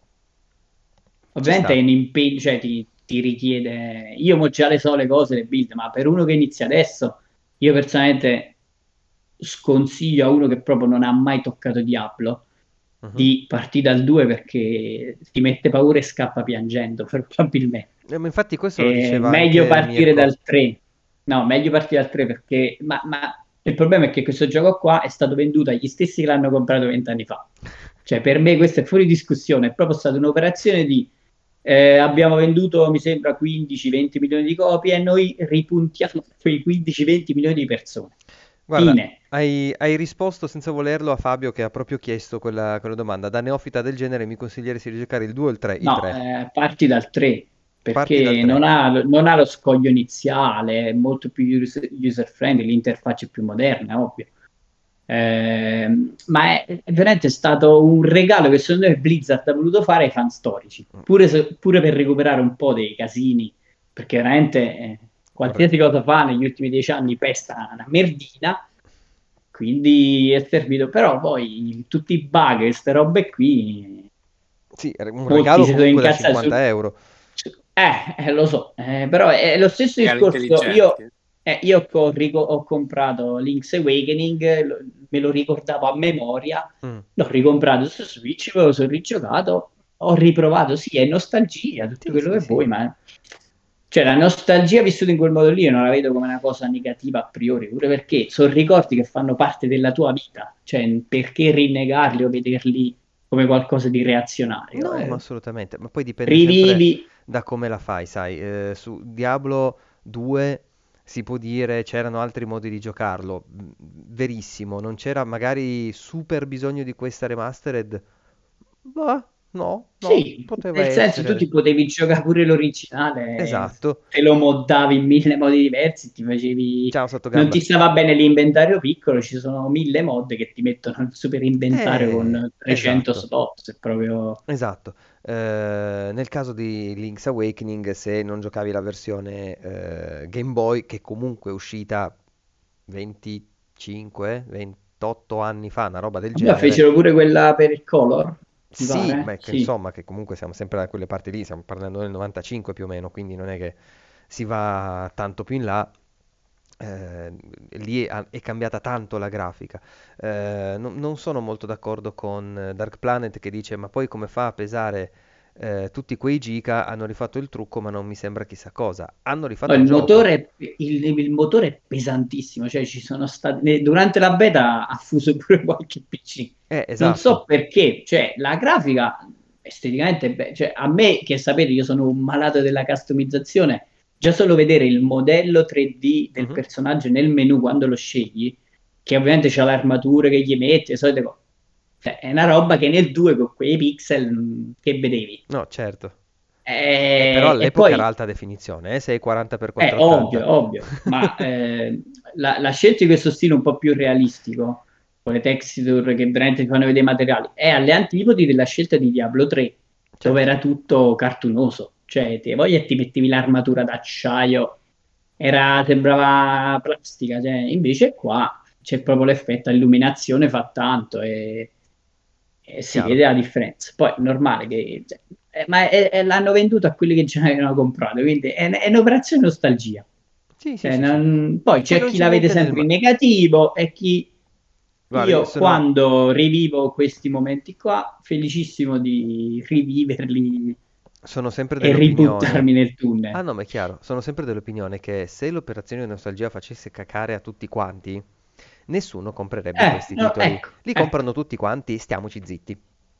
Speaker 1: ci
Speaker 3: Ovviamente è
Speaker 1: sta.
Speaker 3: un impegno, cioè ti, ti richiede... Io mo già le so le cose, le build, ma per uno che inizia adesso, io personalmente sconsiglio a uno che proprio non ha mai toccato Diablo
Speaker 1: Mhm.
Speaker 3: di partire dal due perché ti mette paura e scappa piangendo, probabilmente.
Speaker 1: Eh, ma infatti questo lo
Speaker 3: È
Speaker 1: diceva
Speaker 3: meglio
Speaker 1: anche
Speaker 3: partire
Speaker 1: Mirko.
Speaker 3: dal tre. No, meglio partire dal tre perché... Ma, ma il problema è che questo gioco qua è stato venduto agli stessi che l'hanno comprato vent'anni fa. Cioè, per me questo è fuori discussione, è proprio stata un'operazione di eh, abbiamo venduto, mi sembra, quindici venti milioni di copie e noi ripuntiamo quei quindici venti milioni di persone.
Speaker 1: Guarda,
Speaker 3: Fine.
Speaker 1: hai, hai risposto senza volerlo a Fabio che ha proprio chiesto quella, quella domanda. Da neofita del genere mi consiglieresti di giocare il due o il tre? Il
Speaker 3: No,
Speaker 1: tre.
Speaker 3: eh, parti dal tre
Speaker 1: Parti dal
Speaker 3: perché non
Speaker 1: tre.
Speaker 3: ha, non ha lo scoglio iniziale, è molto più user friendly, l'interfaccia è più moderna, ovvio. Eh, ma è, è veramente stato un regalo che secondo me Blizzard ha voluto fare ai fan storici,
Speaker 1: Mm,
Speaker 3: pure, se- pure per recuperare un po' dei casini, perché veramente eh,
Speaker 1: vorrei-
Speaker 3: qualsiasi cosa fa negli ultimi dieci anni pesta una merdina, quindi è servito, però poi tutti i bug e queste robe qui,
Speaker 1: Sì, è un
Speaker 3: molti
Speaker 1: regalo
Speaker 3: si sono
Speaker 1: comunque da
Speaker 3: incazzati su...
Speaker 1: cinquanta euro.
Speaker 3: Eh, eh, lo so, eh, però è, è lo stesso
Speaker 2: Regali
Speaker 3: discorso. Io,
Speaker 2: intelligenti.
Speaker 3: eh, io ho, rico- ho comprato Link's Awakening, lo- me lo ricordavo a memoria,
Speaker 1: Mm,
Speaker 3: l'ho ricomprato su Switch, me lo sono rigiocato, ho riprovato, sì, è nostalgia, tutto
Speaker 1: sì,
Speaker 3: quello
Speaker 1: sì,
Speaker 3: che
Speaker 1: sì.
Speaker 3: vuoi, ma cioè, la nostalgia vissuta in quel modo lì io non la vedo come una cosa negativa a priori, pure perché sono ricordi che fanno parte della tua vita, cioè perché rinnegarli o vederli come qualcosa di reazionario?
Speaker 1: No, ma
Speaker 3: Eh,
Speaker 1: assolutamente. Ma poi dipende sempre
Speaker 3: rivivi.
Speaker 1: da come la fai, sai. Eh, su Diablo due si può dire c'erano altri modi di giocarlo. Mm, verissimo, non c'era magari super bisogno di questa remastered. Bah, no, no,
Speaker 3: Sì,
Speaker 1: poteva
Speaker 3: nel senso tu
Speaker 1: essere.
Speaker 3: ti potevi giocare pure l'originale,
Speaker 1: Esatto.
Speaker 3: te lo moddavi in mille modi diversi, ti facevi...
Speaker 1: Ciao
Speaker 3: Non
Speaker 1: Sottogamba.
Speaker 3: ti stava bene l'inventario piccolo, ci sono mille mod che ti mettono il super inventario
Speaker 1: Eh,
Speaker 3: con trecento
Speaker 1: esatto.
Speaker 3: slot, se proprio...
Speaker 1: Esatto. Eh, nel caso di Link's Awakening, se non giocavi la versione eh, Game Boy, che comunque è uscita venticinque ventotto anni fa, una roba del
Speaker 3: Vabbè,
Speaker 1: genere.
Speaker 3: fecero pure quella per il Color, mi
Speaker 1: Sì,
Speaker 3: pare,
Speaker 1: ma che
Speaker 3: sì.
Speaker 1: insomma, che comunque siamo sempre da quelle parti lì, stiamo parlando del novantacinque più o meno, quindi non è che si va tanto più in là. Eh, lì è, è cambiata tanto la grafica. Eh, non, non sono molto d'accordo con eh, Dark Planet che dice: Ma poi come fa a pesare eh, tutti quei giga? Hanno rifatto il trucco, ma non mi sembra chissà cosa. Hanno
Speaker 3: No,
Speaker 1: rifatto il
Speaker 3: il
Speaker 1: gioco.
Speaker 3: motore, il, il motore è pesantissimo, cioè ci sono stati, durante la beta ha fuso pure qualche P C.
Speaker 1: Eh,
Speaker 3: Non so
Speaker 1: esatto.
Speaker 3: perché, cioè la grafica esteticamente, è be- cioè, a me che sapete, io sono un malato della customizzazione, già solo vedere il modello tre D del
Speaker 1: Mhm.
Speaker 3: personaggio nel menu quando lo scegli, che ovviamente c'ha le armature che gli mette, le solite cose. Cioè, è una roba che nel due con quei pixel mm, che vedevi.
Speaker 1: No, certo. Eh, però
Speaker 3: E, e
Speaker 1: all'epoca era
Speaker 3: poi
Speaker 1: alta definizione, eh? sei quaranta per
Speaker 3: è ovvio,
Speaker 1: quattrocentottanta.
Speaker 3: ovvio, ma eh, la, la scelta di questo stile un po' più realistico, con le texture che veramente ti fanno vedere i materiali, è alle antipodi della scelta di Diablo tre, dove
Speaker 1: Certo.
Speaker 3: era tutto cartunoso. Cioè, te voglia e ti mettevi l'armatura d'acciaio, era, sembrava plastica. Cioè, invece qua c'è proprio l'effetto, l'illuminazione fa tanto e, e si
Speaker 1: Chiaro.
Speaker 3: vede la differenza. Poi è normale che... cioè, eh, ma è- è- l'hanno venduto a quelli che già avevano comprato, quindi è, è un'operazione nostalgia.
Speaker 1: Sì, sì,
Speaker 3: Cioè,
Speaker 1: sì, sì.
Speaker 3: non- Poi
Speaker 1: Che
Speaker 3: c'è
Speaker 1: non
Speaker 3: chi
Speaker 1: c'è
Speaker 3: la vede
Speaker 1: niente nel
Speaker 3: sempre in
Speaker 1: ma...
Speaker 3: negativo e chi...
Speaker 1: Guarda, io
Speaker 3: Io
Speaker 1: sono...
Speaker 3: quando rivivo questi momenti qua, felicissimo di riviverli
Speaker 1: sono sempre
Speaker 3: e
Speaker 1: dell'opinione.
Speaker 3: ributtarmi nel tunnel.
Speaker 1: Ah no, ma è chiaro, sono sempre dell'opinione che se l'operazione nostalgia facesse cacare a tutti quanti, nessuno comprerebbe
Speaker 3: Eh,
Speaker 1: questi
Speaker 3: no,
Speaker 1: titoli.
Speaker 3: ecco,
Speaker 1: Li
Speaker 3: ecco.
Speaker 1: comprano tutti quanti, stiamoci zitti.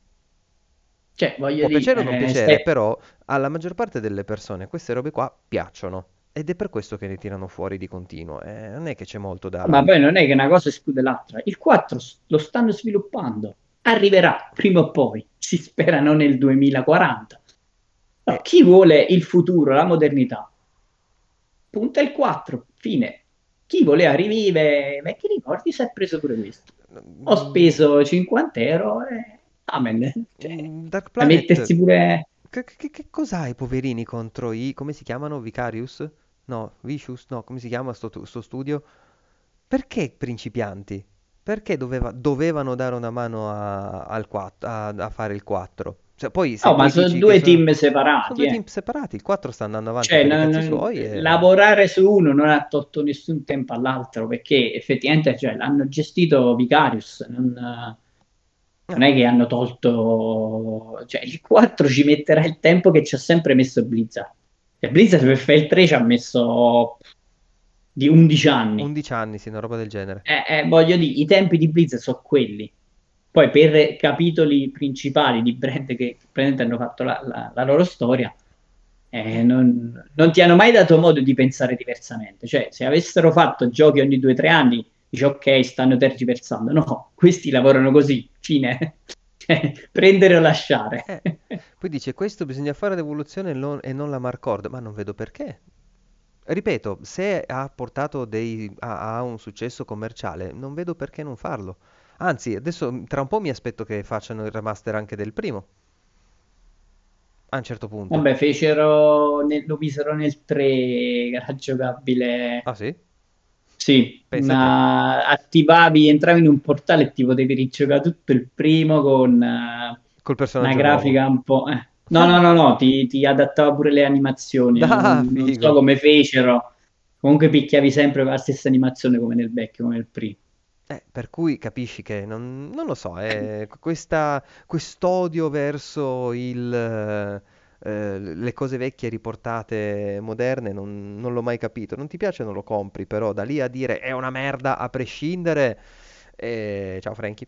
Speaker 3: Cioè, voglio
Speaker 1: Può
Speaker 3: dire,
Speaker 1: piacere o non
Speaker 3: eh,
Speaker 1: piacere,
Speaker 3: stai-
Speaker 1: però alla maggior parte delle persone queste robe qua piacciono. Ed è per questo che ne tirano fuori di continuo. Eh, non è che c'è molto da...
Speaker 3: ma poi non è che una cosa esclude l'altra. Il quattro s- lo stanno sviluppando. Arriverà prima o poi, si spera non nel duemilaquaranta. No,
Speaker 1: Eh,
Speaker 3: chi vuole il futuro, la modernità, punta il quattro, fine. Chi voleva rivivere i vecchi ricordi si è preso pure questo. Ho
Speaker 1: mm,
Speaker 3: speso cinquanta euro e amen. Cioè,
Speaker 1: mm, Dark
Speaker 3: a
Speaker 1: Planet,
Speaker 3: mettersi pure...
Speaker 1: che, che, che cos'hai, poverini, contro i... come si chiamano? Vicarius? No, Vicious? No, come si chiama sto, tu- sto studio? Perché principianti? Perché doveva- dovevano dare una mano a, al quattro, a, a fare il quattro? Cioè, poi, se
Speaker 3: No, ma
Speaker 1: poi
Speaker 3: sono
Speaker 1: dici che
Speaker 3: due
Speaker 1: sono,
Speaker 3: team
Speaker 1: sono
Speaker 3: separati,
Speaker 1: due
Speaker 3: eh.
Speaker 1: team separati, il quattro sta andando avanti
Speaker 3: Cioè,
Speaker 1: per i
Speaker 3: non-
Speaker 1: cazzi
Speaker 3: non-
Speaker 1: suoi e...
Speaker 3: lavorare su uno non ha tolto nessun tempo all'altro perché effettivamente cioè, l'hanno gestito Vicarius, non, non
Speaker 1: eh,
Speaker 3: è che hanno tolto, cioè il quattro ci metterà il tempo che ci ha sempre messo Blizzard. E Blizzard per fare il tre ci ha messo di undici anni.
Speaker 1: undici anni, sì, una roba del genere.
Speaker 3: Eh, eh, voglio dire, i tempi di Blizzard sono quelli. Poi per capitoli principali di brand che praticamente hanno fatto la, la- la loro storia, eh, non, non ti hanno mai dato modo di pensare diversamente. Cioè, se avessero fatto giochi ogni due o tre anni, dici ok, stanno tergiversando. No, questi lavorano così, fine. Cioè, prendere o lasciare.
Speaker 1: Eh, poi dice, questo bisogna fare l'evoluzione e non, e non la Marcord, ma non vedo perché. Ripeto, se ha portato dei, ha, ha un successo commerciale, non vedo perché non farlo. Anzi, adesso tra un po' mi aspetto che facciano il remaster anche del primo, a un certo punto.
Speaker 3: Vabbè, fecero, nel- lo misero nel tre, che era giocabile.
Speaker 1: Ah sì?
Speaker 3: Sì,
Speaker 1: Pensa a te,
Speaker 3: una... attivavi, entravi in un portale e ti potevi rigiocare tutto il primo con eh,
Speaker 1: col
Speaker 3: una
Speaker 1: personaggio nuovo.
Speaker 3: grafica un po'... eh. No, no, no, no, ti, ti adattava pure le animazioni,
Speaker 1: Ah,
Speaker 3: non, non so
Speaker 1: figo.
Speaker 3: come fecero, comunque picchiavi sempre la stessa animazione come nel vecchio, come nel primo.
Speaker 1: Eh, per cui capisci che non, non lo so, eh, questa, quest'odio verso il, eh, eh, le cose vecchie riportate moderne non, non l'ho mai capito. Non ti piace, non lo compri, però da lì a dire è una merda a prescindere, eh, ciao Frankie,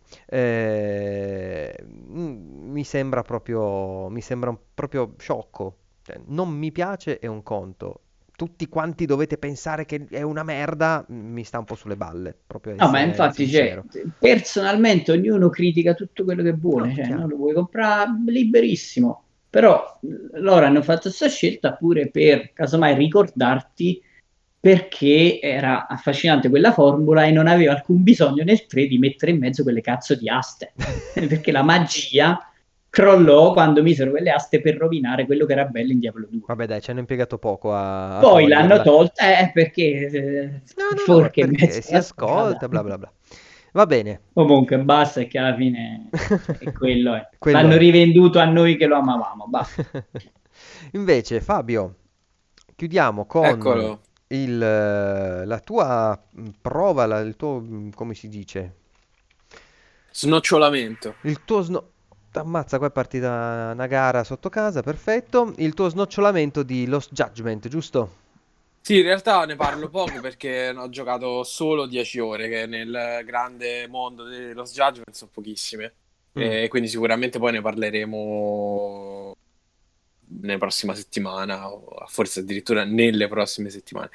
Speaker 1: eh, mm, mi sembra proprio, mi sembra un- proprio sciocco. Cioè, non mi piace è un conto. Tutti quanti dovete pensare che è una merda, mi sta un po' sulle balle, proprio
Speaker 3: No, ma
Speaker 1: essere
Speaker 3: infatti, cioè,
Speaker 1: sincero.
Speaker 3: personalmente ognuno critica tutto quello che
Speaker 1: No,
Speaker 3: vuole, cioè, no,
Speaker 1: chiaro.
Speaker 3: lo puoi comprare liberissimo, però eh, loro hanno fatto questa scelta pure per, casomai, ricordarti perché era affascinante quella formula e non aveva alcun bisogno nel tre di mettere in mezzo quelle cazzo di aste, perché la magia crollò quando misero quelle aste per rovinare quello che era bello in Diablo due.
Speaker 1: Vabbè, dai, ci hanno impiegato poco a, a
Speaker 3: Poi l'hanno
Speaker 1: toglierla.
Speaker 3: tolta, eh, perché
Speaker 1: No,
Speaker 3: eh,
Speaker 1: no, no, ma
Speaker 3: forche in
Speaker 1: perché
Speaker 3: mezzo
Speaker 1: si
Speaker 3: alla strada.
Speaker 1: ascolta, bla bla bla. Va bene.
Speaker 3: Comunque, basta, è che alla fine cioè, è quello è.
Speaker 1: Quello
Speaker 3: L'hanno
Speaker 1: è.
Speaker 3: rivenduto a noi che lo amavamo, basta.
Speaker 1: Invece, Fabio, chiudiamo con
Speaker 2: Eccolo.
Speaker 1: il, eh, la tua mm, prova, la- il tuo, mm, come si dice?
Speaker 2: Snocciolamento.
Speaker 1: Il tuo sno... Ammazza, qua è partita una gara sotto casa, perfetto. Il tuo snocciolamento di Lost Judgment, giusto?
Speaker 2: Sì, in realtà ne parlo poco perché ho giocato solo dieci ore, che nel grande mondo dello Judgment sono pochissime.
Speaker 1: Mm,
Speaker 2: E quindi sicuramente poi ne parleremo nella prossima settimana o forse addirittura nelle prossime settimane.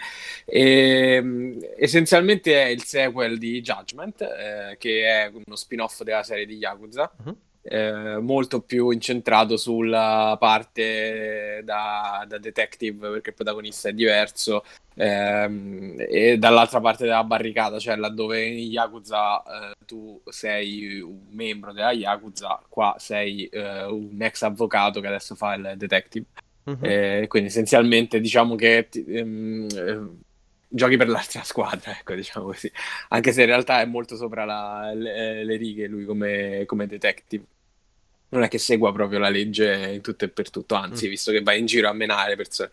Speaker 2: E, essenzialmente è il sequel di Judgment, eh, che è uno spin-off della serie di Yakuza.
Speaker 1: Mhm.
Speaker 2: Eh, molto più incentrato sulla parte da, da detective, perché il protagonista è diverso, ehm, e dall'altra parte della barricata, cioè laddove in Yakuza eh, tu sei un membro della Yakuza, qua sei eh, un ex avvocato che adesso fa il detective.
Speaker 1: Mhm.
Speaker 2: Eh, quindi essenzialmente diciamo che ti- ehm, eh, giochi per l'altra squadra, ecco, diciamo così, anche se in realtà è molto sopra la- le, le righe lui come, come detective. Non è che segua proprio la legge in tutto e per tutto, anzi,
Speaker 1: Mm.
Speaker 2: visto che va in giro a menare persone.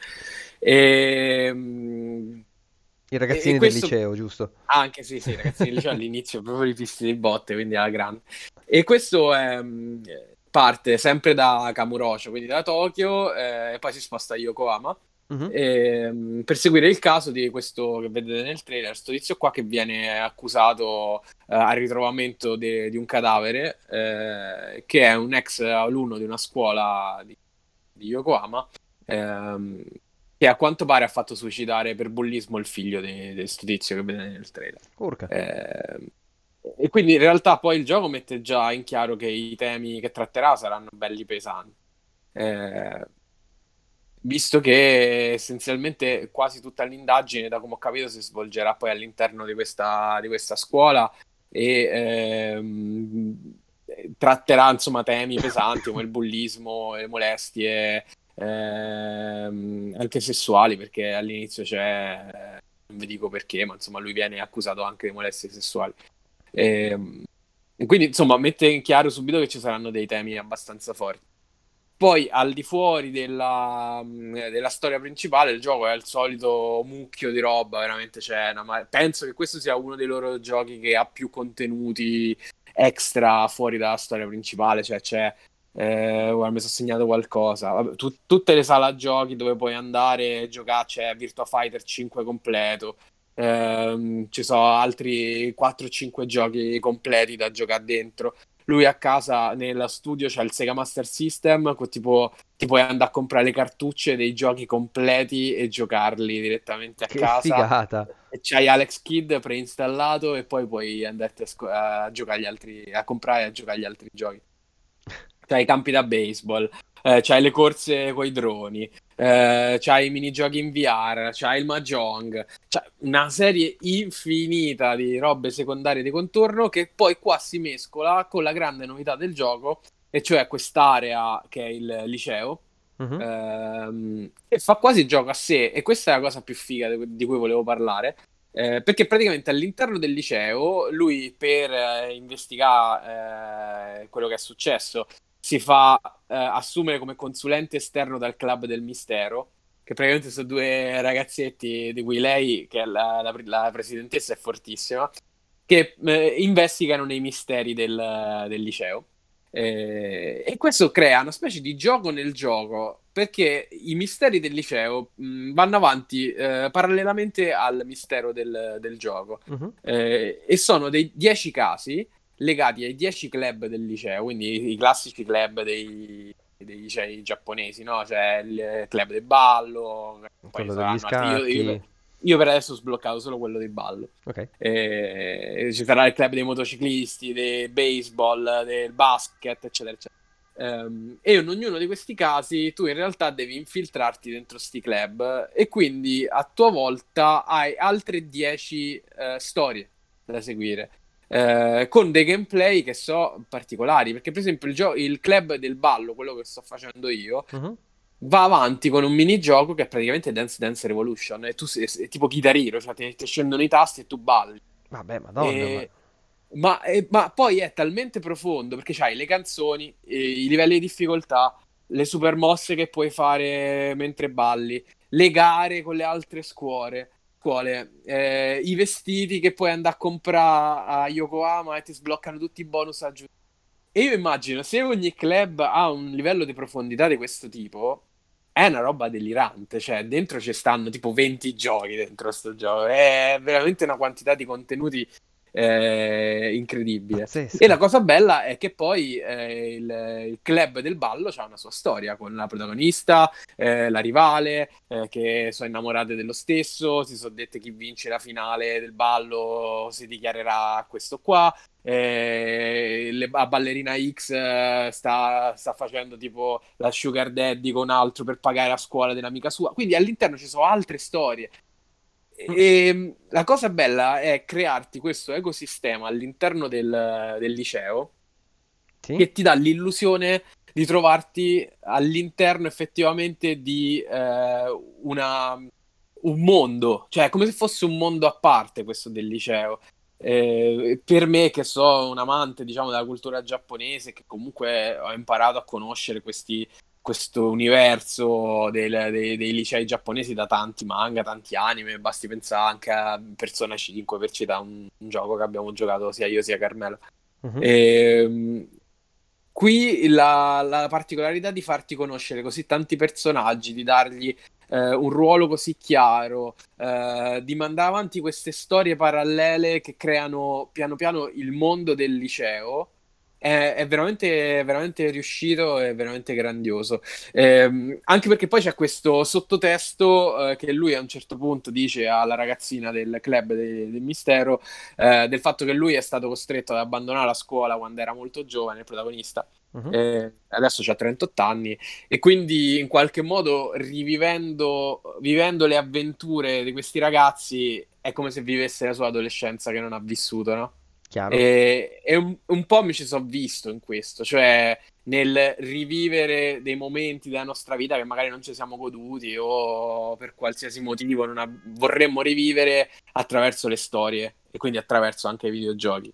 Speaker 2: E, mm,
Speaker 1: I
Speaker 2: e- e
Speaker 1: ragazzini del
Speaker 2: questo
Speaker 1: liceo, giusto?
Speaker 2: anche sì, sì, ragazzi, del liceo all'inizio proprio li pisti di botte, quindi alla grande. E questo è, mm, parte sempre da Kamurocho, quindi da Tokyo, eh, e poi si sposta a Yokohama
Speaker 1: Mhm.
Speaker 2: ehm, per seguire il caso di questo che vedete nel trailer, sto tizio qua che viene accusato eh, al ritrovamento de- di un cadavere, eh, che è un ex alunno di una scuola di, di Yokohama, ehm, che a quanto pare ha fatto suicidare per bullismo il figlio di questo tizio che vedete nel trailer.
Speaker 1: Urca.
Speaker 2: Eh, e quindi in realtà poi il gioco mette già in chiaro che i temi che tratterà saranno belli pesanti. Eh, Visto che essenzialmente quasi tutta l'indagine, da come ho capito, si svolgerà poi all'interno di questa, di questa scuola e ehm, tratterà insomma temi pesanti come il bullismo, le molestie, ehm, anche sessuali, perché all'inizio c'è, non vi dico perché, ma insomma lui viene accusato anche di molestie sessuali. Ehm, E, quindi insomma mette in chiaro subito che ci saranno dei temi abbastanza forti. Poi, al di fuori della, mh, della storia principale, il gioco è il solito mucchio di roba, veramente c'è una ma- penso che questo sia uno dei loro giochi che ha più contenuti extra fuori dalla storia principale, cioè c'è, eh, guarda, mi sono segnato qualcosa. Vabbè, tu- tutte le sale giochi dove puoi andare e giocare, c'è Virtua Fighter cinque completo, ehm, ci sono altri quattro o cinque giochi completi da giocare dentro. Lui a casa nel studio c'ha il Sega Master System, co- tipo ti puoi andare a comprare le cartucce dei giochi completi e giocarli direttamente a
Speaker 1: Che
Speaker 2: casa.
Speaker 1: figata.
Speaker 2: E c'hai Alex Kidd preinstallato e poi puoi andarti a, sco- a giocare gli altri, a comprare e a giocare gli altri giochi. C'hai i campi da baseball, eh, c'hai le corse coi droni, eh, c'hai i minigiochi in V R, c'hai il Mahjong, c'hai una serie infinita di robe secondarie di contorno che poi qua si mescola con la grande novità del gioco, e cioè quest'area che è il liceo,
Speaker 1: Mhm.
Speaker 2: ehm, che fa quasi gioco a sé, e questa è la cosa più figa di, di cui volevo parlare. Eh, perché praticamente all'interno del liceo lui per eh, investigare eh, quello che è successo si fa eh, assumere come consulente esterno dal Club del Mistero, che praticamente sono due ragazzetti di cui lei, che è la, la- la presidentessa, è fortissima, che eh, investigano nei misteri del, del liceo. Eh, e questo crea una specie di gioco nel gioco, perché i misteri del liceo mh, vanno avanti eh, parallelamente al mistero del, del gioco.
Speaker 1: Mhm.
Speaker 2: Eh, e sono dei dieci casi legati ai dieci club del liceo, quindi i classici club dei, dei licei giapponesi, no? C'è il club del ballo, poi ci
Speaker 1: Quello degli
Speaker 2: saranno altri. Io, io-
Speaker 1: scacchi.
Speaker 2: io per adesso ho sbloccato solo quello del ballo.
Speaker 1: Ok.
Speaker 2: E ci sarà il club dei motociclisti, del baseball, del basket, eccetera, eccetera. Ehm, e in ognuno di questi casi tu in realtà devi infiltrarti dentro sti club e quindi a tua volta hai altre dieci eh, storie da seguire. Eh, con dei gameplay che so particolari, perché per esempio il, gio- il club del ballo, quello che sto facendo io,
Speaker 1: Mhm.
Speaker 2: va avanti con un minigioco che è praticamente Dance Dance Revolution, e tu sei, sei tipo chitarrino, cioè ti, ti scendono i tasti e tu balli.
Speaker 1: Vabbè, madonna, ma...
Speaker 2: E- ma, e- ma poi è talmente profondo perché c'hai le canzoni, e i livelli di difficoltà, le super mosse che puoi fare mentre balli, le gare con le altre scuole, scuole, eh, i vestiti che puoi andare a comprare a Yokohama e ti sbloccano tutti i bonus aggiuntivi. E io immagino, se ogni club ha un livello di profondità di questo tipo, è una roba delirante. Cioè, dentro ci stanno tipo venti giochi dentro sto gioco. È veramente una quantità di contenuti eh, incredibile.
Speaker 1: Pazzesco.
Speaker 2: E la cosa bella è che poi eh, il, il club del ballo ha una sua storia con la protagonista, eh, la rivale, eh, che sono innamorate dello stesso, si sono dette chi vince la finale del ballo si dichiarerà questo qua. Eh, le, a Ballerina X eh, sta, sta facendo tipo la sugar daddy con altro per pagare a scuola dell'amica sua, quindi all'interno ci sono altre storie. E la cosa bella è crearti questo ecosistema all'interno del, del liceo
Speaker 1: Sì?
Speaker 2: che ti dà l'illusione di trovarti all'interno effettivamente di eh, una, un mondo, cioè come se fosse un mondo a parte questo del liceo. Eh, per me che sono un amante, diciamo, della cultura giapponese, che comunque ho imparato a conoscere questi questo universo del- dei, dei licei giapponesi da tanti manga, tanti anime, basti pensare anche a Persona cinque per citare un, un gioco che abbiamo giocato sia io sia Carmelo.
Speaker 1: Mhm.
Speaker 2: Ehm, Qui la, la particolarità di farti conoscere così tanti personaggi, di dargli eh, un ruolo così chiaro, eh, di mandare avanti queste storie parallele che creano piano piano il mondo del liceo. È, è veramente, veramente riuscito e veramente grandioso. Ehm, anche perché poi c'è questo sottotesto eh, che lui a un certo punto dice alla ragazzina del club de- del mistero eh, del fatto che lui è stato costretto ad abbandonare la scuola quando era molto giovane, il protagonista.
Speaker 1: Mhm.
Speaker 2: Eh, adesso ha trentotto anni e quindi in qualche modo rivivendo vivendo le avventure di questi ragazzi è come se vivesse la sua adolescenza che non ha vissuto, no?
Speaker 1: Chiaro.
Speaker 2: E, e un, un po' mi ci sono visto in questo, cioè nel rivivere dei momenti della nostra vita che magari non ci siamo goduti o per qualsiasi motivo non ab- vorremmo rivivere attraverso le storie e quindi attraverso anche i videogiochi.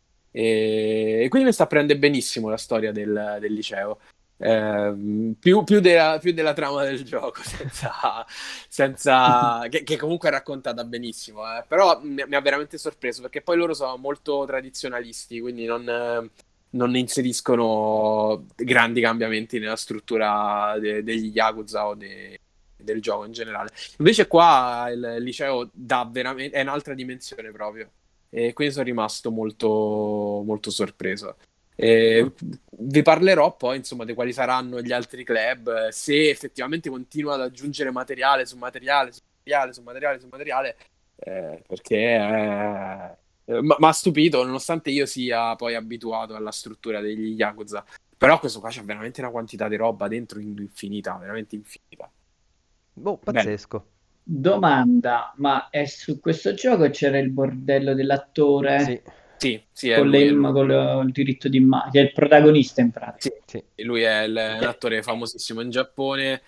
Speaker 2: E, e quindi mi sta prendendo benissimo la storia del, del liceo. Ehm, più, più della, più della trama del gioco, senza, senza che, che comunque è raccontata benissimo, eh. Però mi, mi ha veramente sorpreso perché poi loro sono molto tradizionalisti, quindi non, eh, non inseriscono grandi cambiamenti nella struttura de- degli Yakuza o de- del gioco in generale. Invece qua il liceo dà veramente, è un'altra dimensione proprio. E quindi sono rimasto molto, molto sorpreso. E vi parlerò poi, insomma, di quali saranno gli altri club, eh, se effettivamente continua ad aggiungere materiale su materiale, su materiale, su materiale, su materiale, eh, perché eh, mi ha stupito, nonostante io sia poi abituato alla struttura degli Yakuza. Però questo qua c'è veramente una quantità di roba dentro infinita, veramente infinita.
Speaker 1: Boh,
Speaker 2: Bello.
Speaker 1: pazzesco.
Speaker 3: Domanda, ma è su questo gioco c'era il bordello
Speaker 1: Sì,
Speaker 3: dell'attore
Speaker 2: Sì, sì, è
Speaker 3: con, le
Speaker 2: lui, è
Speaker 3: imm-
Speaker 2: lui.
Speaker 3: con lo- il diritto di immagine, che è il protagonista in pratica.
Speaker 2: Sì,
Speaker 1: sì.
Speaker 2: lui è il- un
Speaker 3: Cioè,
Speaker 2: attore famosissimo in Giappone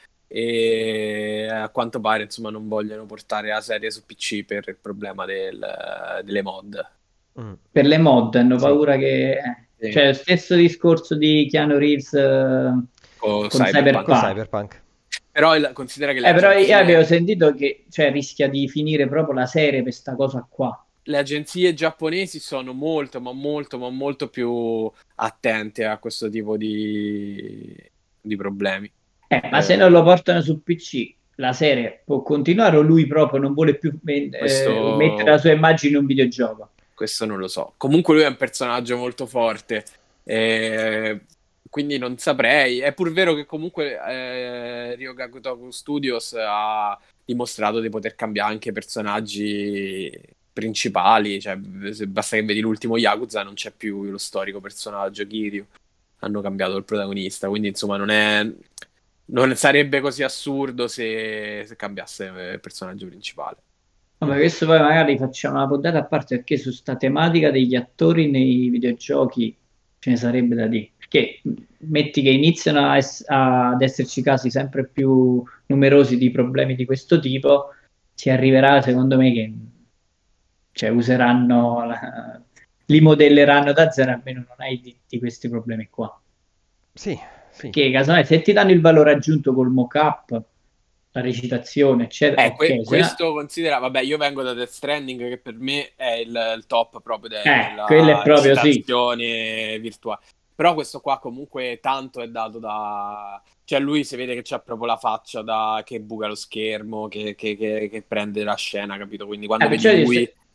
Speaker 2: e a quanto pare insomma non vogliono portare la serie su P C per il problema del- delle mod.
Speaker 1: Mm,
Speaker 3: per le mod hanno
Speaker 1: sì.
Speaker 3: paura che... eh,
Speaker 2: Sì.
Speaker 3: cioè, lo stesso discorso di Keanu Reeves eh,
Speaker 2: O
Speaker 3: con
Speaker 2: Cyberpunk.
Speaker 1: Con
Speaker 3: Cyberpunk.
Speaker 1: Cyberpunk.
Speaker 2: Però il- considera che le
Speaker 3: Eh, però io avevo
Speaker 2: agenzie,
Speaker 3: sentito che cioè, rischia di finire proprio la serie per questa cosa qua.
Speaker 2: le agenzie giapponesi sono molto, ma molto, ma molto più attente a questo tipo di, di problemi.
Speaker 3: Eh, ma se
Speaker 2: Eh,
Speaker 3: non lo portano su P C, la serie può continuare o lui proprio non vuole più men- eh, mettere la
Speaker 2: questo
Speaker 3: sua immagine in un videogioco?
Speaker 2: Questo non lo so. Comunque lui è un personaggio molto forte, eh, quindi non saprei. È pur vero che comunque eh, Ryoga Gotoku Studios ha dimostrato di poter cambiare anche personaggi principali. Cioè, se- basta che vedi l'ultimo Yakuza, non c'è più lo storico personaggio Kiryu. Hanno cambiato il protagonista, quindi insomma non è... non sarebbe così assurdo se, se cambiasse il personaggio principale.
Speaker 3: Vabbè, questo poi magari facciamo una puntata a parte perché su sta tematica degli attori nei videogiochi ce ne sarebbe da dire. Perché mh, metti che iniziano a ess- a- ad esserci casi sempre più numerosi di problemi di questo tipo, si arriverà secondo me che cioè, useranno, la- li modelleranno da zero, almeno non hai di, di questi problemi qua.
Speaker 1: Sì, sì.
Speaker 3: Perché casomai se ti danno il valore aggiunto col mock-up, la recitazione, eccetera,
Speaker 2: Eh, que-
Speaker 3: ok, se no...
Speaker 2: questo considera, vabbè, io vengo da Death Stranding che per me è il, il top proprio de-
Speaker 3: Eh, quello è
Speaker 2: della
Speaker 3: proprio sì.
Speaker 2: recitazione virtuale. Però questo qua comunque tanto è dato da... Cioè lui si vede che c'ha proprio la faccia da... che buca lo schermo, che, che- che- che prende la scena, capito? Quindi quando
Speaker 3: Eh,
Speaker 2: vedi
Speaker 3: perciò
Speaker 2: lui
Speaker 3: se,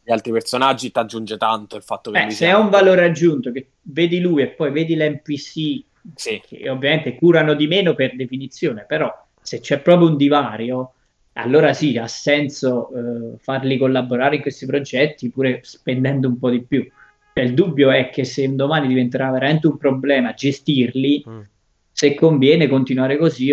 Speaker 2: gli altri personaggi ti aggiunge tanto il fatto che
Speaker 3: Beh,
Speaker 2: lui
Speaker 3: se
Speaker 2: sia
Speaker 3: è un valore aggiunto, che vedi lui e poi vedi l'N P C,
Speaker 2: sì.
Speaker 3: che ovviamente curano di meno per definizione, però se c'è proprio un divario, allora sì, ha senso eh, farli collaborare in questi progetti pure spendendo un po' di più. Cioè, il dubbio è che se un domani diventerà veramente un problema gestirli,
Speaker 1: Mm.
Speaker 3: se conviene continuare così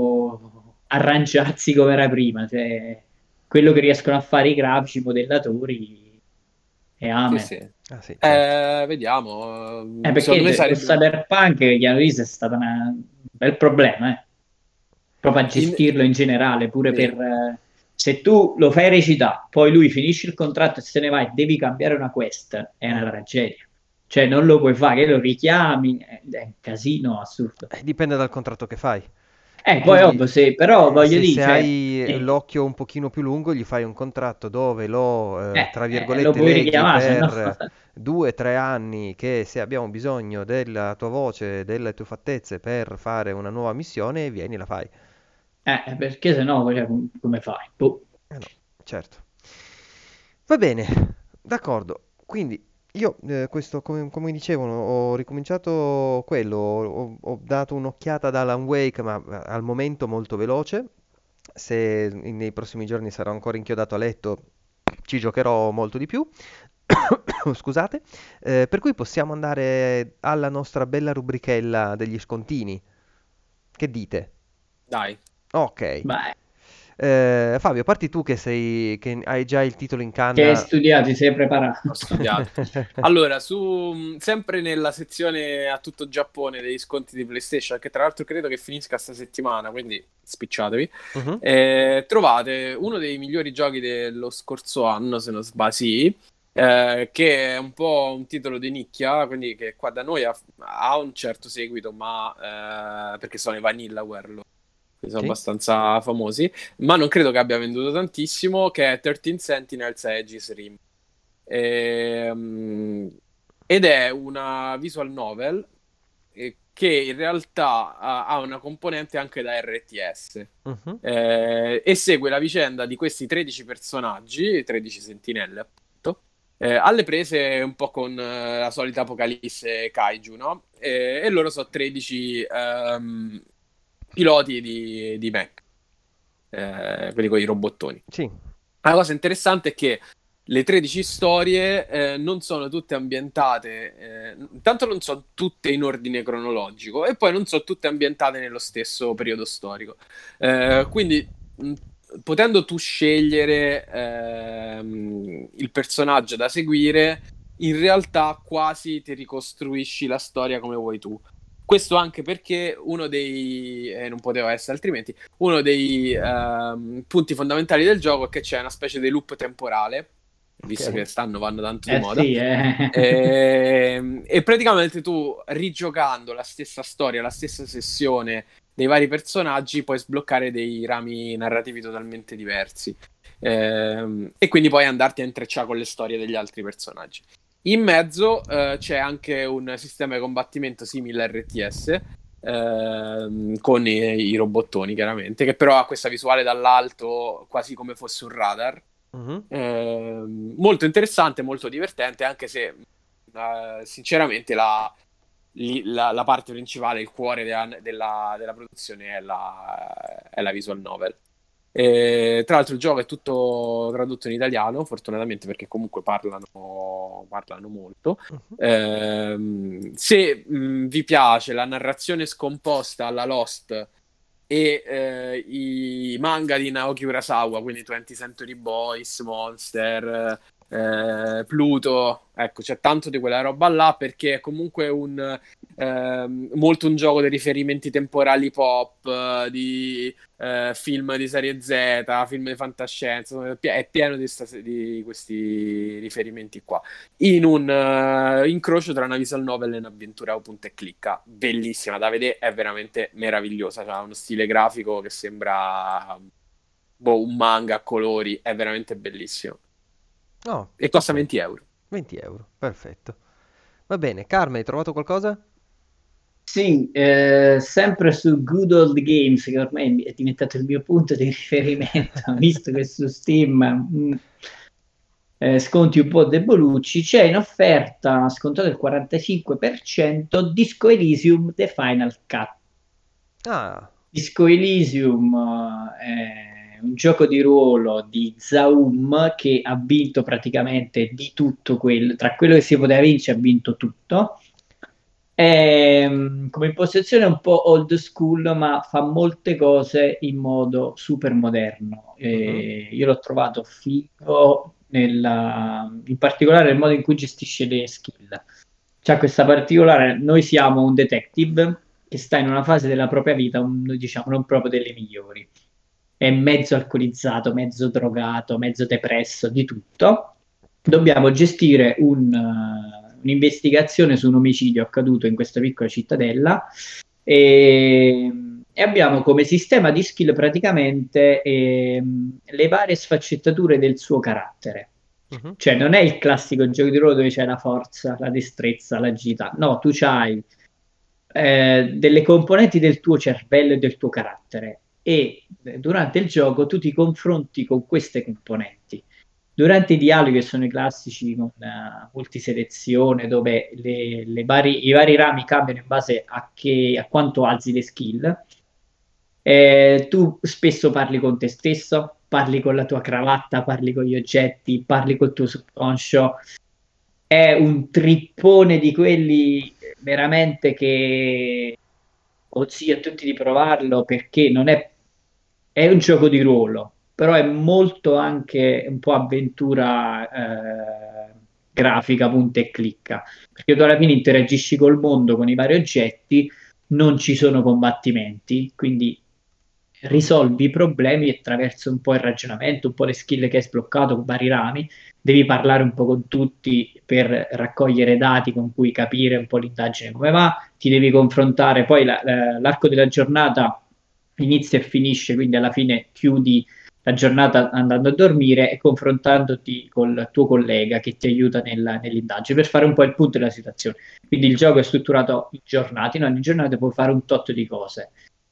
Speaker 3: o arrangiarsi come era prima. Cioè, quello che riescono a fare i grafici, i modellatori, e
Speaker 2: Sì,
Speaker 3: amen.
Speaker 2: sì.
Speaker 1: Ah sì, certo.
Speaker 2: Eh, vediamo.
Speaker 3: Eh,
Speaker 2: eh, Secondo me
Speaker 3: perché con
Speaker 2: sarebbe un-
Speaker 3: Cyberpunk Keanu Reeves è stato una- un bel problema, eh. Proprio a
Speaker 2: in-
Speaker 3: gestirlo in generale, pure
Speaker 2: sì.
Speaker 3: per... eh, se tu lo fai recitare, poi lui finisce il contratto e se ne va e devi cambiare una quest, è una
Speaker 1: Mm.
Speaker 3: tragedia. Cioè non lo puoi fare, che lo richiami, è è un casino assurdo.
Speaker 1: Eh, dipende dal contratto che fai.
Speaker 3: Eh, poi
Speaker 1: Quindi,
Speaker 3: ovvio, se, però
Speaker 1: eh,
Speaker 3: voglio
Speaker 1: se,
Speaker 3: dire,
Speaker 1: se
Speaker 3: cioè,
Speaker 1: hai
Speaker 3: eh,
Speaker 1: l'occhio un pochino più lungo, gli fai un contratto dove lo, eh,
Speaker 3: eh,
Speaker 1: tra
Speaker 3: eh, lo
Speaker 1: virgolette,
Speaker 3: puoi
Speaker 1: leghi
Speaker 3: richiamare, se no...
Speaker 1: per due o tre anni che se abbiamo bisogno della tua voce, delle tue fattezze per fare una nuova missione, vieni e la fai.
Speaker 3: Eh, perché se no, cioè, com- come fai? Boh.
Speaker 1: Eh no, certo. Va bene, d'accordo. Quindi io, eh, questo, come, come dicevano, ho ricominciato quello, ho, ho dato un'occhiata ad Alan Wake, ma eh, al momento molto veloce. Se in- nei prossimi giorni sarò ancora inchiodato a letto, ci giocherò molto di più. Scusate. Eh, per cui possiamo andare alla nostra bella rubrichella degli scontini. Che dite?
Speaker 2: Dai.
Speaker 1: Ok.
Speaker 3: Beh,
Speaker 1: Eh, Fabio, parti tu che sei, che hai già il titolo in
Speaker 3: che hai
Speaker 1: canna.
Speaker 3: studiato, ti sei preparato.
Speaker 2: Ho studiato. Allora, su, sempre nella sezione a tutto Giappone degli sconti di PlayStation, che tra l'altro credo che finisca sta settimana, quindi spicciatevi,
Speaker 1: Mhm.
Speaker 2: eh, trovate uno dei migliori giochi dello scorso anno, se non sbaglio, sì, eh, che è un po' un titolo di nicchia, quindi che qua da noi ha, ha un certo seguito, ma eh, perché sono i Vanillaware, loro, che sono
Speaker 1: Sì?
Speaker 2: abbastanza famosi, ma non credo che abbia venduto tantissimo, che è tredici Sentinels Aegis Rim. Ehm, ed è una visual novel eh, che in realtà ha, ha una componente anche da R T S
Speaker 1: Mhm.
Speaker 2: eh, e segue la vicenda di questi tredici personaggi, tredici sentinelle appunto, eh, alle prese un po' con eh, la solita apocalisse kaiju, no? Eh, e loro sono tredici ehm, piloti di, di mech, eh, quelli con i robottoni.
Speaker 1: Sì.
Speaker 2: La cosa interessante è che le tredici storie eh, non sono tutte ambientate, eh, intanto non sono tutte in ordine cronologico e poi non sono tutte ambientate nello stesso periodo storico. Eh, quindi, mh, potendo tu scegliere ehm, il personaggio da seguire, in realtà quasi ti ricostruisci la storia come vuoi tu. Questo anche perché uno dei, e non poteva essere altrimenti, uno dei ehm, punti fondamentali del gioco è che c'è una specie di loop temporale, visto
Speaker 1: Ok.
Speaker 2: che stanno vanno tanto di
Speaker 3: Eh
Speaker 2: moda,
Speaker 3: sì, eh.
Speaker 2: e, e praticamente tu rigiocando la stessa storia, la stessa sessione dei vari personaggi puoi sbloccare dei rami narrativi totalmente diversi. Ehm, e quindi puoi andarti a intrecciare con le storie degli altri personaggi. In mezzo eh, c'è anche un sistema di combattimento simile a R T S, ehm, con i, i robottoni chiaramente, che però ha questa visuale dall'alto quasi come fosse un radar.
Speaker 1: Mhm.
Speaker 2: Ehm, molto interessante, molto divertente, anche se eh, sinceramente la, li- la- la parte principale, il cuore della, della- della produzione è la, è la visual novel. E, tra l'altro il gioco è tutto tradotto in italiano, fortunatamente perché comunque parlano, parlano molto.
Speaker 1: Mhm.
Speaker 2: Ehm, se mh, vi piace la narrazione scomposta alla Lost e eh, i manga di Naoki Urasawa, quindi venti Century Boys, Monster, eh, Pluto, ecco, c'è tanto di quella roba là perché è comunque un ehm, molto un gioco di riferimenti temporali pop, eh, di eh, film di serie Z, film di fantascienza, è pie- è pieno di, sta- di questi riferimenti qua in un eh, incrocio tra una visual novel e un'avventura punta e clicca. Bellissima da vedere, è veramente meravigliosa. Ha uno stile grafico che sembra boh, un manga a colori, è veramente bellissimo.
Speaker 1: Oh,
Speaker 2: E costa
Speaker 1: ok.
Speaker 2: venti euro.
Speaker 1: venti euro, perfetto. Va bene, Carmen, hai trovato qualcosa?
Speaker 3: Sì, eh, sempre su Good Old Games, che ormai è diventato il mio punto di riferimento, visto che su Steam mm, eh, sconti un po' debolucci, c'è in offerta scontato il quarantacinque per cento Disco Elysium The Final Cut.
Speaker 1: Ah,
Speaker 3: Disco Elysium eh, è un gioco di ruolo di Zaum che ha vinto praticamente di tutto quello, tra quello che si poteva vincere ha vinto tutto. È, mm, come impostazione è un po' old school, ma fa molte cose in modo super moderno.
Speaker 1: mhm,
Speaker 3: E io l'ho trovato figo nella- in particolare nel modo in cui gestisce le skill. C'ha questa particolare, noi siamo un detective che sta in una fase della propria vita, un- diciamo, non proprio delle migliori. È mezzo alcolizzato, mezzo drogato, mezzo depresso, di tutto. Dobbiamo gestire un, eh, un'investigazione su un omicidio accaduto in questa piccola cittadella e, e abbiamo come sistema di skill praticamente ehm, le varie sfaccettature del suo carattere.
Speaker 1: mhm.
Speaker 3: Cioè, non è il classico gioco di ruolo dove c'è la forza, la destrezza, l'agilità. No, tu c'hai eh, delle componenti del tuo cervello e del tuo carattere e eh, durante il gioco tu ti confronti con queste componenti. Durante i dialoghi, che sono i classici con uh, multiselezione, dove le, le vari, i vari rami cambiano in base a, che, a quanto alzi le skill, eh, tu spesso parli con te stesso, parli con la tua cravatta, parli con gli oggetti, parli col tuo subconscio. È un trippone di quelli veramente che consiglio a tutti di provarlo perché non è, è un gioco di ruolo, però è molto anche un po' avventura eh, grafica, punta e clicca, perché tu alla fine interagisci col mondo con i vari oggetti, non ci sono combattimenti, quindi risolvi i problemi attraverso un po' il ragionamento, un po' le skill che hai sbloccato con vari rami, devi parlare un po' con tutti per raccogliere dati con cui capire un po' l'indagine come va, ti devi confrontare, poi la- la- l'arco della giornata inizia e finisce, quindi alla fine chiudi la giornata andando a dormire e confrontandoti col tuo collega che ti aiuta nella- nell'indagine per fare un po' il punto della situazione. Quindi il gioco è strutturato in giornate, in ogni giornata puoi fare un tot di cose.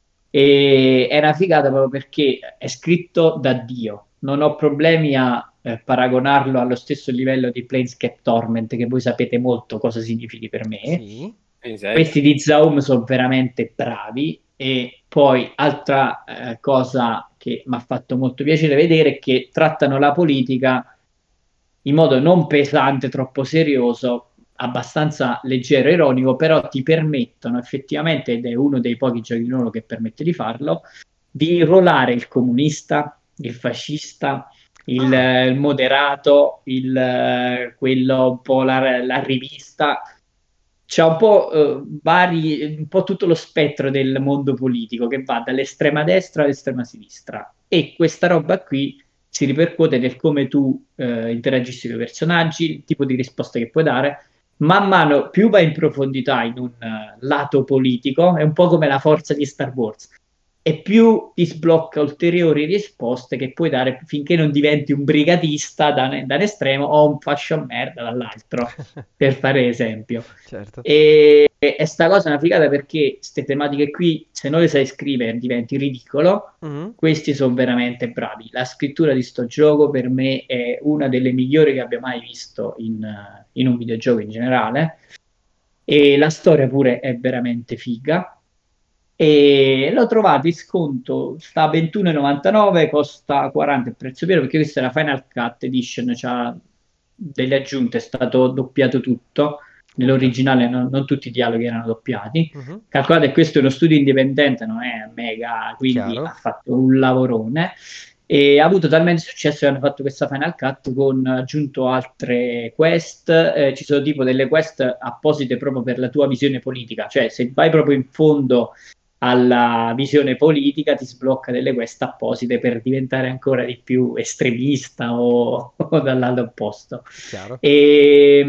Speaker 3: E è una figata proprio perché è scritto da Dio. Non ho problemi a eh, paragonarlo allo stesso livello di Planescape Torment, che voi sapete molto cosa significhi per me.
Speaker 1: Sì.
Speaker 2: Quindi sei?
Speaker 3: Questi di Zaum sono veramente bravi. E poi, altra eh, cosa che mi ha fatto molto piacere vedere è che trattano la politica in modo non pesante, troppo serioso, abbastanza leggero e ironico, però ti permettono effettivamente, ed è uno dei pochi giochi di ruolo che permette di farlo, di ruolare il comunista, il fascista, il,
Speaker 1: Ah,
Speaker 3: eh, il moderato, il, eh, quello un po' la, la rivista. C'è un po', eh, vari, un po' tutto lo spettro del mondo politico che va dall'estrema destra all'estrema sinistra. E questa roba qui si ripercuote nel come tu eh, interagisci con i personaggi, il tipo di risposte che puoi dare. Man mano più vai in profondità in un eh, lato politico, è un po' come la forza di Star Wars, e più ti sblocca ulteriori risposte che puoi dare finché non diventi un brigatista da, un- da un estremo o un fascio merda dall'altro, per fare esempio.
Speaker 1: certo.
Speaker 3: E, e sta cosa è una figata perché queste tematiche qui, se non le sai scrivere, diventi ridicolo.
Speaker 1: Mhm.
Speaker 3: Questi sono veramente bravi. La scrittura di sto gioco per me è una delle migliori che abbia mai visto in, eh, in un videogioco in generale. E la storia pure è veramente figa. E l'ho trovato in sconto, sta a ventuno e novantanove, costa quaranta il prezzo pieno perché questa è la Final Cut Edition, c'ha delle aggiunte, è stato doppiato tutto.
Speaker 1: Urca.
Speaker 3: Nell'originale non, non tutti i dialoghi erano doppiati.
Speaker 1: Mhm.
Speaker 3: Calcolate che questo è uno studio indipendente, non è mega, quindi ha
Speaker 1: Chiaro.
Speaker 3: fatto un lavorone e ha avuto talmente successo che hanno fatto questa Final Cut con aggiunto altre quest, eh, ci sono tipo delle quest apposite proprio per la tua visione politica, cioè se vai proprio in fondo alla visione politica ti sblocca delle quest apposite per diventare ancora di più estremista o, o dal lato opposto.
Speaker 1: Chiaro.
Speaker 3: E,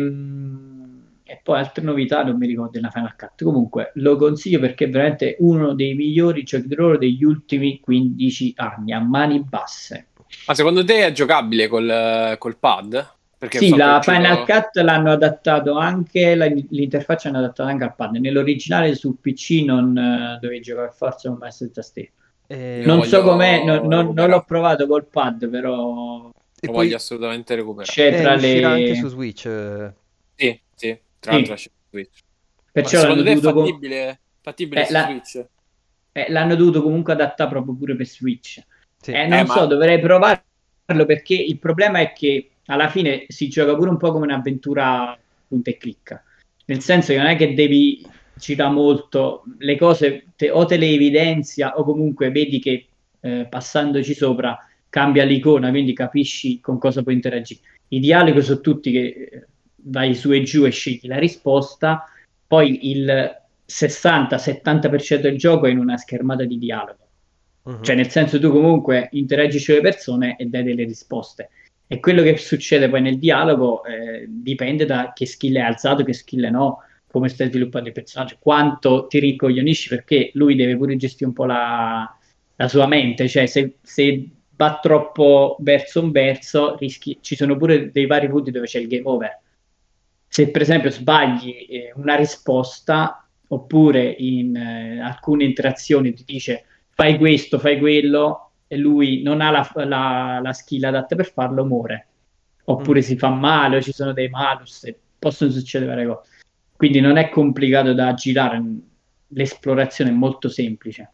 Speaker 3: e poi altre novità non mi ricordo della Final Cut. Comunque lo consiglio perché è veramente uno dei migliori giochi di ruolo degli ultimi quindici anni, a mani basse.
Speaker 2: Ma secondo te è giocabile col, col pad? Perché
Speaker 3: Sì,
Speaker 2: so che è
Speaker 3: la Final
Speaker 2: uscito...
Speaker 3: Cut l'hanno adattato anche, la- l'interfaccia l'hanno adattata anche al pad. Nell'originale sul P C non eh, dovevi giocare forza con mouse e tastiera.
Speaker 2: Io lo
Speaker 3: Non
Speaker 1: Ehm,
Speaker 3: so com'è, non,
Speaker 2: voglio
Speaker 3: non- non l'ho
Speaker 2: recuperare.
Speaker 3: provato col pad, però
Speaker 1: E
Speaker 2: Lo
Speaker 1: poi
Speaker 2: voglio assolutamente recuperare.
Speaker 3: C'è
Speaker 1: eh,
Speaker 3: tra
Speaker 1: uscirà anche
Speaker 3: le...
Speaker 1: su Switch. eh.
Speaker 2: Sì, sì, tra
Speaker 3: Sì,
Speaker 2: l'altro esce su Switch. Ma
Speaker 3: perciò
Speaker 2: secondo
Speaker 3: l'hanno
Speaker 2: te è
Speaker 3: dovuto... co-
Speaker 2: fattibile, fattibile
Speaker 3: eh,
Speaker 2: su
Speaker 3: la-
Speaker 2: Switch?
Speaker 3: eh, l'hanno dovuto comunque adattare proprio pure per Switch.
Speaker 1: Sì.
Speaker 3: Eh,
Speaker 2: Eh,
Speaker 3: non so,
Speaker 2: ma
Speaker 3: dovrei provarlo perché il problema è che alla fine si gioca pure un po' come un'avventura punta e clicca. Nel senso che non è che devi girare molto, le cose te- o te le evidenzia o comunque vedi che eh, passandoci sopra cambia l'icona, quindi capisci con cosa puoi interagire. I dialoghi sono tutti che eh, vai su e giù e scegli la risposta, poi il sessanta settanta per cento del gioco è in una schermata di dialogo.
Speaker 1: Mhm.
Speaker 3: Cioè, nel senso, tu comunque interagisci con le persone e dai delle risposte. E quello che succede poi nel dialogo eh, dipende da che skill è alzato, che skill è no, come stai sviluppando il personaggio, quanto ti rincoglionisci, perché lui deve pure gestire un po' la, la sua mente. Cioè, se, se va troppo verso un verso, rischi, ci sono pure dei vari punti dove c'è il game over. Se per esempio sbagli eh, una risposta, oppure in eh, alcune interazioni ti dice fai questo, fai quello, e lui non ha la, la, la skill adatta per farlo, muore.
Speaker 1: Mm.
Speaker 3: Oppure si fa male, o ci sono dei malus, e possono succedere varie cose. Quindi non è complicato da girare, l'esplorazione è molto semplice.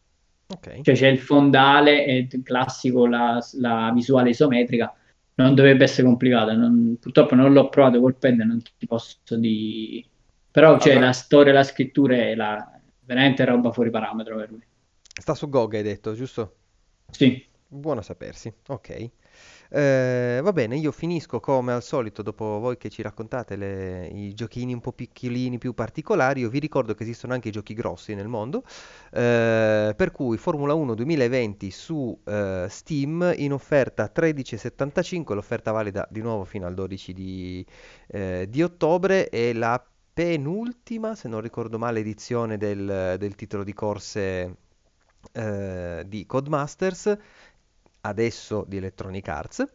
Speaker 1: Ok.
Speaker 3: Cioè c'è il fondale, è il classico, la, la visuale isometrica, non dovrebbe essere complicata. Non- purtroppo non l'ho provato col pad, non ti posso di... Però c'è
Speaker 2: avrà-
Speaker 3: la storia, la scrittura è la... veramente roba fuori parametro per lui.
Speaker 1: Sta su G O G, hai detto, giusto?
Speaker 3: Sì.
Speaker 1: Buono a sapersi. Ok. Eh, va bene, io finisco come al solito, dopo voi che ci raccontate le- i giochini un po' piccolini, più particolari, io vi ricordo che esistono anche i giochi grossi nel mondo, eh, per cui Formula uno duemilaventi su eh, Steam in offerta tredici e settantacinque, l'offerta valida di nuovo fino al dodici di, eh, di ottobre, e la penultima, se non ricordo male, edizione del, del titolo di corse eh, di Codemasters, adesso di Electronic Arts,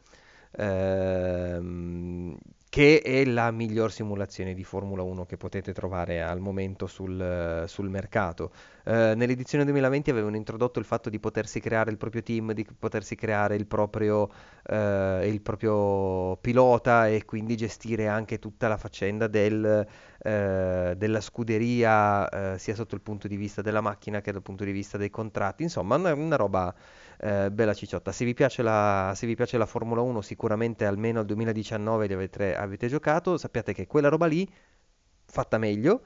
Speaker 1: ehm, che è la miglior simulazione di Formula uno che potete trovare al momento sul, sul mercato. Eh, nell'edizione duemilaventi avevano introdotto il fatto di potersi creare il proprio team, di potersi creare il proprio, eh, il proprio pilota, e quindi gestire anche tutta la faccenda del, eh, della scuderia, eh, sia sotto il punto di vista della macchina che dal punto di vista dei contratti. Insomma, una, una roba eh, bella cicciotta. Se vi piace la, se vi piace la Formula uno, sicuramente almeno al duemiladiciannove li avete, avete giocato. Sappiate che quella roba lì, fatta meglio,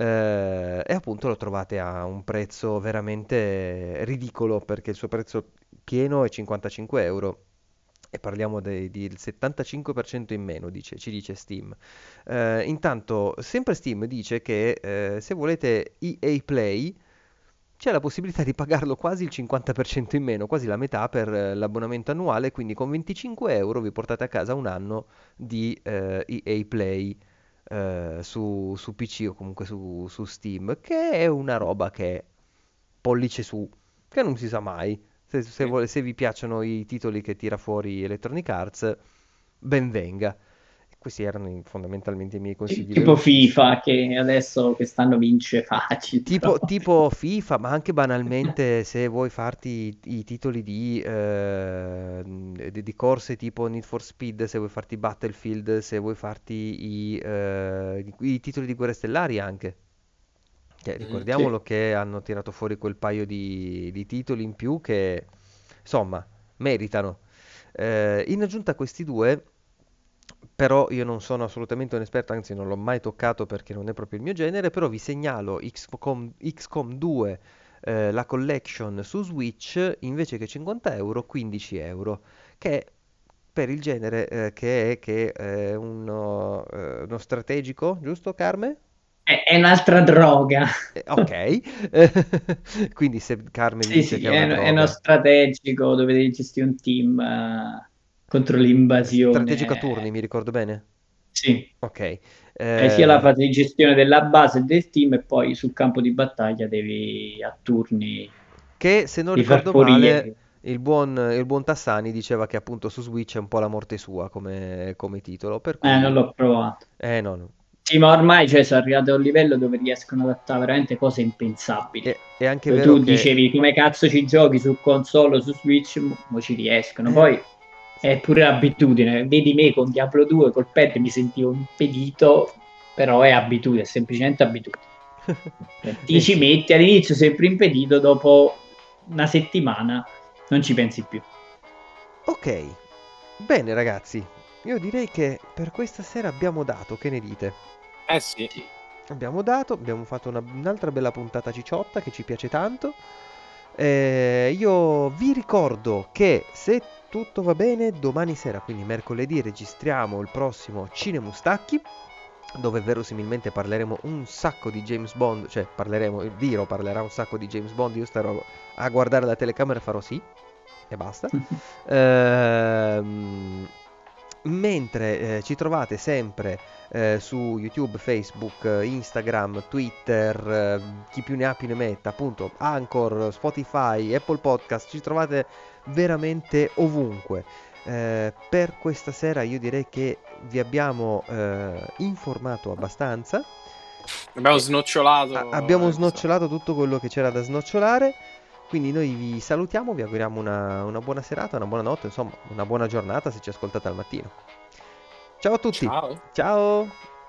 Speaker 1: eh, e appunto lo trovate a un prezzo veramente ridicolo, perché il suo prezzo pieno è cinquantacinque euro. E parliamo de- del settantacinque per cento in meno, dice- ci dice Steam. Eh, intanto, sempre Steam dice che eh, se volete E A Play c'è la possibilità di pagarlo quasi il cinquanta per cento in meno, quasi la metà per eh, l'abbonamento annuale, quindi con venticinque euro vi portate a casa un anno di eh, E A Play eh, su, su P C o comunque su, su Steam, che è una roba che pollice su, che non si sa mai. Se, se
Speaker 2: sì.
Speaker 1: vuole- se vi piacciono i titoli che tira fuori Electronic Arts, ben venga. E questi erano i- fondamentalmente i miei consigli
Speaker 3: Tipo
Speaker 1: velocissimi.
Speaker 3: FIFA, che adesso quest'anno vince facile, però...
Speaker 1: Tipo, tipo FIFA, ma anche banalmente se vuoi farti i, i titoli di, eh, di, di corse tipo Need for Speed, se vuoi farti Battlefield, se vuoi farti i, eh, i- i titoli di Guerre Stellari anche. Che
Speaker 2: Mhm,
Speaker 3: Sì.
Speaker 1: ricordiamolo che hanno tirato fuori quel paio di, di titoli in più che, insomma, meritano. Eh, in aggiunta a questi due, però io non sono assolutamente un esperto, anzi non l'ho mai toccato perché non è proprio il mio genere, però vi segnalo X COM, X COM due, eh, la collection su Switch, invece che cinquanta euro, quindici euro, che per il genere eh, che è, che è uno, eh, uno strategico, giusto Carme?
Speaker 3: È, è un'altra droga.
Speaker 1: Eh, ok, quindi se Carme vi
Speaker 3: Sì,
Speaker 1: dice che
Speaker 3: sì,
Speaker 1: è
Speaker 3: è,
Speaker 1: una
Speaker 3: è uno
Speaker 1: droga,
Speaker 3: strategico dove devi gestire un team eh, contro
Speaker 1: strategico a turni,
Speaker 3: l'invasione.
Speaker 1: mi ricordo bene?
Speaker 3: Sì,
Speaker 1: Ok,
Speaker 3: hai sia la
Speaker 1: eh,
Speaker 3: fase di gestione della base e del team e poi sul campo di battaglia devi a turni
Speaker 1: che se non
Speaker 3: di far
Speaker 1: ricordo male,
Speaker 3: fuori.
Speaker 1: il buon, il buon Tassani diceva che appunto su Switch è un po' la morte sua come, come titolo, per
Speaker 3: Eh, non
Speaker 1: cui...
Speaker 3: l'ho provato.
Speaker 1: Eh no, no.
Speaker 3: Sì, ma ormai cioè, sono arrivato a un livello dove riescono ad adattare veramente cose impensabili.
Speaker 1: È, è anche
Speaker 3: Dove
Speaker 1: vero
Speaker 3: tu
Speaker 1: che...
Speaker 3: dicevi come cazzo ci giochi su console o su Switch, mo mo ci riescono.
Speaker 1: eh,
Speaker 3: Poi è pure abitudine. Vedi me con Diablo due col pad mi sentivo impedito, però è abitudine, è semplicemente abitudine. Ti
Speaker 1: Eh
Speaker 3: ci
Speaker 1: sì.
Speaker 3: metti all'inizio sempre impedito, dopo una settimana non ci pensi più.
Speaker 1: Ok, bene ragazzi, io direi che per questa sera abbiamo dato, che ne dite?
Speaker 2: Eh sì.
Speaker 1: Abbiamo dato, abbiamo fatto una- un'altra bella puntata ciciotta che ci piace tanto. Eh, io vi ricordo che se tutto va bene, domani sera, quindi mercoledì, registriamo il prossimo Cinemustacchi, dove verosimilmente parleremo un sacco di James Bond, cioè parleremo, il Diro parlerà un sacco di James Bond, io starò a guardare la telecamera e farò sì, e basta. Ehm, mentre eh, ci trovate sempre eh, su YouTube, Facebook, eh, Instagram, Twitter, eh, chi più ne ha più ne metta, appunto, Anchor, Spotify, Apple Podcast, ci trovate veramente ovunque. Eh, per questa sera io direi che vi abbiamo eh, informato abbastanza.
Speaker 2: Abbiamo
Speaker 1: E
Speaker 2: snocciolato.
Speaker 1: a- abbiamo
Speaker 2: eh,
Speaker 1: snocciolato tutto quello che c'era da snocciolare. Quindi noi vi salutiamo, vi auguriamo una, una buona serata, una buona notte, insomma, una buona giornata se ci ascoltate al mattino. Ciao a tutti,
Speaker 2: Ciao.
Speaker 1: ciao!